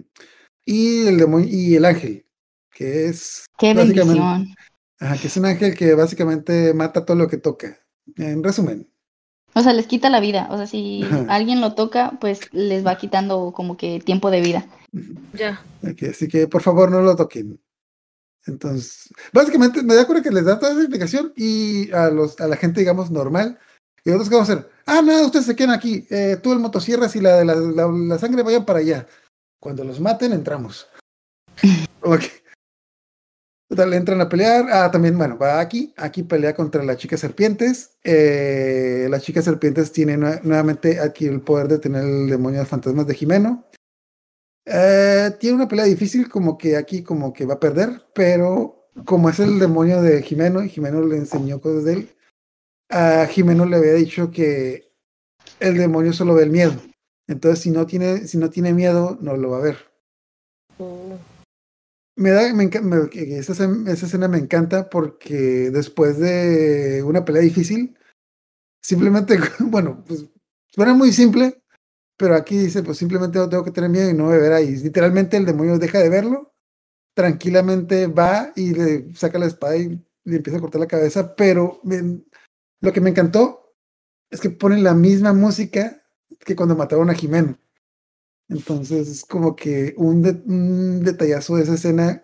Y el demonio, y el ángel, que es... ¡Qué bendición! Que es un ángel que básicamente mata todo lo que toca, en resumen. O sea, les quita la vida. O sea, si alguien lo toca, pues les va quitando como que tiempo de vida. Ya. Así que por favor no lo toquen. Entonces, básicamente me da cuenta que les da toda esa explicación y a la gente, digamos, normal. Y nosotros, ¿qué vamos a hacer? Nada, ustedes se quedan aquí. Tú el motosierras y la sangre vayan para allá. Cuando los maten, entramos. Okay. Total, entran a pelear. También, bueno, va aquí pelea contra las chicas serpientes. Las chicas serpientes tienen nuevamente aquí el poder de tener el demonio de fantasmas de Jimeno. Tiene una pelea difícil, como que aquí como que va a perder, pero como es el demonio de Jimeno y Jimeno le enseñó cosas de él, a Jimeno le había dicho que el demonio solo ve el miedo. Entonces si no tiene miedo, no lo va a ver. Esa escena me encanta porque después de una pelea difícil simplemente, bueno, pues suena muy simple, pero aquí dice, pues simplemente no tengo que tener miedo y no beber ahí. Literalmente el demonio deja de verlo, tranquilamente va y le saca la espada y le empieza a cortar la cabeza, pero lo que me encantó es que ponen la misma música que cuando mataron a Jimeno. Entonces es como que un detallazo de esa escena,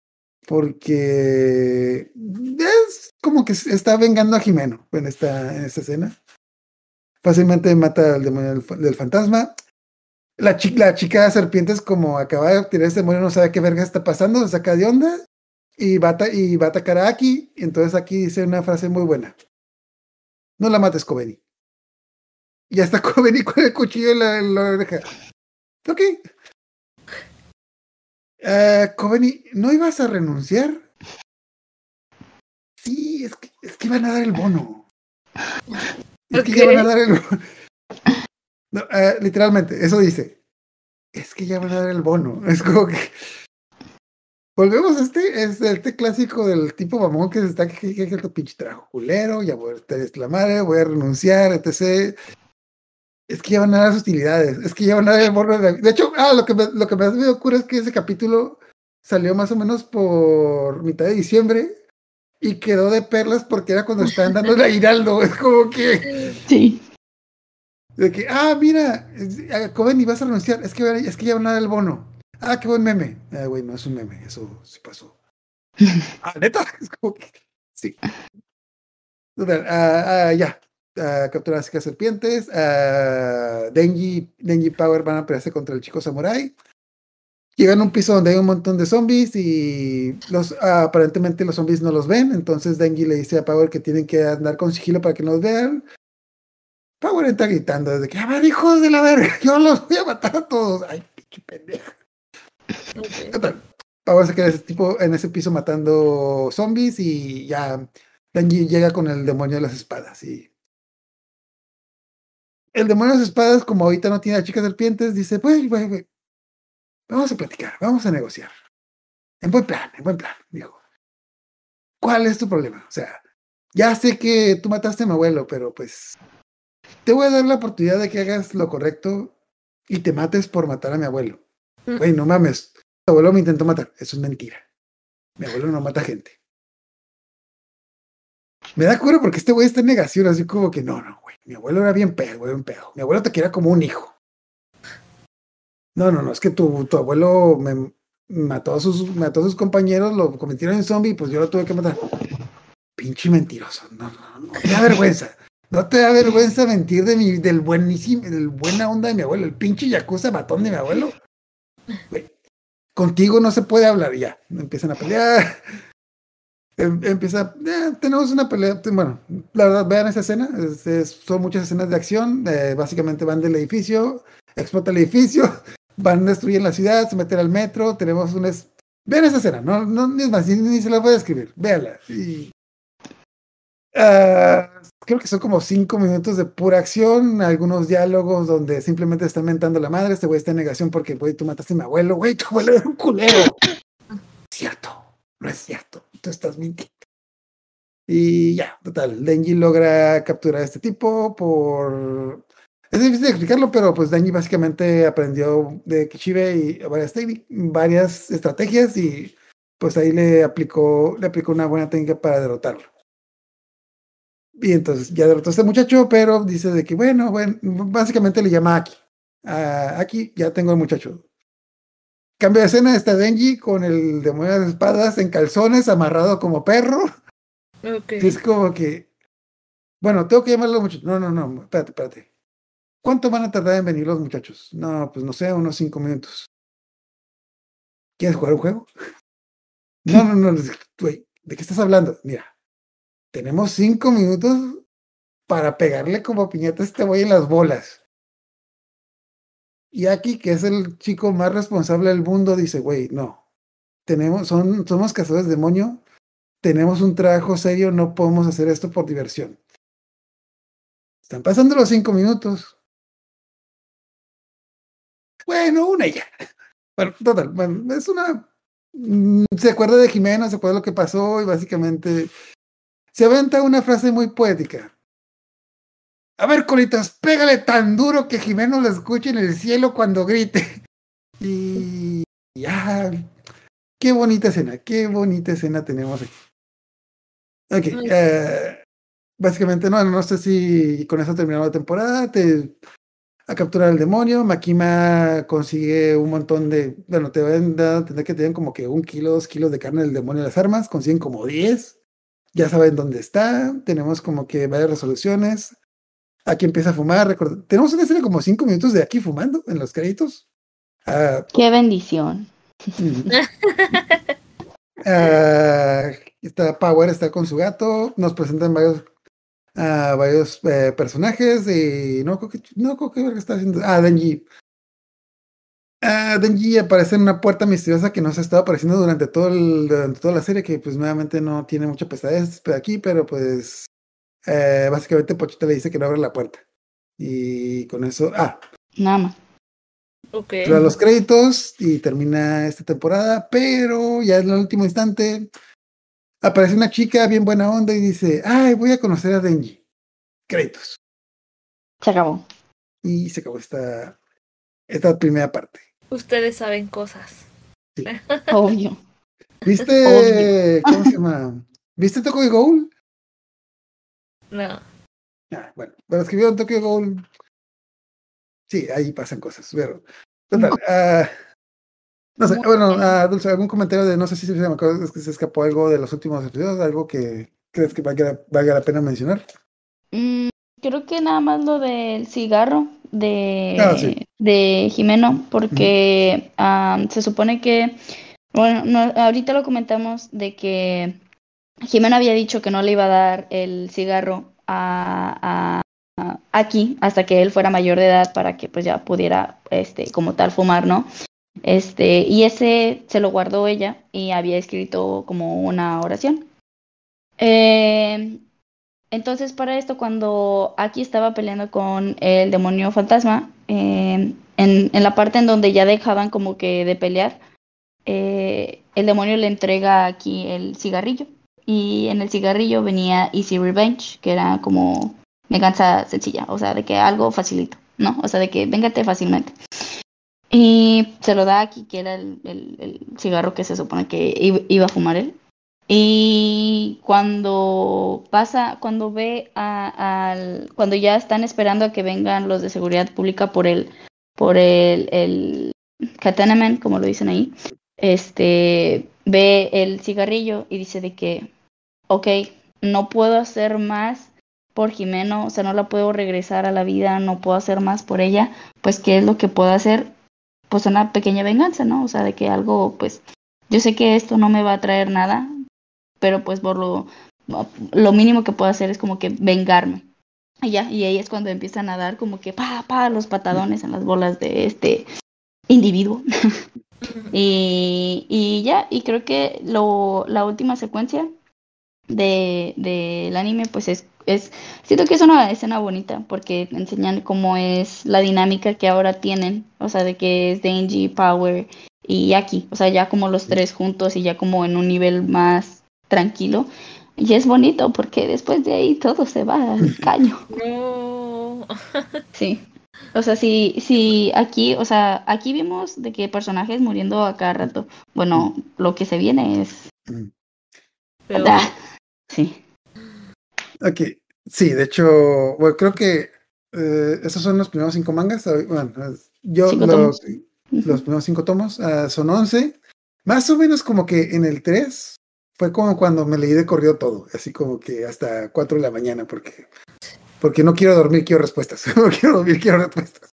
porque es como que está vengando a Jimeno en esta escena. Fácilmente mata al demonio del fantasma. La chica serpientes, como acaba de tirar este demonio, no sabe qué verga está pasando, se saca de onda y va a atacar a Aki. Y entonces aquí dice una frase muy buena: no la mates, Kobeni. Y ya está Kobeni con el cuchillo en la oreja. Ok. Kobeni, ¿no ibas a renunciar? Sí, es que van a dar el bono. Es que ya van a dar el bono. No, literalmente, eso dice. Es que ya van a dar el bono. Es como que volvemos a este clásico del tipo mamón que se está que el pinche trabajo culero, ya voy a estar la madre, voy a renunciar, etc. Es que ya van a dar las utilidades, es que ya van a dar el bono de hecho, lo que me ocurre es que ese capítulo salió más o menos por mitad de diciembre y quedó de perlas porque era cuando estaban dando el aguinaldo. Es como que sí. De que, mira, Coven y vas a renunciar, es que ya van a dar el bono. Qué buen meme. Güey, no es un meme, eso sí pasó. ¿Neta? Es como que, sí. Ya. Capturar a serpientes. Denji y Power van a pelearse contra el chico samurai. Llegan a un piso donde hay un montón de zombies y aparentemente los zombies no los ven. Entonces Denji le dice a Power que tienen que andar con sigilo para que no los vean. Power está gritando desde que, a ver, hijos de la verga, yo los voy a matar a todos. Ay, pinche pendeja. Okay. Power se queda en ese piso matando zombies y ya Denji llega con el demonio de las espadas. Y el demonio de las espadas, como ahorita no tiene a chicas serpientes, dice, pues, vamos a platicar, vamos a negociar. En buen plan, dijo. ¿Cuál es tu problema? O sea, ya sé que tú mataste a mi abuelo, pero pues te voy a dar la oportunidad de que hagas lo correcto y te mates por matar a mi abuelo. Güey, no mames, tu abuelo me intentó matar. Eso es mentira. Mi abuelo no mata gente. Me da cura porque este güey está en negación, así como que no, güey. Mi abuelo era bien pedo, güey, un pedo. Mi abuelo te quería como un hijo. No, es que tu abuelo me mató a sus compañeros, lo convirtieron en zombie y pues yo lo tuve que matar. Pinche mentiroso. No te da vergüenza. No te da vergüenza mentir del buena onda de mi abuelo, el pinche yakuza matón de mi abuelo. Güey, contigo no se puede hablar. Ya, empiezan a pelear. Tenemos una pelea. Bueno, la verdad, vean esa escena. Son muchas escenas de acción. Básicamente van del edificio, explota el edificio, van, destruyen la ciudad, se meten al metro. Tenemos vean esa escena. No es más, ni se la voy a describir. Véanla. Y creo que son como 5 minutos de pura acción, algunos diálogos donde simplemente están mentando la madre. Este güey está en negación porque, güey, tú mataste a mi abuelo. Güey, tu abuelo era un culero. Cierto, no es cierto, tú estás mintiendo. Y ya, total, Denji logra capturar a este tipo es difícil de explicarlo, pero pues Denji básicamente aprendió de Kishibe y varias estrategias y pues ahí le aplicó una buena técnica para derrotarlo. Y entonces ya derrotó a este muchacho, pero dice de que bueno, básicamente le llama a Aki. Aki, ya tengo al muchacho. Cambio de escena, está Denji con el demonio de las espadas en calzones, amarrado como perro. Okay. Y es como que, bueno, tengo que llamarlo a los muchachos. No, espérate. ¿Cuánto van a tardar en venir los muchachos? No, pues no sé, unos 5 minutos. ¿Quieres jugar un juego? No, güey, ¿de qué estás hablando? Mira, tenemos 5 minutos para pegarle como piñata a este güey en las bolas. Y Aki, que es el chico más responsable del mundo, dice, güey, no. Somos cazadores de demonio, tenemos un trabajo serio, no podemos hacer esto por diversión. Están pasando los 5 minutos. Bueno, una y ya. Bueno, total, es una... Se acuerda de Jimena, se acuerda de lo que pasó y básicamente se aventa una frase muy poética. a ver, colitas, pégale tan duro que Jimeno lo escuche en el cielo cuando grite. Y ya, qué bonita escena tenemos aquí. Ok, básicamente no sé si con eso terminamos la temporada. A capturar al demonio, Makima consigue un montón de, bueno, te van a entender que tienen como que 1 kilo, 2 kilos de carne del demonio de las armas, consiguen como 10, ya saben dónde está, tenemos como que varias resoluciones, aquí empieza a fumar, tenemos una escena como 5 minutos de aquí fumando en los créditos. Qué bendición. Está Power, está con su gato, nos presentan varios personajes y no creo que está haciendo. Denji. Denji aparece en una puerta misteriosa que nos ha estado apareciendo durante toda la serie, que pues nuevamente no tiene mucha pesadez aquí, pero pues básicamente Pochita le dice que no abre la puerta. Y con eso, Nada más. Okay. los créditos y termina esta temporada, pero ya en el último instante aparece una chica bien buena onda y dice, ay, voy a conocer a Denji. Créditos. Se acabó. Y se acabó esta primera parte. Ustedes saben cosas. Sí. Obvio. ¿Viste? ¿Cómo se llama? ¿Viste Tokyo Ghoul? No. Bueno, para los que vieron Tokyo Ghoul, sí, ahí pasan cosas, pero total, no sé, bueno, Dulce, algún comentario de, no sé si se me acuerdo, es que se escapó algo de los últimos episodios, algo que crees que valga la pena mencionar. Creo que nada más lo del cigarro Sí. de Jimeno, porque se supone que, bueno, ahorita lo comentamos de que Jimeno había dicho que no le iba a dar el cigarro a Aki hasta que él fuera mayor de edad para que pues ya pudiera como tal fumar, ¿no? Y ese se lo guardó ella y había escrito como una oración. Entonces para esto, cuando Aki estaba peleando con el demonio fantasma, en la parte en donde ya dejaban como que de pelear, el demonio le entrega a Aki el cigarrillo. Y en el cigarrillo venía Easy Revenge, que era como venganza sencilla, o sea, de que algo facilito, ¿no? O sea, de que véngate fácilmente. Y se lo da a Aki, que era el cigarro que se supone que iba a fumar él. Y cuando cuando ya están esperando a que vengan los de seguridad pública por el Katana Man, como lo dicen ahí, ve el cigarrillo y dice de que, ok, no puedo hacer más por Jimeno, o sea, no la puedo regresar a la vida, no puedo hacer más por ella, pues, ¿qué es lo que puedo hacer? Pues una pequeña venganza, ¿no? O sea, de que algo, pues, yo sé que esto no me va a traer nada, pero pues por lo mínimo que puedo hacer es como que vengarme. Y ya, y ahí es cuando empiezan a dar como que los patadones en las bolas de este individuo. y ya, y creo que la última secuencia del anime pues siento que es una escena bonita porque enseñan cómo es la dinámica que ahora tienen, o sea, de que es Denji, Power y Aki, o sea, ya como los tres juntos y ya como en un nivel más tranquilo. Y es bonito porque después de ahí todo se va al caño. No. Sí. O sea, sí, aquí, o sea, aquí vimos de que personajes muriendo a cada rato. Bueno, lo que se viene es... Pero... sí. Ok, sí, de hecho, bueno, creo que esos son los primeros 5 mangas. Bueno, los primeros 5 tomos son 11. Más o menos como que en el 3 fue como cuando me leí de corrido todo, así como que hasta 4 de la mañana, porque no quiero dormir, quiero respuestas. No quiero dormir, quiero respuestas.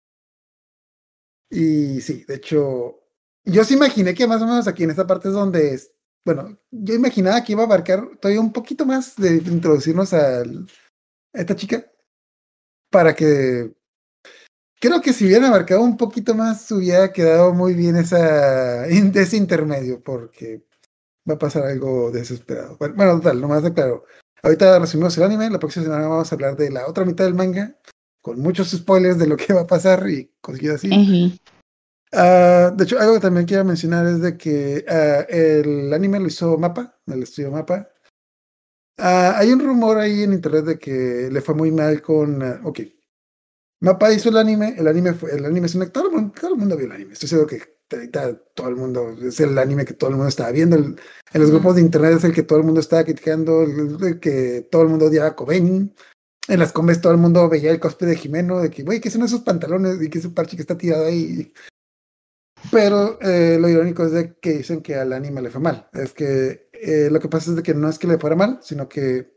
Y sí, de hecho, yo sí imaginé que más o menos aquí en esta parte es donde bueno, yo imaginaba que iba a abarcar todavía un poquito más de introducirnos a esta chica para que creo que si hubieran abarcado un poquito más hubiera quedado muy bien ese intermedio, porque va a pasar algo desesperado. Bueno, total, nomás aclaro. Ahorita resumimos el anime, la próxima semana vamos a hablar de la otra mitad del manga, con muchos spoilers de lo que va a pasar y cosillas así. De hecho, algo que también quiero mencionar es de que el anime lo hizo MAPPA, el estudio MAPPA. Hay un rumor ahí en internet de que le fue muy mal con... ok. Mappa hizo el anime es un... Todo el mundo vio el anime. Estoy seguro que ahorita todo el mundo... Es el anime que todo el mundo estaba viendo. En los grupos de internet es el que todo el mundo estaba criticando, el que todo el mundo odiaba a Cobain. En las combes todo el mundo veía el cosplay de Jimeno, de que, güey, ¿qué son esos pantalones? Y que ese parche que está tirado ahí. Pero lo irónico es de que dicen que al anime le fue mal. Es que lo que pasa es de que no es que le fuera mal, sino que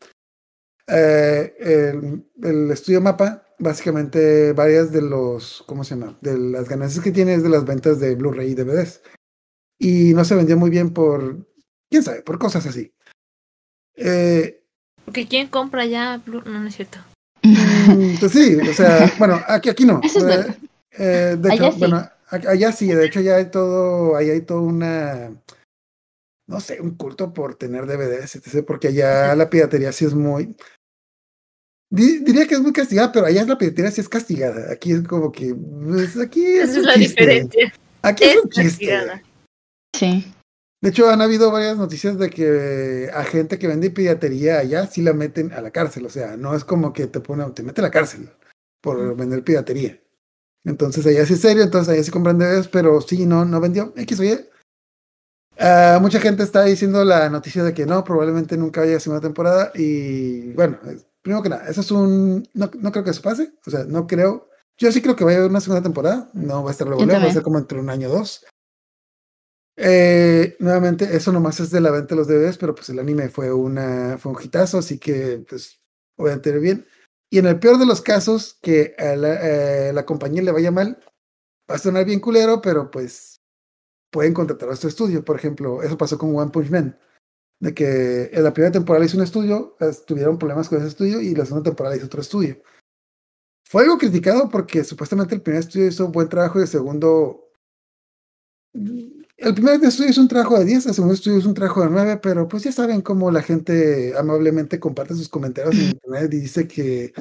el estudio Mappa, básicamente varias de los, ¿cómo se llama? De las ganancias que tiene es de las ventas de Blu-ray y DVDs. Y no se vendió muy bien por, quién sabe, por cosas así. Porque ¿quién compra ya Blue? No, no es cierto. Pues sí, o sea, bueno, aquí no. Eso es verdad. De hecho, Allá sí. bueno, allá sí, de hecho ya hay todo, ahí hay toda una, no sé, un culto por tener DVDs, etc., porque allá la piratería sí es muy, diría que es muy castigada, pero allá la piratería sí es castigada. Aquí es como que, pues aquí es Esa es un la chiste. diferencia. Aquí es un chiste. castigada. Sí. De hecho, han habido varias noticias de que a gente que vende piratería allá sí la meten a la cárcel. O sea, no es como que te mete a la cárcel por vender piratería. Entonces allá sí es serio, entonces allá sí compran DVDs, pero sí, no vendió. X o Y. Mucha gente está diciendo la noticia de que no, probablemente nunca haya segunda temporada. Y bueno, primero que nada, eso es no creo que eso pase. O sea, no creo. Yo sí creo que va a haber una segunda temporada. No va a estar luego, va a ser como entre un año o dos. Nuevamente, eso nomás es de la venta de los DVDs, pero pues el anime fue un hitazo, así que pues obviamente bien. Y en el peor de los casos, que a la compañía le vaya mal, va a sonar bien culero, pero pues pueden contratar a otro estudio. Por ejemplo, eso pasó con One Punch Man, de que en la primera temporada hizo un estudio, tuvieron problemas con ese estudio, y la segunda temporada hizo otro estudio. Fue algo criticado porque supuestamente el primer estudio hizo un buen trabajo y el segundo... El primer estudio es un trabajo de 10, el segundo estudio es un trabajo de 9, pero pues ya saben cómo la gente amablemente comparte sus comentarios en internet y dice que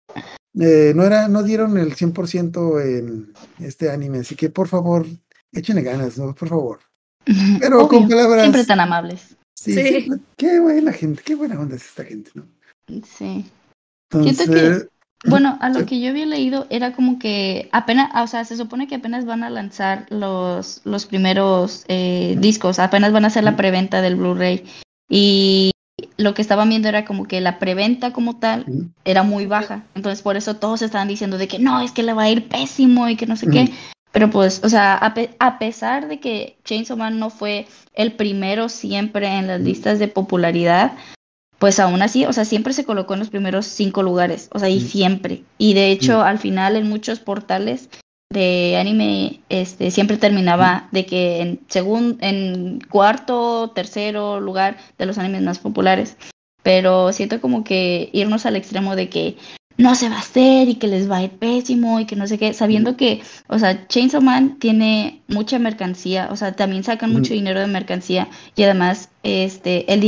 no dieron el 100% en este anime, así que por favor, échenle ganas, ¿no? Por favor. Pero obvio, con palabras... siempre tan amables. Sí. Siempre, qué buena gente, qué buena onda es esta gente, ¿no? Sí. Entonces... Siento que, bueno, a lo que yo había leído era como que apenas, o sea, se supone que apenas van a lanzar los primeros discos, apenas van a hacer la preventa del Blu-ray, y lo que estaban viendo era como que la preventa como tal era muy baja, entonces por eso todos estaban diciendo de que no, es que le va a ir pésimo y que no sé qué, pero pues, o sea, a pesar de que Chainsaw Man no fue el primero siempre en las listas de popularidad, pues aún así, o sea, siempre se colocó en los primeros 5 lugares, o sea, y siempre. Y de hecho, al final en muchos portales de anime, siempre terminaba de que en cuarto, tercero lugar de los animes más populares. Pero siento como que irnos al extremo de que no se va a hacer y que les va a ir pésimo y que no sé qué, sabiendo que, o sea, Chainsaw Man tiene mucha mercancía, o sea, también sacan mucho dinero de mercancía, y además el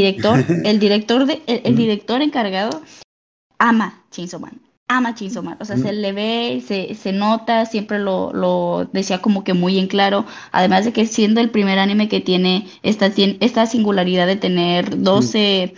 director encargado ama Chainsaw Man, o sea, se le ve, se nota, siempre lo decía como que muy en claro, además de que siendo el primer anime que tiene esta singularidad de tener 12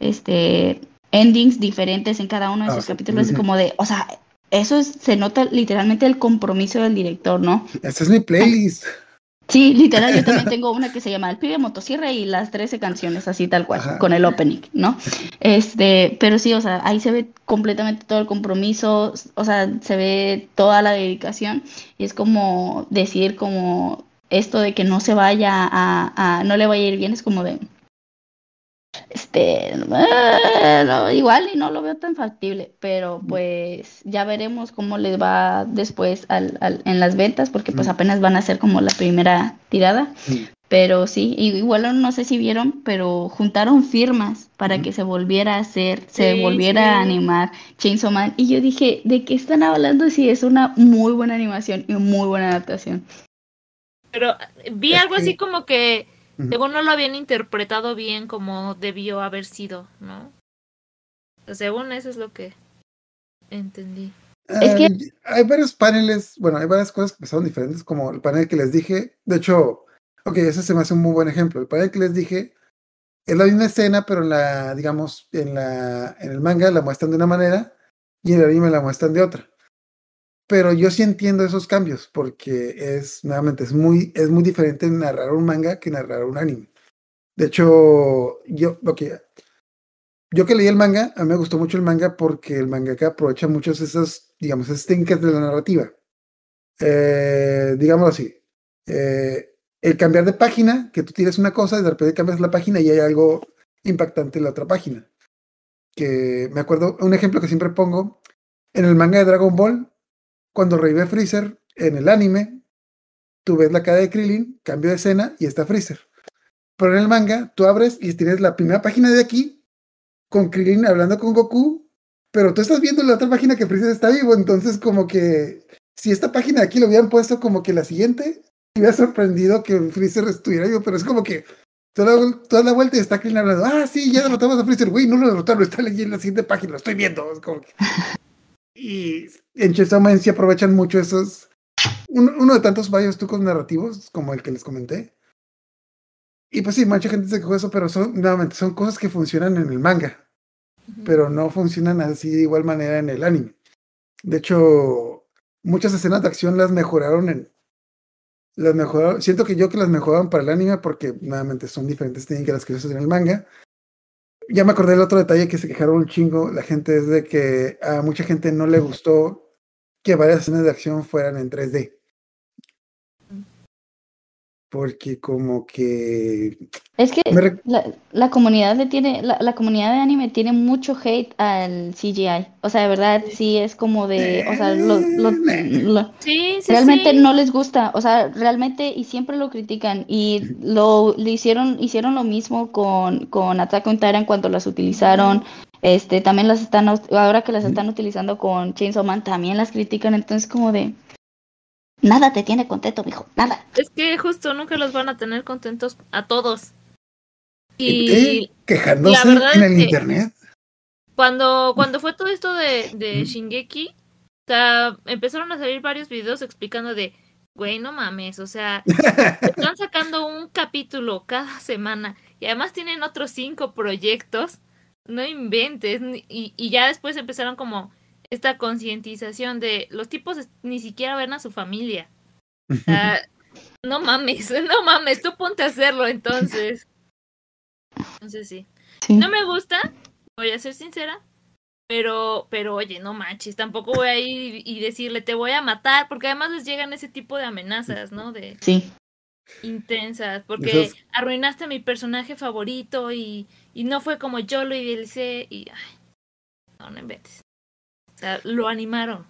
endings diferentes en cada uno de sus capítulos, es como de, o sea, se nota literalmente el compromiso del director, ¿no? Esta es mi playlist. Sí, literal, yo también tengo una que se llama El pibe motosierra y las 13 canciones, así tal cual, con el opening, ¿no? Pero sí, o sea, ahí se ve completamente todo el compromiso, o sea, se ve toda la dedicación, y es como decir como esto de que no se vaya no le vaya a ir bien, es como de no, igual y no lo veo tan factible, pero pues ya veremos cómo les va después en las ventas, porque pues apenas van a ser como la primera tirada, pero sí, igual no sé si vieron, pero juntaron firmas para que se volviera a hacer, volviera a animar Chainsaw Man, y yo dije, ¿de qué están hablando si es una muy buena animación y muy buena adaptación? Pero vi algo así como que según no lo habían interpretado bien como debió haber sido, ¿no? Según eso es lo que entendí. Es que hay varios paneles, bueno, hay varias cosas que son diferentes, como el panel que les dije. De hecho, ok, ese se me hace un muy buen ejemplo. El panel que les dije es la misma escena, pero digamos, en el manga la muestran de una manera y en el anime la muestran de otra. Pero yo sí entiendo esos cambios, porque nuevamente, es muy diferente narrar un manga que narrar un anime. De hecho, yo que leí el manga, a mí me gustó mucho el manga porque el mangaka aprovecha muchos esos, digamos, esos tinkers de la narrativa. Digámoslo así. El cambiar de página, que tú tienes una cosa y de repente cambias la página y hay algo impactante en la otra página. Que me acuerdo, un ejemplo que siempre pongo, en el manga de Dragon Ball, cuando revive Freezer, en el anime, tú ves la cara de Krillin, cambio de escena y está Freezer. Pero en el manga, tú abres y tienes la primera página de aquí, con Krillin hablando con Goku, pero tú estás viendo la otra página que Freezer está vivo, entonces como que si esta página de aquí lo hubieran puesto como que la siguiente, me hubiera sorprendido que Freezer estuviera vivo, pero es como que toda la vuelta y está Krillin hablando, sí, ya derrotamos a Freezer, güey, no lo derrotaron, está leyendo en la siguiente página, lo estoy viendo, es como que... Y en Chainsaw Man sí aprovechan mucho esos, uno de tantos varios trucos narrativos como el que les comenté. Y pues sí, mucha gente se quejó de eso, pero nuevamente, son cosas que funcionan en el manga, pero no funcionan así de igual manera en el anime. De hecho, muchas escenas de acción las mejoraron. Siento que las mejoraron para el anime porque nuevamente son diferentes técnicas que las que se hacen en el manga. Ya me acordé del otro detalle que se quejaron un chingo la gente, es de que a mucha gente no le gustó que varias escenas de acción fueran en 3D. Porque como que... Es que la comunidad la comunidad de anime tiene mucho hate al CGI. O sea, de verdad, sí es como de... O sea, Sí, realmente sí. no les gusta. O sea, realmente y siempre lo critican. Y le hicieron lo mismo con Attack on Titan cuando las utilizaron. También ahora que las están utilizando con Chainsaw Man, también las critican. Entonces como de... Nada te tiene contento, mijo, nada. Es que justo nunca los van a tener contentos a todos. Y quejándose la verdad en es el que internet. Cuando fue todo esto de Shingeki, o sea, empezaron a salir varios videos explicando de, güey, no mames, o sea, están sacando un capítulo cada semana y además tienen otros 5 proyectos, no inventes, y ya después empezaron como esta concientización de los tipos ni siquiera ven a su familia. O sea, no mames, tú ponte a hacerlo entonces. Entonces sí. No me gusta, voy a ser sincera, pero oye, no manches, tampoco voy a ir y decirle te voy a matar, porque además les llegan ese tipo de amenazas, ¿no? Intensas, porque arruinaste a mi personaje favorito y no fue como yo lo idealicé y no inventes. O sea, lo animaron.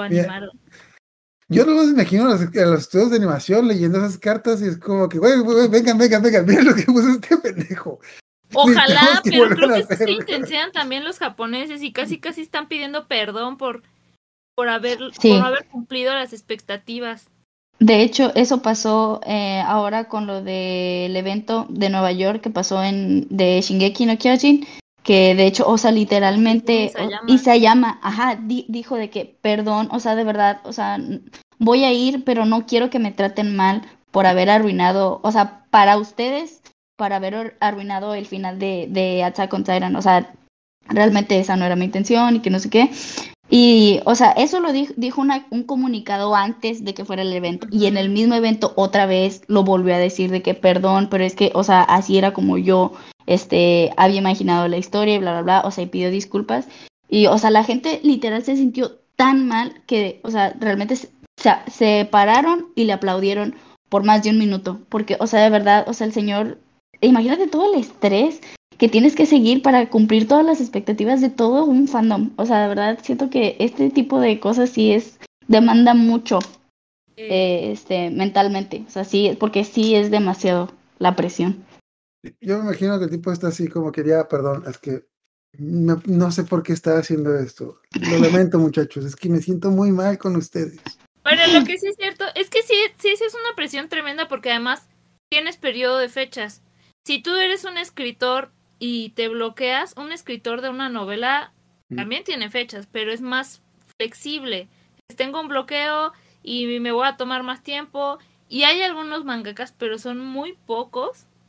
Yo luego me imagino a los estudios de animación leyendo esas cartas y es como que, güey, vengan, miren lo que puso este pendejo. Ojalá, pero creo que se intensean también los japoneses y casi están pidiendo perdón por no haber cumplido las expectativas. De hecho, eso pasó ahora con lo del evento de Nueva York que pasó de Shingeki no Kyojin, que de hecho, o sea, literalmente Isayama, dijo de que perdón, o sea, de verdad, o sea, voy a ir, pero no quiero que me traten mal por haber arruinado, o sea, para ustedes, para haber arruinado el final de Attack on Titan, o sea, realmente esa no era mi intención y que no sé qué. Y, o sea, eso lo dijo un comunicado antes de que fuera el evento. Y en el mismo evento otra vez lo volvió a decir de que perdón, pero es que, o sea, así era como yo había imaginado la historia y bla, bla, bla. O sea, y pidió disculpas. Y, o sea, la gente literal se sintió tan mal que, o sea, realmente se pararon y le aplaudieron por más de un minuto. Porque, o sea, de verdad, o sea, el señor, imagínate todo el estrés que tienes que seguir para cumplir todas las expectativas de todo un fandom. O sea, de verdad, siento que este tipo de cosas sí demanda mucho mentalmente. O sea, sí, porque sí es demasiado la presión. Yo me imagino que el tipo está así como que ya, perdón, es que no sé por qué está haciendo esto. Lo lamento, muchachos, es que me siento muy mal con ustedes. Bueno, lo que sí es cierto es que sí es una presión tremenda porque además tienes periodo de fechas. Si tú eres un escritor y te bloqueas, un escritor de una novela también tiene fechas, pero es más flexible. Tengo un bloqueo y me voy a tomar más tiempo. Y hay algunos mangakas, pero son muy pocos,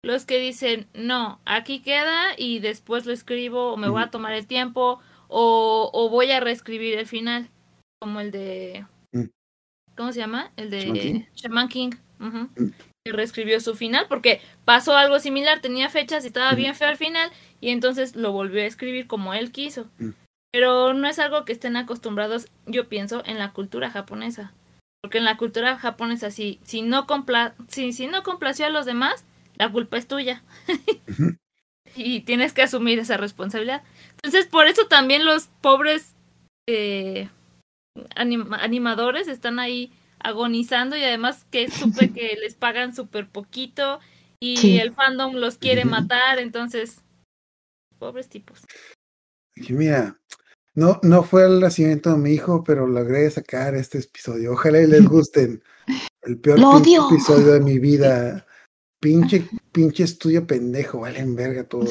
los que dicen, no, aquí queda y después lo escribo, o me voy a tomar el tiempo, o voy a reescribir el final, como el de, ¿cómo se llama? El de Shaman King, que reescribió su final, porque pasó algo similar, tenía fechas y estaba bien feo al final, y entonces lo volvió a escribir como él quiso. Pero no es algo que estén acostumbrados, yo pienso, en la cultura japonesa. Porque en la cultura japonesa, si no complació a los demás, la culpa es tuya. Y tienes que asumir esa responsabilidad. Entonces, por eso también los pobres animadores están ahí agonizando, y además que supe que les pagan súper poquito y el fandom los quiere matar, entonces, pobres tipos. Y mira, no fue el nacimiento de mi hijo, pero logré sacar este episodio. Ojalá y les gusten. El peor episodio de mi vida. Pinche estudio pendejo, valen verga todo.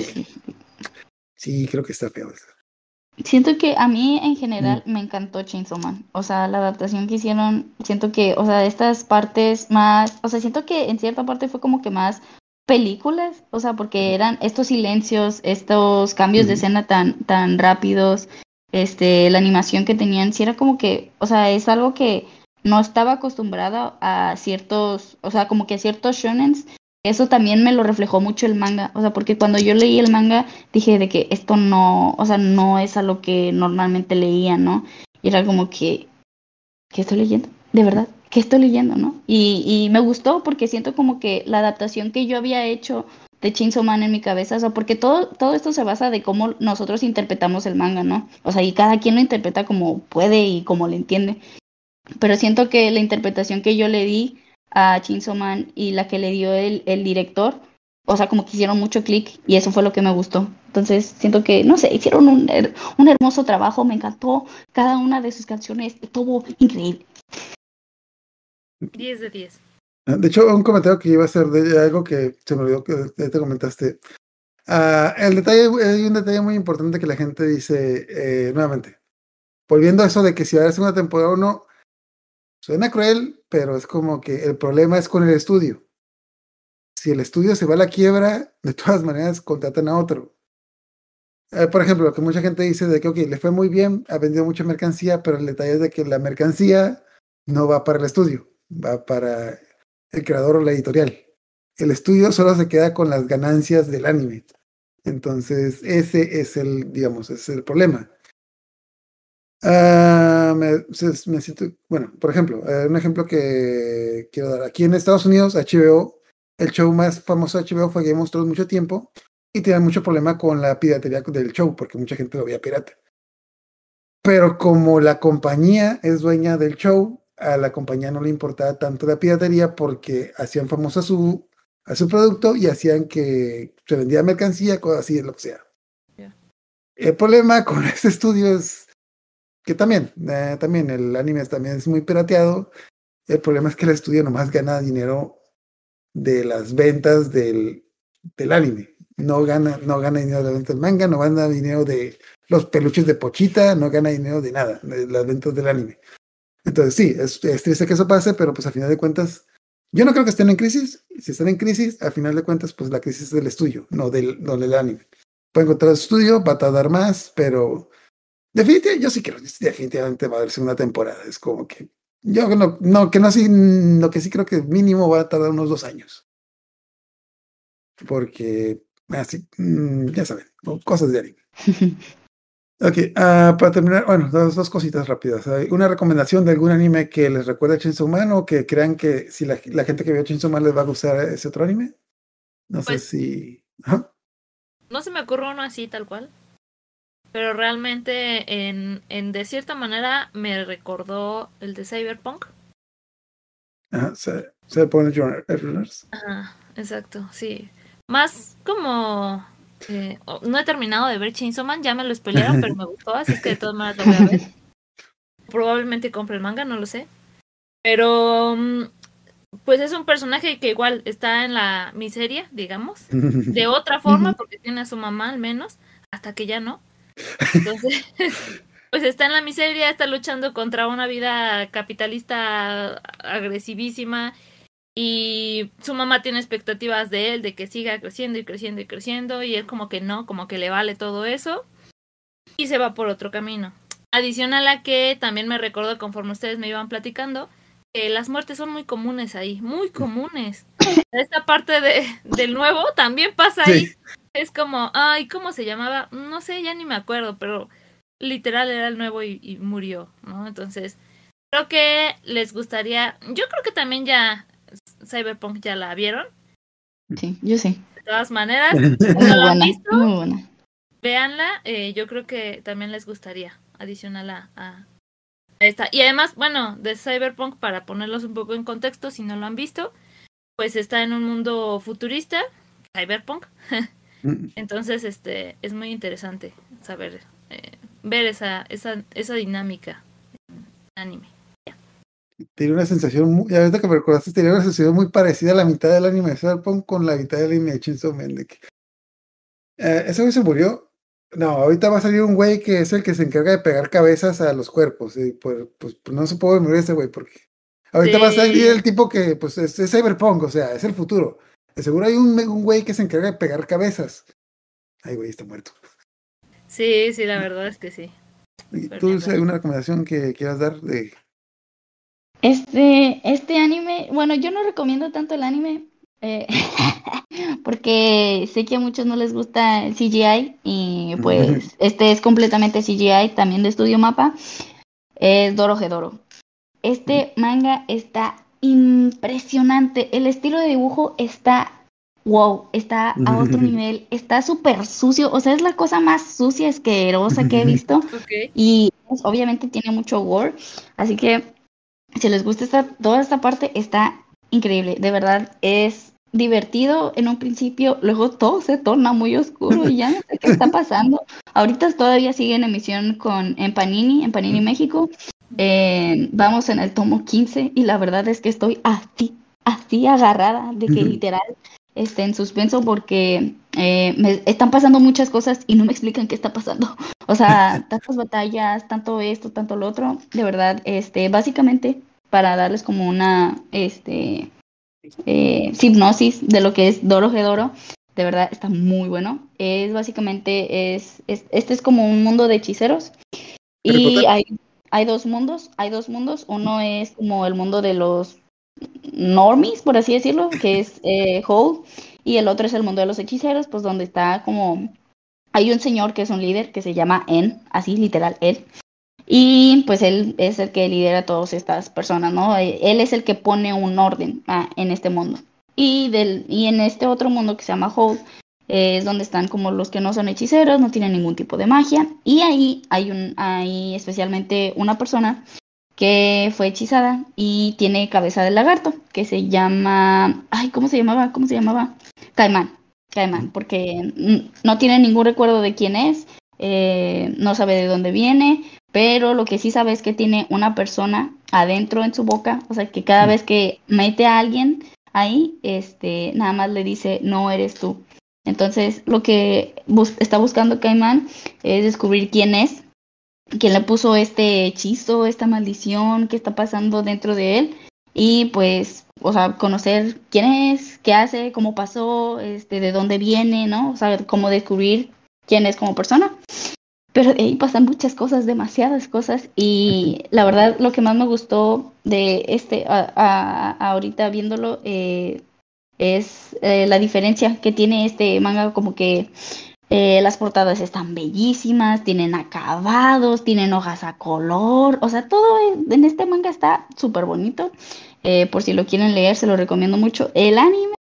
Sí, creo que está feo eso. Siento que a mí en general me encantó Chainsaw Man. O sea, la adaptación que hicieron, siento que, o sea, estas partes más, o sea, siento que en cierta parte fue como que más películas, o sea, porque eran estos silencios, estos cambios de escena tan rápidos, la animación que tenían, sí era como que, o sea, es algo que no estaba acostumbrada a ciertos, o sea, como que a ciertos shonens. Eso también me lo reflejó mucho el manga, o sea, porque cuando yo leí el manga dije de que esto no, o sea, no es a lo que normalmente leía, ¿no? Y era como que, ¿qué estoy leyendo? De verdad, ¿qué estoy leyendo, no? Y me gustó porque siento como que la adaptación que yo había hecho de Chainsaw Man en mi cabeza, o sea, porque todo esto se basa de cómo nosotros interpretamos el manga, ¿no? O sea, y cada quien lo interpreta como puede y como le entiende. Pero siento que la interpretación que yo le di a Chainsaw Man y la que le dio el director, o sea, como que hicieron mucho clic y eso fue lo que me gustó. Entonces siento que, no sé, hicieron un hermoso trabajo, me encantó cada una de sus canciones, estuvo increíble. 10 de 10. De hecho, un comentario que iba a hacer de algo que se me olvidó que te comentaste. Hay un detalle muy importante que la gente dice nuevamente. Volviendo a eso de que si va a haber segunda temporada o no, suena cruel, pero es como que el problema es con el estudio. Si el estudio se va a la quiebra, de todas maneras contratan a otro. Por ejemplo, lo que mucha gente dice de que, ok, le fue muy bien, ha vendido mucha mercancía, pero el detalle es de que la mercancía no va para el estudio, va para el creador o la editorial. El estudio solo se queda con las ganancias del anime. Entonces, ese es ese es el problema. Me siento, bueno, por ejemplo, un ejemplo que quiero dar. Aquí en Estados Unidos, HBO, el show más famoso de HBO fue Game of Thrones mucho tiempo y tenía mucho problema con la piratería del show porque mucha gente lo veía pirata. Pero como la compañía es dueña del show, a la compañía no le importaba tanto la piratería porque hacían famoso a su producto y hacían que se vendía mercancía, cosas así, lo que sea. Yeah. El problema con este estudio es que también el anime también es muy pirateado. El problema es que el estudio nomás gana dinero de las ventas del anime. No gana dinero de la venta del manga, no gana dinero de los peluches de Pochita, no gana dinero de nada, de las ventas del anime. Entonces sí, es triste que eso pase, pero pues a final de cuentas, yo no creo que estén en crisis. Si están en crisis, a final de cuentas, pues la crisis es del estudio, no del anime. Pueden encontrar el estudio, va a tardar más, pero yo sí creo que definitivamente va a haber segunda temporada. Es como que lo que sí creo que mínimo va a tardar unos 2 años. Porque así, ya saben, cosas de anime. Ok, para terminar, bueno, dos cositas rápidas. ¿Una recomendación de algún anime que les recuerde a Chainsaw Man o que crean que si la gente que vio Chainsaw Man les va a gustar ese otro anime? No sé si... ¿Ah? No se me ocurre uno así tal cual. Pero realmente de cierta manera me recordó el de Cyberpunk. Ajá, Cyberpunk Edge. Ajá, exacto, sí. Más como... no he terminado de ver Chainsaw Man, ya me lo spoilearon, pero me gustó, así que de todas maneras lo voy a ver. Probablemente compre el manga, no lo sé. Pero... pues es un personaje que igual está en la miseria, digamos. De otra forma, porque tiene a su mamá al menos, hasta que ya no. Entonces, pues está en la miseria, está luchando contra una vida capitalista agresivísima Y su mamá tiene expectativas de él, de que siga creciendo y creciendo y creciendo, y él como que no, como que le vale todo eso, y se va por otro camino. Adicional a que también me recuerdo, conforme ustedes me iban platicando, que las muertes son muy comunes ahí, muy comunes. Esta parte del nuevo también pasa ahí. Sí. Es como, ay, ¿cómo se llamaba? No sé, ya ni me acuerdo, pero literal era el nuevo y murió, ¿no? Entonces, creo que les gustaría, yo creo que también ya Cyberpunk ya la vieron. Sí, yo sí. De todas maneras, Muy si no la han buena, visto, muy buena. véanla. Yo creo que también les gustaría, adicional a esta. Y además, bueno, de Cyberpunk, para ponerlos un poco en contexto, si no lo han visto, pues está en un mundo futurista, Cyberpunk. Entonces, es muy interesante saber, ver esa dinámica en anime. Tiene una sensación muy, ahorita que me recordaste, tenía una sensación muy parecida a la mitad del anime de Cyberpunk con la mitad del anime de Chainsaw Man. De que, ese güey se murió. No, ahorita va a salir un güey que es el que se encarga de pegar cabezas a los cuerpos. Y pues no se puede morir ese güey porque ahorita va a salir el tipo que pues es Cyberpunk, o sea, es el futuro. De seguro hay un güey que se encarga de pegar cabezas. Ay, güey, está muerto. Sí, la verdad es que sí. ¿Y tú, hay una recomendación que quieras dar de...? Este anime, bueno, yo no recomiendo tanto el anime porque sé que a muchos no les gusta el CGI y pues este es completamente CGI, también de Estudio Mapa, es Dorohedoro. Este manga está impresionante, el estilo de dibujo está wow, está a otro nivel, está súper sucio, o sea, es la cosa más sucia, asquerosa que he visto. Okay. Y pues, obviamente tiene mucho gore, así que si les gusta toda esta parte, está increíble. De verdad, es divertido en un principio, luego todo se torna muy oscuro y ya no sé qué está pasando. Ahorita todavía sigue en emisión en Panini México. Vamos en el tomo 15 y la verdad es que estoy así agarrada de que literal en suspenso porque me están pasando muchas cosas y no me explican qué está pasando. O sea, tantas batallas, tanto esto, tanto lo otro. De verdad, básicamente para darles como una hipnosis de lo que es Dorohedoro, de verdad está muy bueno. Es básicamente, este es como un mundo de hechiceros y hay dos mundos. Uno es como el mundo de los normies, por así decirlo, que es Howl, y el otro es el mundo de los hechiceros, pues donde está como, hay un señor que es un líder que se llama En, así literal, él, y pues él es el que lidera a todas estas personas, ¿no? Él es el que pone un orden en este mundo. Y en este otro mundo que se llama Howl, es donde están como los que no son hechiceros, no tienen ningún tipo de magia, y ahí hay especialmente una persona que fue hechizada y tiene cabeza de lagarto, que se llama, ¿cómo se llamaba? Caimán, porque no tiene ningún recuerdo de quién es, no sabe de dónde viene, pero lo que sí sabe es que tiene una persona adentro en su boca, o sea que cada vez que mete a alguien ahí, nada más le dice, no eres tú. Entonces lo que está buscando Caimán es descubrir quién le puso este hechizo, esta maldición, qué está pasando dentro de él, y pues, o sea, conocer quién es, qué hace, cómo pasó, de dónde viene, ¿no? O sea, cómo descubrir quién es como persona. Pero de ahí pasan muchas cosas, demasiadas cosas, y la verdad lo que más me gustó de ahorita viéndolo es la diferencia que tiene este manga, como que las portadas están bellísimas, tienen acabados, tienen hojas a color, o sea, todo en este manga está súper bonito. Por si lo quieren leer, se lo recomiendo mucho. El anime...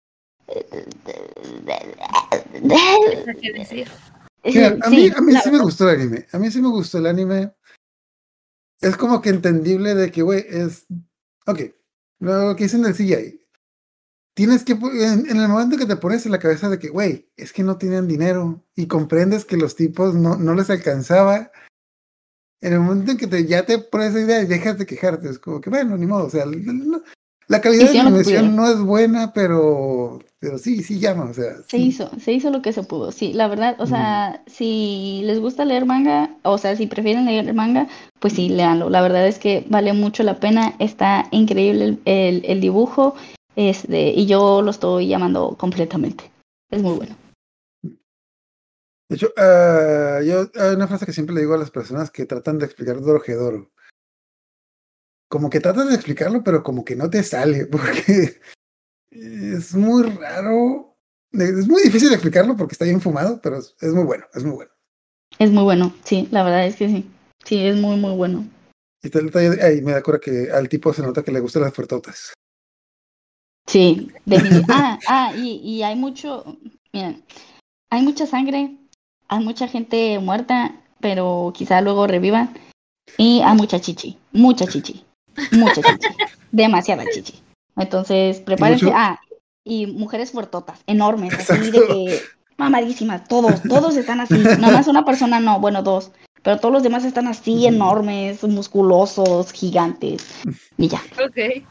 ¿Qué decir? Mira, a mí sí me verdad. gustó el anime. A mí sí me gustó el anime. Es como que entendible de que, güey, ok, lo que dicen del CGI. Tienes que, en el momento que te pones en la cabeza de que, güey, es que no tienen dinero y comprendes que los tipos no les alcanzaba, en el momento en que ya te pones esa idea y dejas de quejarte, es como que, bueno, ni modo, o sea, la calidad de la animación no es buena, pero sí llama, o sea. Se hizo lo que se pudo, sí, la verdad, o sea, si les gusta leer manga, o sea, si prefieren leer manga, pues sí, léanlo, la verdad es que vale mucho la pena, está increíble el dibujo, Y yo lo estoy amando completamente. Es muy bueno. De hecho, yo hay una frase que siempre le digo a las personas que tratan de explicar Dorohedoro. Como que tratas de explicarlo, pero como que no te sale, porque es muy raro. Es muy difícil de explicarlo porque está bien fumado, pero es muy bueno, es muy bueno. Es muy bueno, sí, la verdad es que sí. Sí, es muy, muy bueno. Y está el detalle, ahí me da cura que al tipo se nota que le gustan las fuertotas. Sí, definitivamente. Y hay mucho, miren, hay mucha sangre, hay mucha gente muerta, pero quizá luego revivan. Y hay mucha chichi, mucha chichi, mucha chichi, demasiada chichi. Entonces, Y prepárense. mucho, Y mujeres fuertotas, enormes, así de exacto. que mamadísimas, todos están así. Nada más una persona no, bueno, dos. Pero todos los demás están así, enormes, musculosos, gigantes. Y ya. Ok.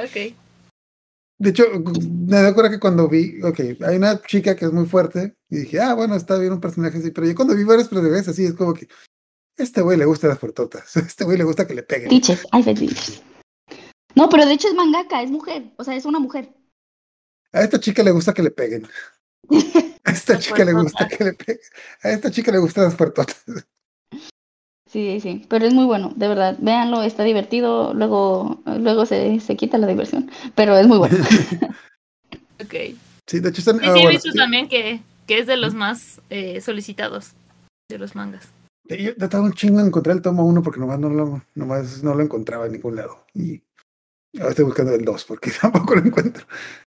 De hecho, me da cura que cuando vi, hay una chica que es muy fuerte, y dije, bueno, está bien un personaje así, pero yo cuando vi varios personajes así, es como que, este güey le gusta las fuertotas, este güey le gusta que le peguen. Fetiches, hay fetiches. No, pero de hecho es mangaka, es mujer, o sea, es una mujer. A esta chica le gusta que le peguen. A esta chica le gusta que le peguen. A esta chica le gustan las fuertotas. Sí, pero es muy bueno, de verdad. Véanlo, está divertido, luego se quita la diversión, pero es muy bueno. Ok. Sí, de hecho están. Sí, he Bueno, visto también que es de los más solicitados de los mangas. yo trataba un chingo de encontrar el tomo 1 porque nomás no lo encontraba en ningún lado. Y ahora estoy buscando el 2 porque tampoco lo encuentro.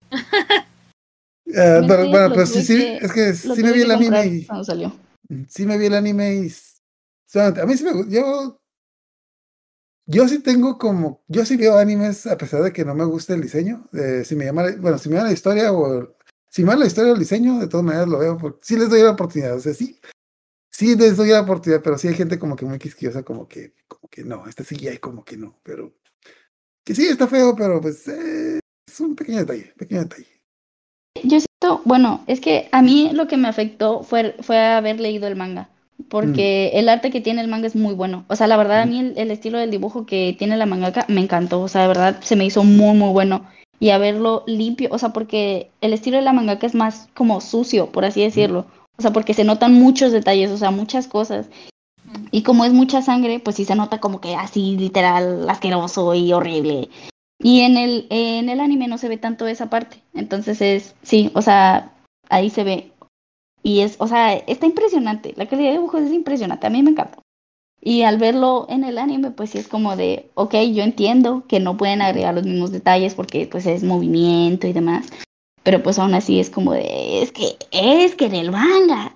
Pero sí, es que Lo sí me tuve vi que el anime comprar y cuando salió. sí me vi el anime y a mí sí me gusta. Yo sí tengo como, yo sí veo animes a pesar de que no me gusta el diseño. Si me llama la historia o si me llama la historia o el diseño, de todas maneras lo veo porque sí les doy la oportunidad. O sea, sí les doy la oportunidad, pero sí hay gente como que muy quisquillosa, como que no, sí hay como que no, pero que sí está feo, pero pues es un pequeño detalle. Yo siento, bueno, es que a mí lo que me afectó fue haber leído el manga, porque el arte que tiene el manga es muy bueno. O sea, la verdad a mí el estilo del dibujo que tiene la mangaka me encantó, o sea, de verdad se me hizo muy, muy bueno. Y a verlo limpio, o sea, porque el estilo de la mangaka es más como sucio, por así decirlo. O sea, porque se notan muchos detalles, o sea, muchas cosas. Y como es mucha sangre, pues sí se nota como que así literal asqueroso y horrible. Y en el anime no se ve tanto esa parte. Entonces sí, o sea, ahí se ve. Y o sea, está impresionante. La calidad de dibujos es impresionante. A mí me encanta. Y al verlo en el anime, pues sí es como de, ok, yo entiendo que no pueden agregar los mismos detalles porque pues es movimiento y demás. Pero pues aún así es como de, es que en el manga,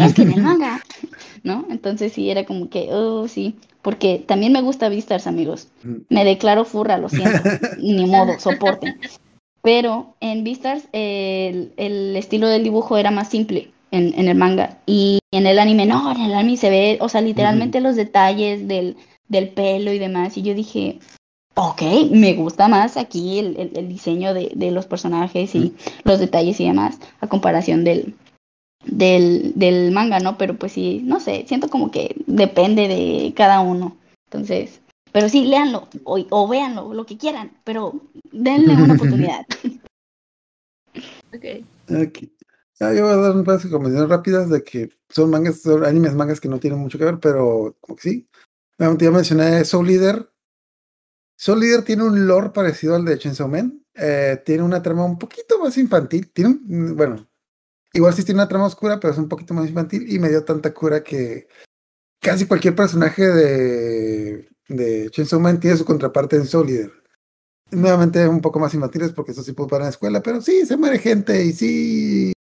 ¿no? Entonces sí, era como que, oh, sí, porque también me gusta Beastars, amigos. Me declaro furra, lo siento, ni modo, soporten. Pero en Beastars el estilo del dibujo era más simple en el manga. Y en el anime, no, en el anime se ve, o sea, literalmente los detalles del pelo y demás. Y yo dije, ok, me gusta más aquí el diseño de los personajes y los detalles y demás, a comparación del manga, ¿no? Pero pues sí, no sé, siento como que depende de cada uno. Entonces, pero sí, léanlo o véanlo, lo que quieran, pero denle una oportunidad. Ok. Yo voy a dar un par de recomendaciones rápidas de que son mangas que no tienen mucho que ver, pero como que sí. Ya mencioné Soul Eater. Soul Eater tiene un lore parecido al de Chainsaw Man. Tiene una trama un poquito más infantil. Bueno, igual sí tiene una trama oscura, pero es un poquito más infantil y me dio tanta cura que casi cualquier personaje de Chainsaw Man tiene su contraparte en Soul Eater. Nuevamente un poco más infantiles porque eso sí puede para la escuela, pero sí, se muere gente y sí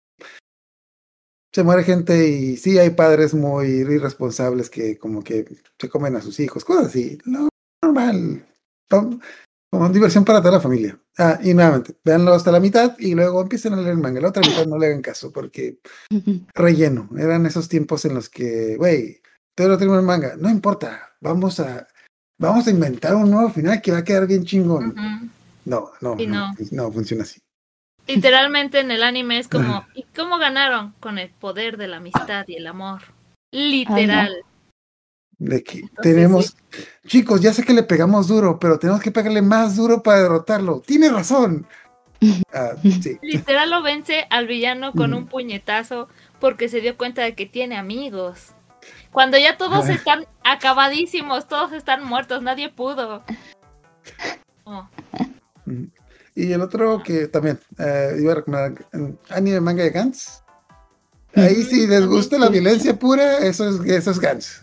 hay padres muy irresponsables que como que se comen a sus hijos, cosas así, normal, como diversión para toda la familia. Y nuevamente, véanlo hasta la mitad y luego empiecen a leer el manga. La otra mitad no le hagan caso porque relleno. Eran esos tiempos en los que, güey, todo lo tenemos el manga, no importa, vamos a inventar un nuevo final que va a quedar bien chingón. No funciona así. Literalmente en el anime es como, ¿y cómo ganaron? Con el poder de la amistad y el amor. Literal. Ay, De que entonces, chicos, ya sé que le pegamos duro, pero tenemos que pegarle más duro para derrotarlo. Tiene razón. Sí. Literal lo vence al villano con un puñetazo porque se dio cuenta de que tiene amigos. Cuando ya todos están acabadísimos, todos están muertos, nadie pudo. Oh. Y el otro que también iba a recomendar, anime manga de Gantz. Ahí si les gusta la violencia pura, eso es Gantz.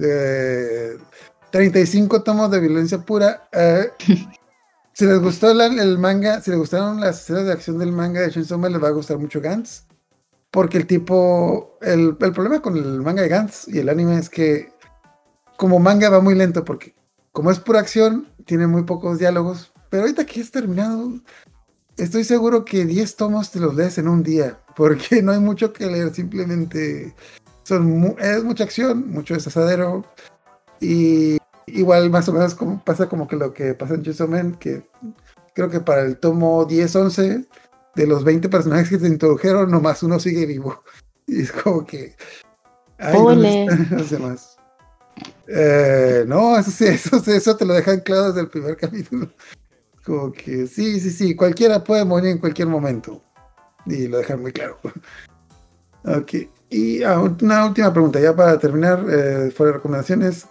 35 tomos de violencia pura. Si les gustó el manga, si les gustaron las escenas de acción del manga de Chainsaw Man, les va a gustar mucho Gantz. Porque el problema con el manga de Gantz y el anime es que como manga va muy lento, porque como es pura acción, tiene muy pocos diálogos. Pero ahorita que es terminado, estoy seguro que 10 tomos te los lees en un día, porque no hay mucho que leer, simplemente es mucha acción, mucho deshasadero, y igual más o menos pasa como que lo que pasa en Chainsaw Man, que creo que para el tomo 10-11, de los 20 personajes que te introdujeron, nomás uno sigue vivo, y es como que... Ay, ¿dónde están los demás? No, eso te lo dejan claro desde el primer capítulo. Como que sí, cualquiera puede morir en cualquier momento. Y lo dejan muy claro. Ok, y una última pregunta, ya para terminar, fuera de recomendaciones.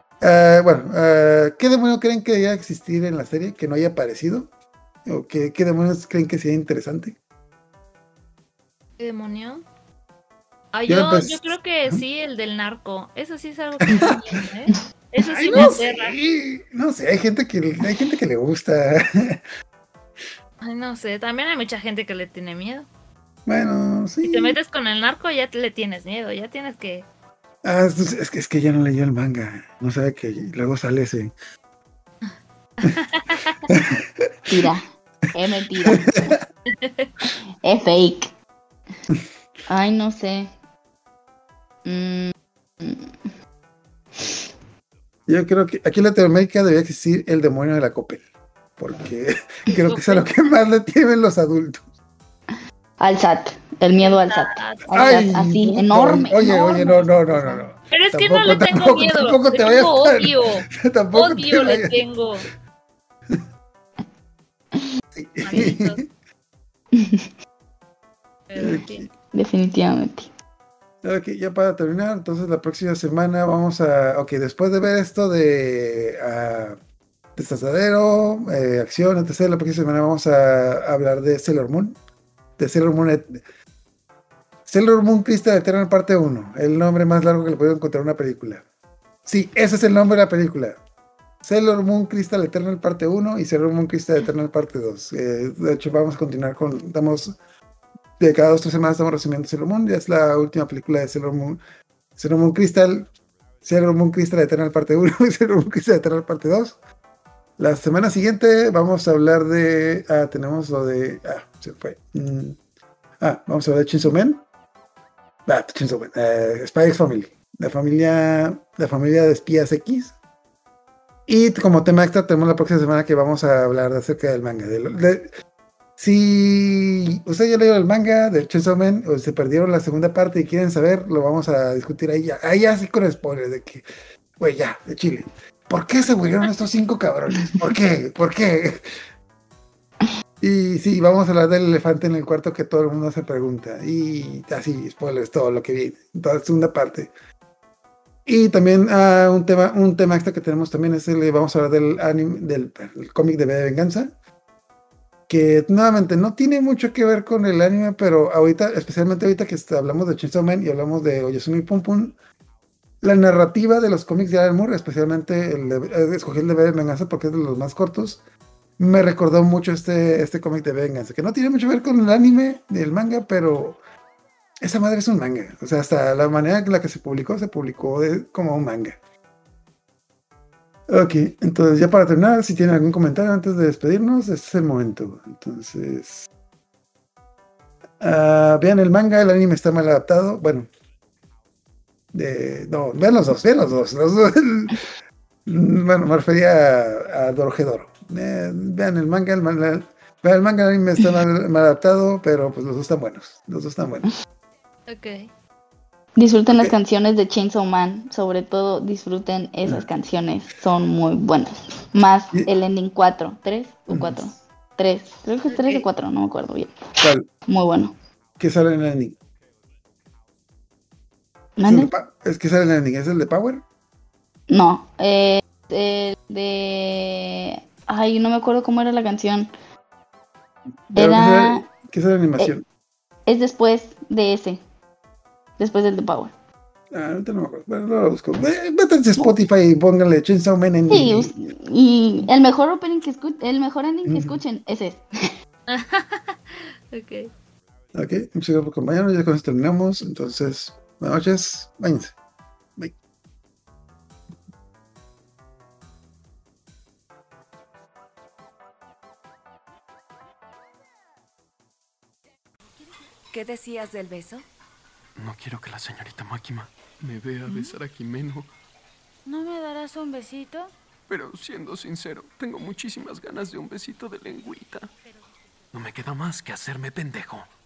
¿Qué demonio creen que debería existir en la serie que no haya aparecido? ¿O qué demonios creen que sea interesante? ¿Qué demonio? Yo creo que sí, el del narco. Eso sí es algo que me ¿eh? Eso sí me aterra. No sé, hay gente que le gusta. Ay, no sé, también hay mucha gente que le tiene miedo. Bueno, sí. Si te metes con el narco ya le tienes miedo, ya tienes que... es que ya no leyó el manga. No sabe que luego sale ese. Mentira. Es mentira. Es fake. Ay, no sé. Yo creo que aquí en Latinoamérica debería existir el demonio de la Coppel, porque creo que es a lo que más le temen los adultos. Al SAT, el miedo al SAT. Ay, así, enorme. Oye, no. Pero es que no le tengo miedo, tampoco le te vayas tengo odio. Tampoco Odio le tengo. Definitivamente. Ok, ya para terminar, entonces la próxima semana vamos después de ver esto de Destazadero, acción, etc., la próxima semana vamos a hablar de Sailor Moon, Sailor Moon Crystal Eternal parte 1, el nombre más largo que le puedo encontrar en una película. Sí, ese es el nombre de la película. Sailor Moon Crystal Eternal parte 1 y Sailor Moon Crystal Eternal parte 2. De hecho, vamos a continuar de cada 2 o 3 semanas estamos resumiendo Sailor Moon. Ya es la última película de Sailor Moon Crystal Eternal parte 1 y Sailor Moon Crystal Eternal parte 2. La semana siguiente vamos a hablar de... tenemos lo de... se fue. Vamos a hablar de Chainsaw Man. Spy X Family. La familia de espías X. Y como tema extra tenemos la próxima semana que vamos a hablar acerca del manga. Si ustedes ya leyeron el manga de Chainsaw Man o se perdieron la segunda parte y quieren saber, lo vamos a discutir ahí así con spoilers de que, güey, ya, de Chile. ¿Por qué se murieron estos 5 cabrones? ¿Por qué? Y sí, vamos a hablar del elefante en el cuarto que todo el mundo se pregunta. Y así, spoilers, todo lo que viene. Toda la segunda parte. Y también un tema extra que tenemos también es vamos a hablar del anime, del cómic de V de Venganza. Que nuevamente no tiene mucho que ver con el anime, pero especialmente ahorita que hablamos de Chainsaw Man y hablamos de Oyasumi Pum Pum, la narrativa de los cómics de Alan Moore, especialmente escogí el de V de Venganza porque es de los más cortos, me recordó mucho este cómic de Venganza, que no tiene mucho que ver con el anime ni el manga, pero esa madre es un manga. O sea, hasta la manera en la que se publicó como un manga. Ok, entonces ya para terminar, si tienen algún comentario antes de despedirnos, este es el momento. Entonces, vean el manga, el anime está mal adaptado. Bueno, no, vean los dos. Bueno, me refería a Dorohedoro. Vean el manga, el anime está mal adaptado, pero pues los dos están buenos. Ok. Disfruten las canciones de Chainsaw Man, sobre todo disfruten esas canciones, son muy buenas. Más el ending 4, 3 o 4. 3. Creo que es 3 o 4, no me acuerdo bien. ¿Cuál? Muy bueno. ¿Qué sale en el ending? ¿Mande? ¿Es que sale en el ending? ¿Es el de Power? No, el de... Ay, no me acuerdo cómo era la canción. Pero Era... ¿qué sale en animación? Es después de ese. Después del de Power. Ahorita no me acuerdo. Bueno, no lo busco. Métanse a Spotify y pónganle Chainsaw Man en Sí, y el mejor opening que el mejor ending que escuchen es ese. Ok. Ok, muchas gracias por acompañarnos. Ya con eso terminamos. Entonces, buenas noches. Váyanse. Bye. ¿Qué decías del beso? No quiero que la señorita Máquina me vea besar a Jimeno. ¿No me darás un besito? Pero siendo sincero, tengo muchísimas ganas de un besito de lengüita. No me queda más que hacerme pendejo.